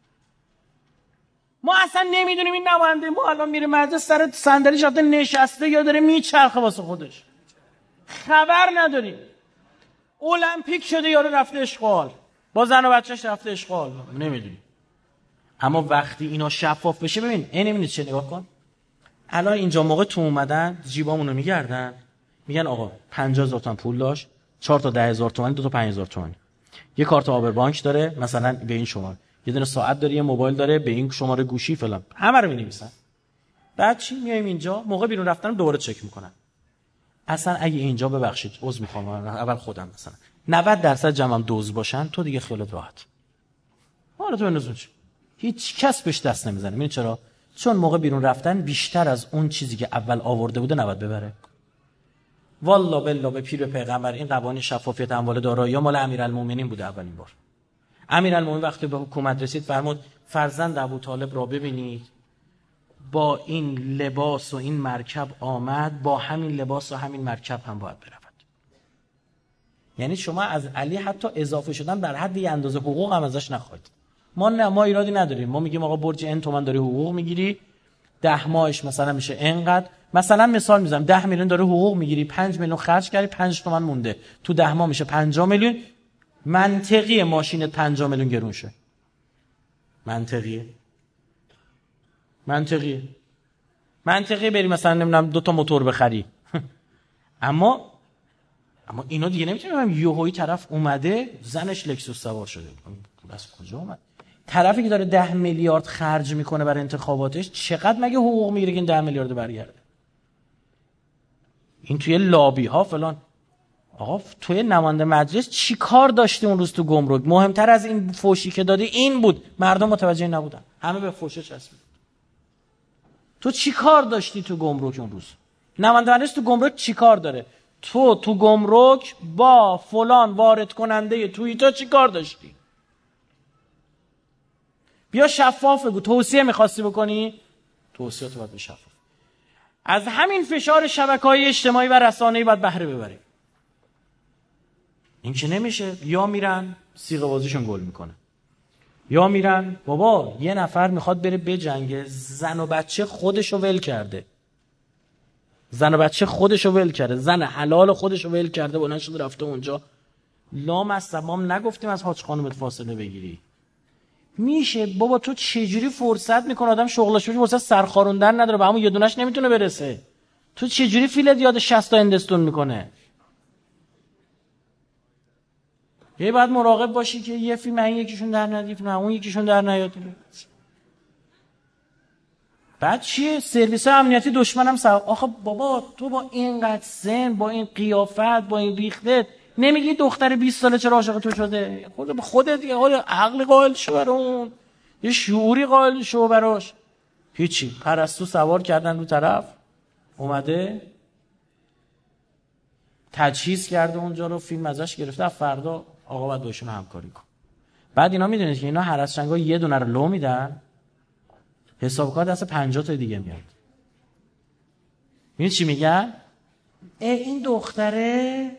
S2: ما اصلا نمیدونیم این نماینده ما الان میره مجلس سر صندلیش نشسته یا داره میچرخه واسه خودش. خبر نداریم. المپیک شده یارو رفته اشغال، با زن و بچه‌اش رفته اشغال، نمیدونیم. اما وقتی اینا شفاف بشه ببین نمیدونید چه نگاه کن. الان اینجا موقع تو اومدن جیبامونو میگردن میگن آقا 50,000 تومان پول داشت، 4 تا 10,000 تومان، 2 تا 5,000 تومان، یه کارت آبر بانک داره مثلا به این شماره، یه دونه ساعت داره، یه موبایل داره به این شماره گوشی فلان، همه رو می‌نویسن. بعد چی میایم اینجا موقع بیرون رفتن دوباره چک میکنن. اصلا اگه اینجا ببخشید عذر میخوام اول خودم مثلا 90% جمعم دوز باشن تو دیگه خیالت راحت. حالا تو بنوزون هیچ کس بهش دست نمیزنه. میدونی چرا؟ چون موقع بیرون رفتن بیشتر از اون چیزی که اول آورده بوده نباید ببره. والله بالله به پیر پیغمبر این قوانین شفافیت اموال دارایی مال امیرالمومنین بوده اولین بار. امیرالمومنین وقتی به حکومت رسید فرمود فرزند ابوطالب را ببینید با این لباس و این مرکب آمد، با همین لباس و همین مرکب هم باید برود. یعنی شما از علی حتی اضافه شدن در حد یه اندازه حقوق هم ازش نخواهید. ما ایرادی نداریم. ما میگیم آقا برج ان تومن داری حقوق میگیری، 10 ماهش مثلا میشه اینقدر. مثلا مثال میزنم 10 میلیون داره حقوق میگیری، 5 میلیون خرج کردی، 5 تومن مونده، تو 10 ماه میشه 50 میلیون. منطقیه ماشینت 50 میلیون گرون شه. منطقیه بری مثلا نمیدونم 2 تا موتور بخری. اما اینا دیگه نمیتونم یهویی طرف اومده زنش لکسوس سوار شده. از کجا اومد؟ طرفی که داره 10 میلیارد خرج میکنه برای انتخاباتش چقدر مگه حقوق میگیره که این 10 میلیارد برگرده؟ این توی لابی ها فلان. آقا توی نماینده مجلس چی کار داشتی اون روز تو گمرک؟ مهمتر از این فوشی که دادی این بود، مردم متوجه نبودن، همه به فوشه چسبید. تو چی کار داشتی تو گمرک اون روز؟ نماینده مجلس تو گمرک چی کار داره؟ تو گمرک با فلان وارد کننده توییتا چی کار داشتی؟ بیا شفاف بگو. توصیه می‌خواستی بکنی؟ توصیه‌تو باید شفاف. از همین فشار شبکه‌های اجتماعی و رسانه‌ای باید بهره ببریم. این که نمیشه. یا میرن سیغه بازیشون گل میکنه، یا میرن بابا یه نفر میخواد بره بجنگه، زن و بچه خودشو ول کرده، زن حلال خودشو ول کرده، بلند شده رفته اونجا. لام از تمام نگفتیم از حاج خانومت فاصله بگیری. میشه بابا تو چجوری فرصت میکنه آدم شغلش بشه فرصت سرخاروندن نداره، به همون یه دونش نمیتونه برسه. تو چجوری فیلت یاد 60 تا اندستون میکنه؟ یه باید مراقب باشی که یه فیلم این یکیشون در نیاد، فیلم اون یکیشون در نیاد. بعد چیه؟ سرویس امنیتی دشمنم آخه بابا تو با اینقدر سن، با این قیافت، با این ریختت نمیگی دختر 20 ساله چرا عاشق تو شده؟ خودت دیگه عقل قائل شو برون، یه شعوری قائل شو براش. هیچی. پرستو سوار کردن رو طرف، اومده تجهیز کرده اونجا رو، فیلم ازش گرفته، فردا آقا باید باشون همکاری کن. بعد اینا میدونید که اینا هرسچنگا یه دونه رو لو میدن، حساب کار دست 50 تا دیگه میاد. میدونی چی میگن؟ این دختره.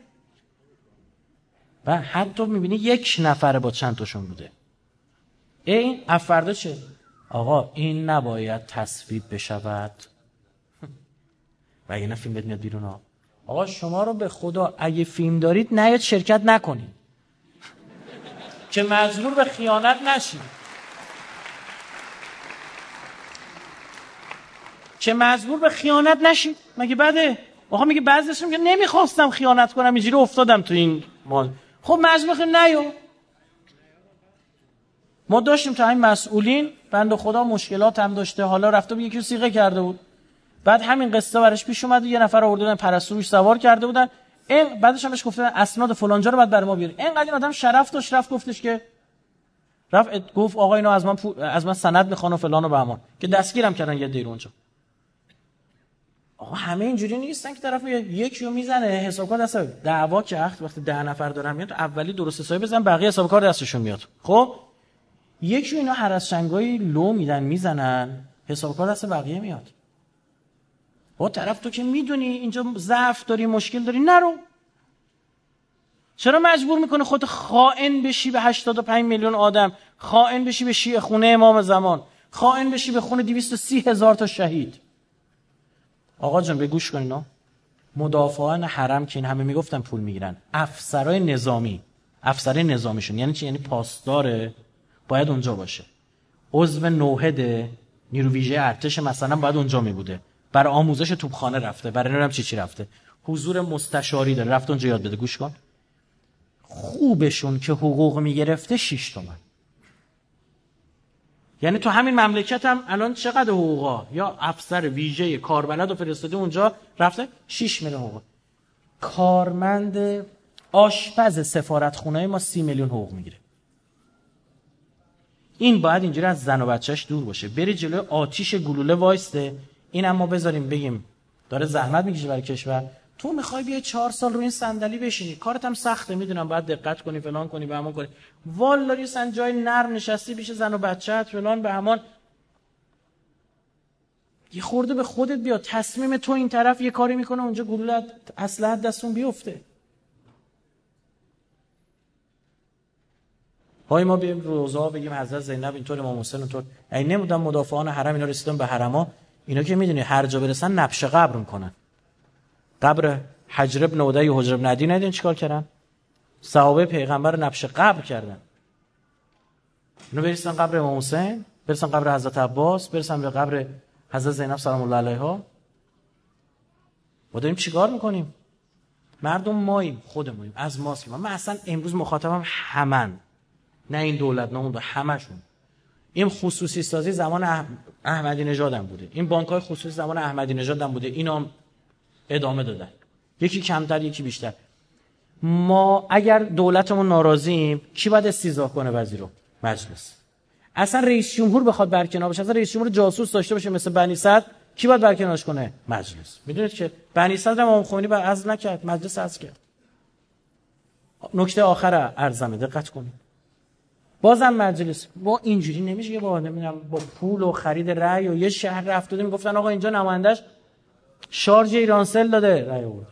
S2: و حتی میبینی یک نفره با چند تاشون بوده. این فردا چه؟ آقا این نباید تصویب بشود. و اینا فیلم میاد بیرون ها. آقا شما رو به خدا اگه فیلم دارید نیاد شرکت نکنید که مجبور به خیانت نشید. مگه بده؟ آقا میگه بعضیش میگه نمیخواستم خیانت کنم اینجوری افتادم تو این مال. خب مجبور نیو. ما داشتیم تا این مسئولین بنده خدا مشکلات هم داشته، حالا رفته بود یکی صیغه کرده بود، بعد همین قصه براش پیش اومد، یه نفر آوردن پرستو روش سوار کرده بودن، این بعدش هم بهش گفتن اسناد فلانجا رو بعد برای ما بیاری. اینقدر این آدم شرف داشت، رفت گفتش که گفت آقا اینو از من سند میخوان و فلان و بهمان، که دستگیرم کردن یه دیر اونجا. آقا همه اینجوری نیستن که طرف یکیو میزنه حساب کار دست دعوا که وقتی 10 نفر دارن میاد اولی درست حسابی بزن، بقیه حساب کار دستشون میاد. خب یکیو اینا هرسچنگای لو میزنن، حساب کار دست بقیه میاد. با طرف تو که میدونی اینجا ضعف داری، مشکل داری، نرو. چرا مجبور میکنه خودت خائن بشی به 85 میلیون آدم، خائن بشی به شیعه خونه امام زمان، خائن بشی به خونه 230,000 تا شهید؟ آقا جان بگوش کن، اینا مدافعان حرم که این همه میگفتن پول میگیرن، افسرای نظامیشون یعنی چی؟ یعنی پاسداره باید اونجا باشه، عضو نوهد نیرو ویژه ارتش مثلا باید اونجا میبوده، برای آموزش توپخانه رفته، برای نمیدونم چی رفته، حضور مستشاری داره رفته اونجا یاد بده. گوش کن، خوبشون که حقوق میگرفته 6 تومن. یعنی تو همین مملکت هم الان چقدر حقوقا؟ یا افسر ویژه کاربلد و فرستاده اونجا رفته 6 میلیون حقوق. کارمند آشپز سفارتخونه ما 30 میلیون حقوق میگیره. این باید اینجوری از زن و بچهش دور باشه، بری جلوی آتیش گلوله وایسته. این اما بذاریم بگیم داره زحمت میکشه برای کشور، تو میخوای بیای 4 سال رو این صندلی بشینی، کارت هم سخته میدونم، باید دقت کنی فلان کنی به همان کنی، والله سن جای نرم نشستی پیش زن و بچه‌ت فلان به همان. یه خورده به خودت بیا، تصمیم تو این طرف یه کاری میکنه اونجا گلوله اسلحه دستون بیفته. پای ما بیایم روزا بگیم حضرت زینب اینطور، امام حسین اونطور، یعنی نمیدونم مدافعان حرم اینا رسیدن به حرما، اینا که میدونی هر جا برسن نبش قبر میکنن. قبر حجر ابن عدی و حجر ابن عدی ندیدین چیکار کردن؟ صحابه پیغمبر نبش قبر کردن. اینو برسن قبر امام حسین، برسن قبر حضرت عباس، برسن به قبر حضرت زینب سلام الله علیها. ما داریم چیکار میکنیم؟ مردم ماییم، خودمونیم، از ماست. من اصلا امروز مخاطبم همن، نه این دولت نه اون دولت، همشون. این خصوصی سازی زمان احمدی نژاد هم بوده، این بانک‌های خصوصی زمان احمدی نژاد هم بوده، اینا ادامه دادن، یکی کمتر یکی بیشتر. ما اگر دولتمون ناراضییم کی باید استیضاح کنه وزیرو؟ مجلس. اصلا رئیس جمهور بخواد برکنار بشه، اصلا رئیس جمهور جاسوس داشته باشه مثل بنی صدر، کی باید برکنارش کنه؟ مجلس. میدونید که بنی صدر امام خمینی بر عزل نکرد، مجلس عزل کرد. نکته آخر عرضمه دقت کنید. بازم مجلس با اینجوری نمیشه که با نمیدونم با پول و خرید رأی و یه شهر رفت داده میگفتن آقا اینجا نمایندش شارژ ایرانسل داده رأی آورد.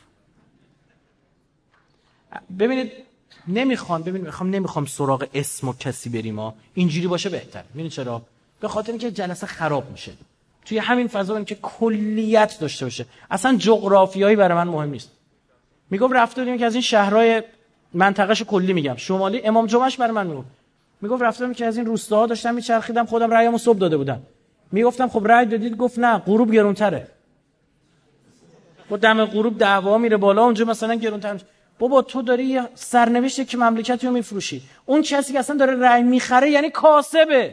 S2: ببینید نمیخوام سراغ اسم و کسی بریم ها، اینجوری باشه بهتر. ببینید چرا؟ به خاطر اینکه جلسه خراب میشه. توی همین فضا که کلیت داشته باشه. اصلا جغرافیایی برای من مهم نیست. میگم رفته بودیم که از این شهرهای منطقه‌شو کلی میگم، شمالی امام جمعهش برای من میگفت رفته بودیم که از این روستاها داشتم میچرخیدم، خودم رأیمو صبح داده بودم. میگفتم خب رأی دادید؟ گفت نه غروب گرونتره. با دم غروب دعوا میره بالا، اونجا مثلا گرونتر میشه. بابا تو داری یه سرنوشتی که مملکتی رو میفروشی. اون کسی که اصلا داره رأی میخره یعنی کاسبه.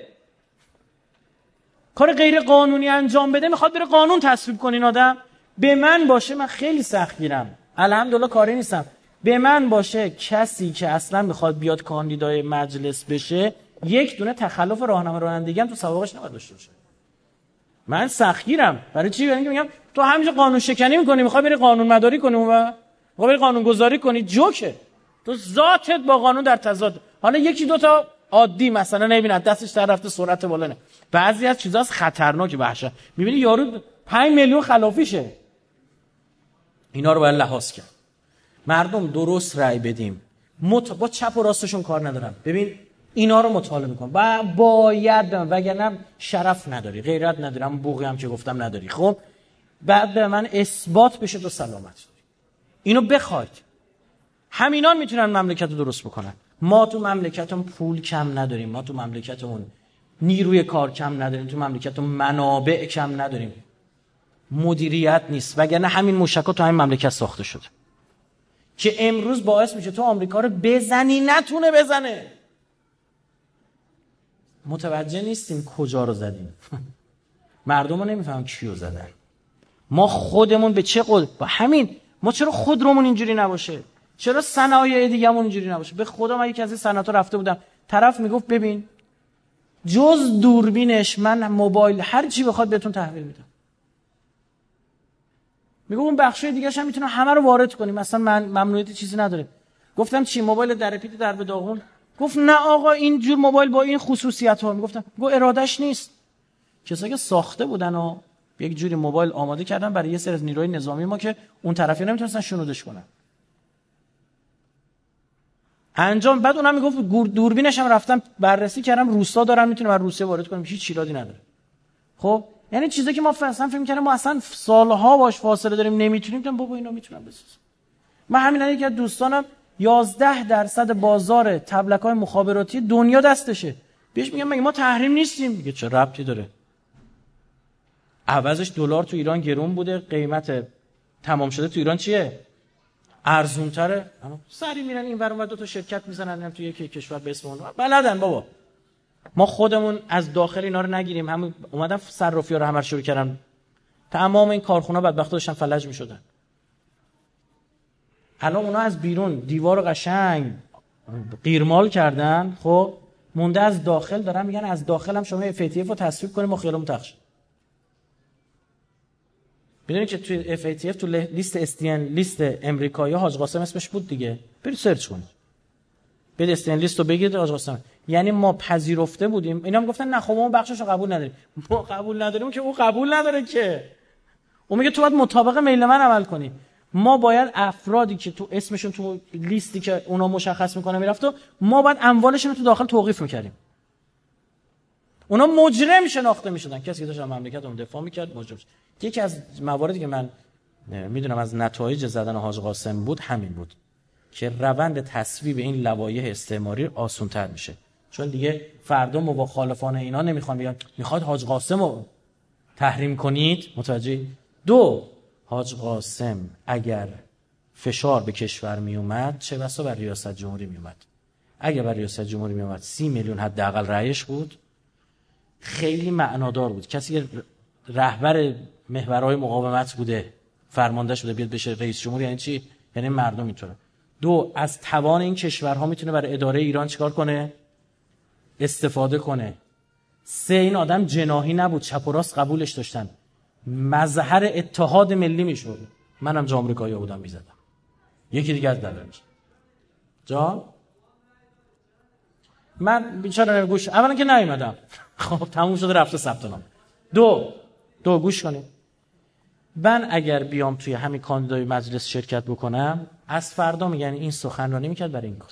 S2: کار غیر قانونی انجام بده، میخواد بره قانون تصویب کنه. این آدم به من باشه، من خیلی سختگیرم، الحمدلله کاری نیستم. به من باشه کسی که اصلا میخواد بیاد کاندیدای مجلس بشه، یک دونه تخلف راهنما رانندگی هم تو سوابقش نباید داشته باشه. من سختگیرم. برای چی؟ برای اینکه میگم تو همینجا قانون شکنی میکنی، میخوای بری قانون مداری کنی و میخوای بری قانون گذاری کنی، جوکه. تو ذاتت با قانون در تضاد. حالا یکی دو تا عادی مثلا نمیبینه دستش در رفته سرعت بالا نه، بعضی از چیزاست خطرناکه وحشت. میبینی یارو 5 میلیون خلافیشه. اینا رو باید لحاظ کرد. مردم درست رأی بدیم. با چپ و راستشون کار ندارم. ببین اینا رو مطالعه میکنم و باید، وگرنه شرف نداری، غیرت نداری، هم بوقی هم که گفتم نداری. خب بعد به من اثبات بشه تو سلامت. اینو بخواید. همینان میتونن مملکت رو درست بکنن. ما تو مملکتمون پول کم نداریم، ما تو مملکتمون نیروی کار کم نداریم، تو مملکتمون منابع کم نداریم. مدیریت نیست، وگرنه همین موشک‌ها تو همین مملکت ساخته شده که امروز باعث میشه تو آمریکا رو بزنی نتونه بزنه. متوجه نیستیم کجا رو زدیم. مردم رو نمیفهمن کیو زدن. ما خودمون به چه قدر با همین ما چرا خودرومون اینجوری نباشه؟ چرا صنایع دیگه‌مون اینجوری نباشه؟ به خدا من یکی از این صنعت‌ها رفته بودم، طرف میگفت ببین جز دوربینش من موبایل هر چی بخواد بهتون تحویل میدم. میگم اون بخشای دیگه‌ش هم میتونم همه رو وارد کنیم، مثلا من ممنوعیت چیزی نداره. گفتم چی موبایل درپیت در به داغون؟ گفت نه آقا این جور موبایل با این خصوصیت‌ها. میگفتم گو ارادش نیست. کسایی که ساخته بودن و یک جوری موبایل آماده کردن برای یه سری از نیروی نظامی ما که اون طرفی نمیتونستن شنودش کنن. انجام بعد اونم میگفت دوربینش هم رفتم بررسی کردم روسا دارن میتونه بر روسیه وارد کنیم، هیچ ایرادی نداره. خب یعنی چیزایی که ما اصلا فکر می‌کردیم ما اصلا سالها باش فاصله داریم نمیتونیم، تا بابا اینا میتونن بسازن. من همین الان یکی از دوستانم 11% بازار تبلک‌های مخابراتی دنیا دستشه. بهش میگم مگه ما تحریم نیستیم؟ میگه چه ربطی داره؟ عوضش دلار تو ایران گرون بوده، قیمت تمام شده تو ایران چیه؟ ارزون‌تره. سری میرن اینور اونور دو تا شرکت میزنن تو یک کشور به اسم اون. بلدن بابا. ما خودمون از داخل اینا رو نگیریم. همون اومدن صرافی‌ها رو همه شروع کردن. تمام این کارخونه‌ها بدبختا داشتن فلج می‌شدن. الان اونا از بیرون دیوار قشنگ قیرمال کردن، خب مونده از داخل دارن میگن از داخل هم شما FATF رو تصویب کنیم ما خیالمون تخش. میدونید که توی FATF تو لیست SDN لیست امریکایی حاج قاسم اسمش بود دیگه. برید سرچ کنید. برید SDN لیست رو بگیرید حاج قاسم. یعنی ما پذیرفته بودیم. اینا هم گفتن نه خب ما بخشش رو قبول نداریم. ما قبول نداریم که او قبول نداره که. اون میگه تو باید مطابق میل من عمل کنی. ما باید افرادی که تو اسمشون تو لیستی که اونا مشخص میکنه میرفت، ما باید اموالشون رو تو داخل توقیف میکردیم. اونا مجرم شناخته میشدن. کسی که داشت از مملکت اون دفاع میکرد مجرم شد. یکی از مواردی که من میدونم از نتایج زدن حاج قاسم بود همین بود که روند تصویب این لوایح استعماری آسان‌تر میشه، چون دیگه فردا مخالفان اینا نمیخوان بگن میخواد حاج قاسم رو تحریم کنید. متوجه؟ دو، حاج قاسم اگر فشار به کشور میومد چه بسا بر ریاست جمهوری میومد. اگر بر ریاست جمهوری میومد 30 میلیون حداقل رأیش بود، خیلی معنادار بود. کسی که رهبر محورهای مقاومت بوده، فرماندهش بوده، بیاد بشه رئیس جمهور، یعنی چی؟ یعنی مردم میتونه. دو، از توان این کشورها میتونه برای اداره ایران چیکار کنه؟ استفاده کنه. سه، این آدم جناحی نبود، چپ و راست قبولش داشتن، مظهر اتحاد ملی میشد. منم جا آمریکایی بودم میزدم. یکی دیگه از دلایلش جا من بیچاره گوش اولا که نیومدم. خب تموم شده رفته ثبت نام. دو گوش کنید. من اگر بیام توی همین کاندیدای مجلس شرکت بکنم، از فردا میگن این سخنرانی میکرد برای این کار.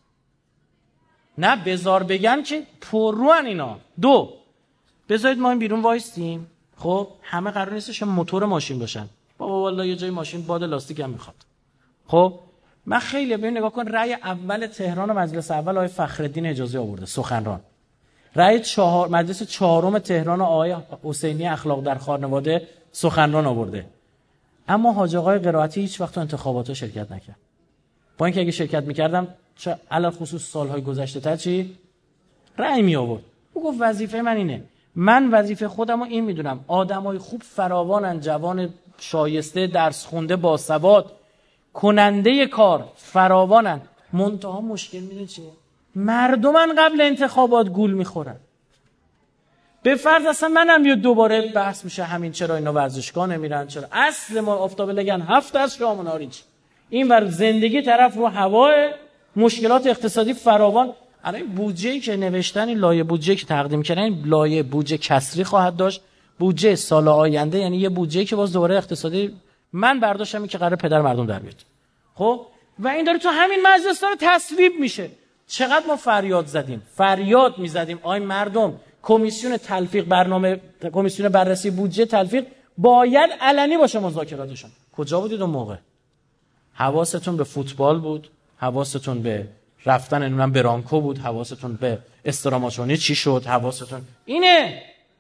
S2: نه بذار بگم که پرروان اینا. دو، بذارید ما این بیرون وایستیم. خب همه قرار نیستش موتور ماشین باشن. بابا والله یه جای ماشین باد لاستیک هم میخواد. خب من خیلی ببین نگاه کن، رأی اول تهران مجلس اول آقای فخرالدین حجازی آورده سخنران. رأی مجلس چهارم تهران آقای حسینی اخلاق در خانواده سخنران آورده. اما حاج آقای قرائتی هیچ وقت تو انتخابات شرکت نکرد. با اینکه اگه شرکت میکردم چه علل خصوص سالهای گذشته تر چی رأی می آورد. او گفت وظیفه من اینه، من وظیفه خودم رو این میدونم، آدمای خوب فراوانن، جوان شایسته درس خونده باسواد کننده کار فراوانن، منتها مشکل میدونی چیه؟ مردمن قبل انتخابات گول میخورن. به فرض اصلا منم بیاد دوباره بحث میشه همین چرا اینا ورزشگاه نمیرن، چرا اصل ما آفتاب لگن 7 از شام و نارنج، این ور زندگی طرف رو هوا، مشکلات اقتصادی فراوان. الان بودجه‌ای که نوشتن، این لایه بودجه که تقدیم کردن، این لایه بودجه کسری خواهد داشت، بودجه سال آینده، یعنی یه بودجه‌ای که باز دوباره اقتصادی من برداشتم این که قراره پدر مردم در بیاد. خب و این داره تو همین مجلس داره تصویب میشه. چقدر ما فریاد زدیم، فریاد میزدیم آی مردم، کمیسیون تلفیق برنامه، کمیسیون بررسی بودجه تلفیق باید علنی باشه مذاکراتشون. کجا بودید اون موقع؟ حواستون به فوتبال بود، حواستون به رفتن نمیدونم برانکو بود، حواستون به استراماچونی چی شد، حواستون اینه.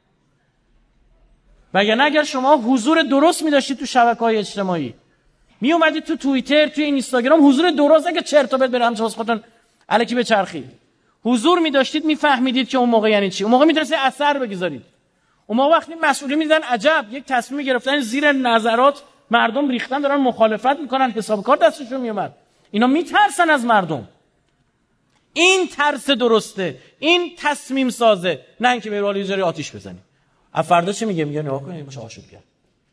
S2: وگرنه اگر شما حضور درست می‌داشتید تو شبکه‌های اجتماعی، می اومدید تو توییتر، تو اینستاگرام، حضور درست، اگه چرت و پرت برام چه خودتون الکی بچرخید، حضور می‌داشتید، می‌فهمیدید که اون موقع یعنی چی. اون موقع می‌تونستید اثر بگذارید. اون موقع وقتی مسئولین می‌دیدن عجب یک تصمیم گرفتن زیر نظرات مردم ریختن دارن مخالفت می‌کنن، حساب کار دستشون میومد. اینا می‌ترسن از مردم. این ترس درسته، این تصمیم سازه، نه اینکه به روال یه آتش بزنی. فردا چی میگه؟ میگه نگاه کن مش آشوب کرد.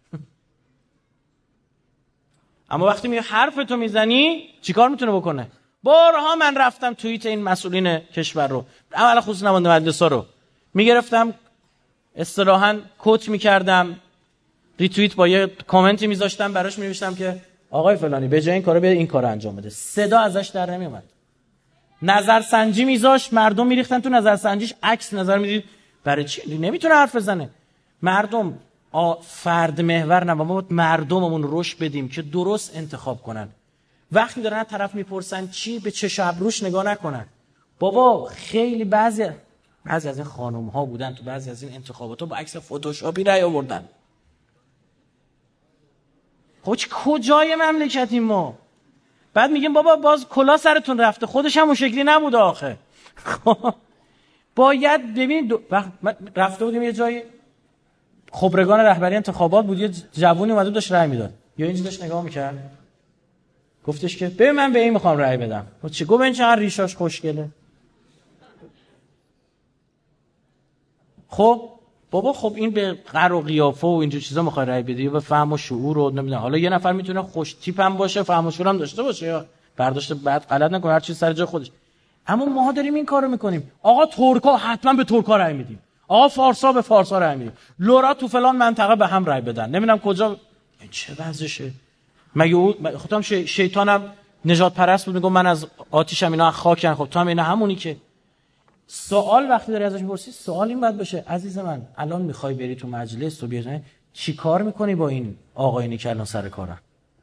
S2: اما وقتی میگه حرف تو میزنی چیکار میتونه بکنه؟ بارها من رفتم توییت این مسئولین کشور رو، اول خصوص نماینده مجلس‌ها رو میگرفتم، اصطلاحاً کوت میکردم، ریتوییت با یه کامنتی میذاشتم، براش می‌نوشتم که آقای فلانی به جای این کارو بیا این کارو انجام بده. صدا ازش در نمیومد. نظرسنجی میذاش، مردم میریختن تو نظرسنجیش، عکس نظر میدید، برای چی نمیتونه حرف بزنه؟ مردم فرد محور نه، ما مردممون رشد بدیم که درست انتخاب کنن. وقتی دارن طرف میپرسن چی، به چه ابروش نگاه نکنن. بابا خیلی بعضی از این خانم ها بودن تو بعضی از این انتخابات با عکس فتوشاپی رأی آوردن. خب کجای مملکتیم ما؟ بعد میگیم بابا باز کلا سرتون رفته، خودش هم اون شکلی نبوده آخه. باید ببینید رفته بودیم یه جایی، خبرگان رهبری انتخابات بود، یه جوونی اومده داشت رأی میداد، یا اینجوری داشت نگاه میکرد، گفتش که ببین من به این میخوام رأی بدم. چی گفت؟ این چقدر ریشاش خوشگله. خب بابا خب این به قر و قیافه و اینجور چیزا میخواد رأی بده، یا به فهم و شعور و نمیدونم. حالا یه نفر میتونه خوش تیپ هم باشه، فهم و شعور هم داشته باشه، یا برداشت بعد غلط نکنه، هر چیز سر جای خودش. اما ما داریم این کارو میکنیم. آقا ترکا حتما به ترکا رأی میدیم، آقا فارسا به فارسا رأی میدیم، لورا تو فلان منطقه به هم رأی بدن، نمیدونم کجا. چه وضعشه؟ مگه خودم شیطانم نجات پرست بود، میگم من از آتیشم، اینا خاکن. خب تو هم اینا همونی که سوال وقتی داری ازش میپرسی، سوال این باید باشه عزیز من الان میخوای بری تو مجلس و بیای چی کار میکنی با این آقایونی که الان سر کارن؟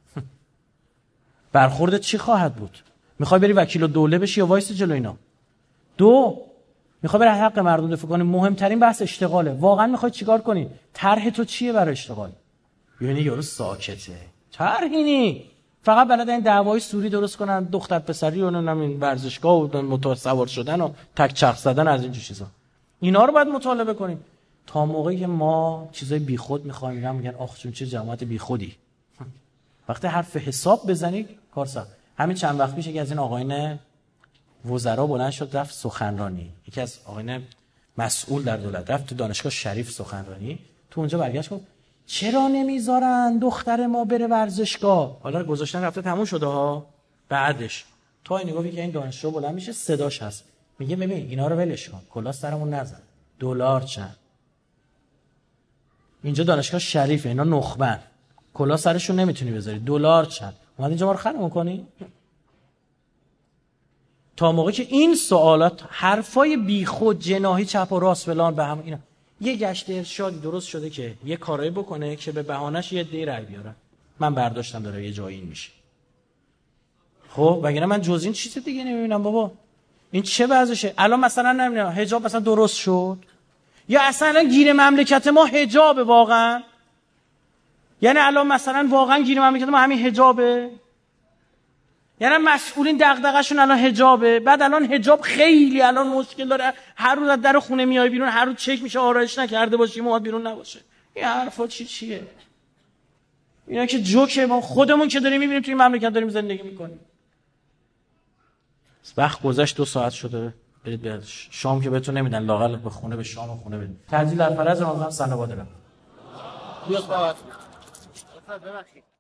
S2: برخوردت چی خواهد بود؟ میخوای بری وکیل الدوله بشی یا وایس جلو اینا؟ دو، میخوای بری حق مردم دفاع کنی. مهمترین بحث اشتغاله. واقعا میخوای چیکار کنی؟ طرح تو چیه برای اشتغال؟ یعنی یارو ساکته، طرحی نی، فقط بلد این دعوای سوری درست کنن، دختر پسری و نمیدونم این ورزشگاه و موتور سوار شدن و تک چرخ زدن از این چیزا. اینا رو باید مطالبه کنیم. تا موقعی که ما چیزای بیخود میخوایم میگن آخ چون چه جماعت بیخودی. وقتی حرف حساب بزنی کار سخت. همین چند وقت پیش یکی از این آقایون وزرا بلند شد رفت سخنرانی. یکی از آقایون مسئول در دولت رفت تو دانشگاه شریف سخنرانی. تو اونجا برگشت گفت چرا نمیذارن دختر ما بره ورزشگاه؟ حالا گذاشتن رفته تموم شده ها. بعدش تا این نگاهی که این دانشجو بلند میشه صداش هست میگه ببین اینا رو ولش کن، کلا سرمون نزن. دلار چند؟ اینجا دانشگاه شریفه، اینا نخبن، کلا سرشون نمیتونی بذاری. دلار چند؟ اومد اینجا ما رو خرمون کنی؟ تا موقعی که این سوالات حرفای بیخود جناحی چپ و راست فلان به هم اینا، یه گشت ارشادی درست شده که یه کارایی بکنه که به بهانه‌اش یه عده رأی بیاره. من برداشتم داره یه جایی این میشه. خب وگرنه من جز این چیز دیگه نمیبینم بابا. این چه وضعشه؟ الان مثلا نمیدونم حجاب مثلا درست شد یا اصلا گیر مملکت ما حجابه واقعا؟ یعنی الان مثلا واقعا گیر مملکت ما همین حجابه؟ یعنی مسئولین دغدغه‌شون الان حجابه؟ بعد الان حجاب خیلی الان مشکل داره، هر روز از در خونه میای بیرون، هر روز چک میشه آرایش نکرده باشی، مواد بیرون نباشه. این حرفا چیه؟ اینا که جوکه، ما خودمون که داریم میبینیم توی این مملکت داریم زندگی میکنیم. وقت گذشت 2 ساعت شده، برید به شام که بهتون نمیدن، لااقل به خونه به شام و خونه بدید. تعجیل در فرض رمضان صلوات الله.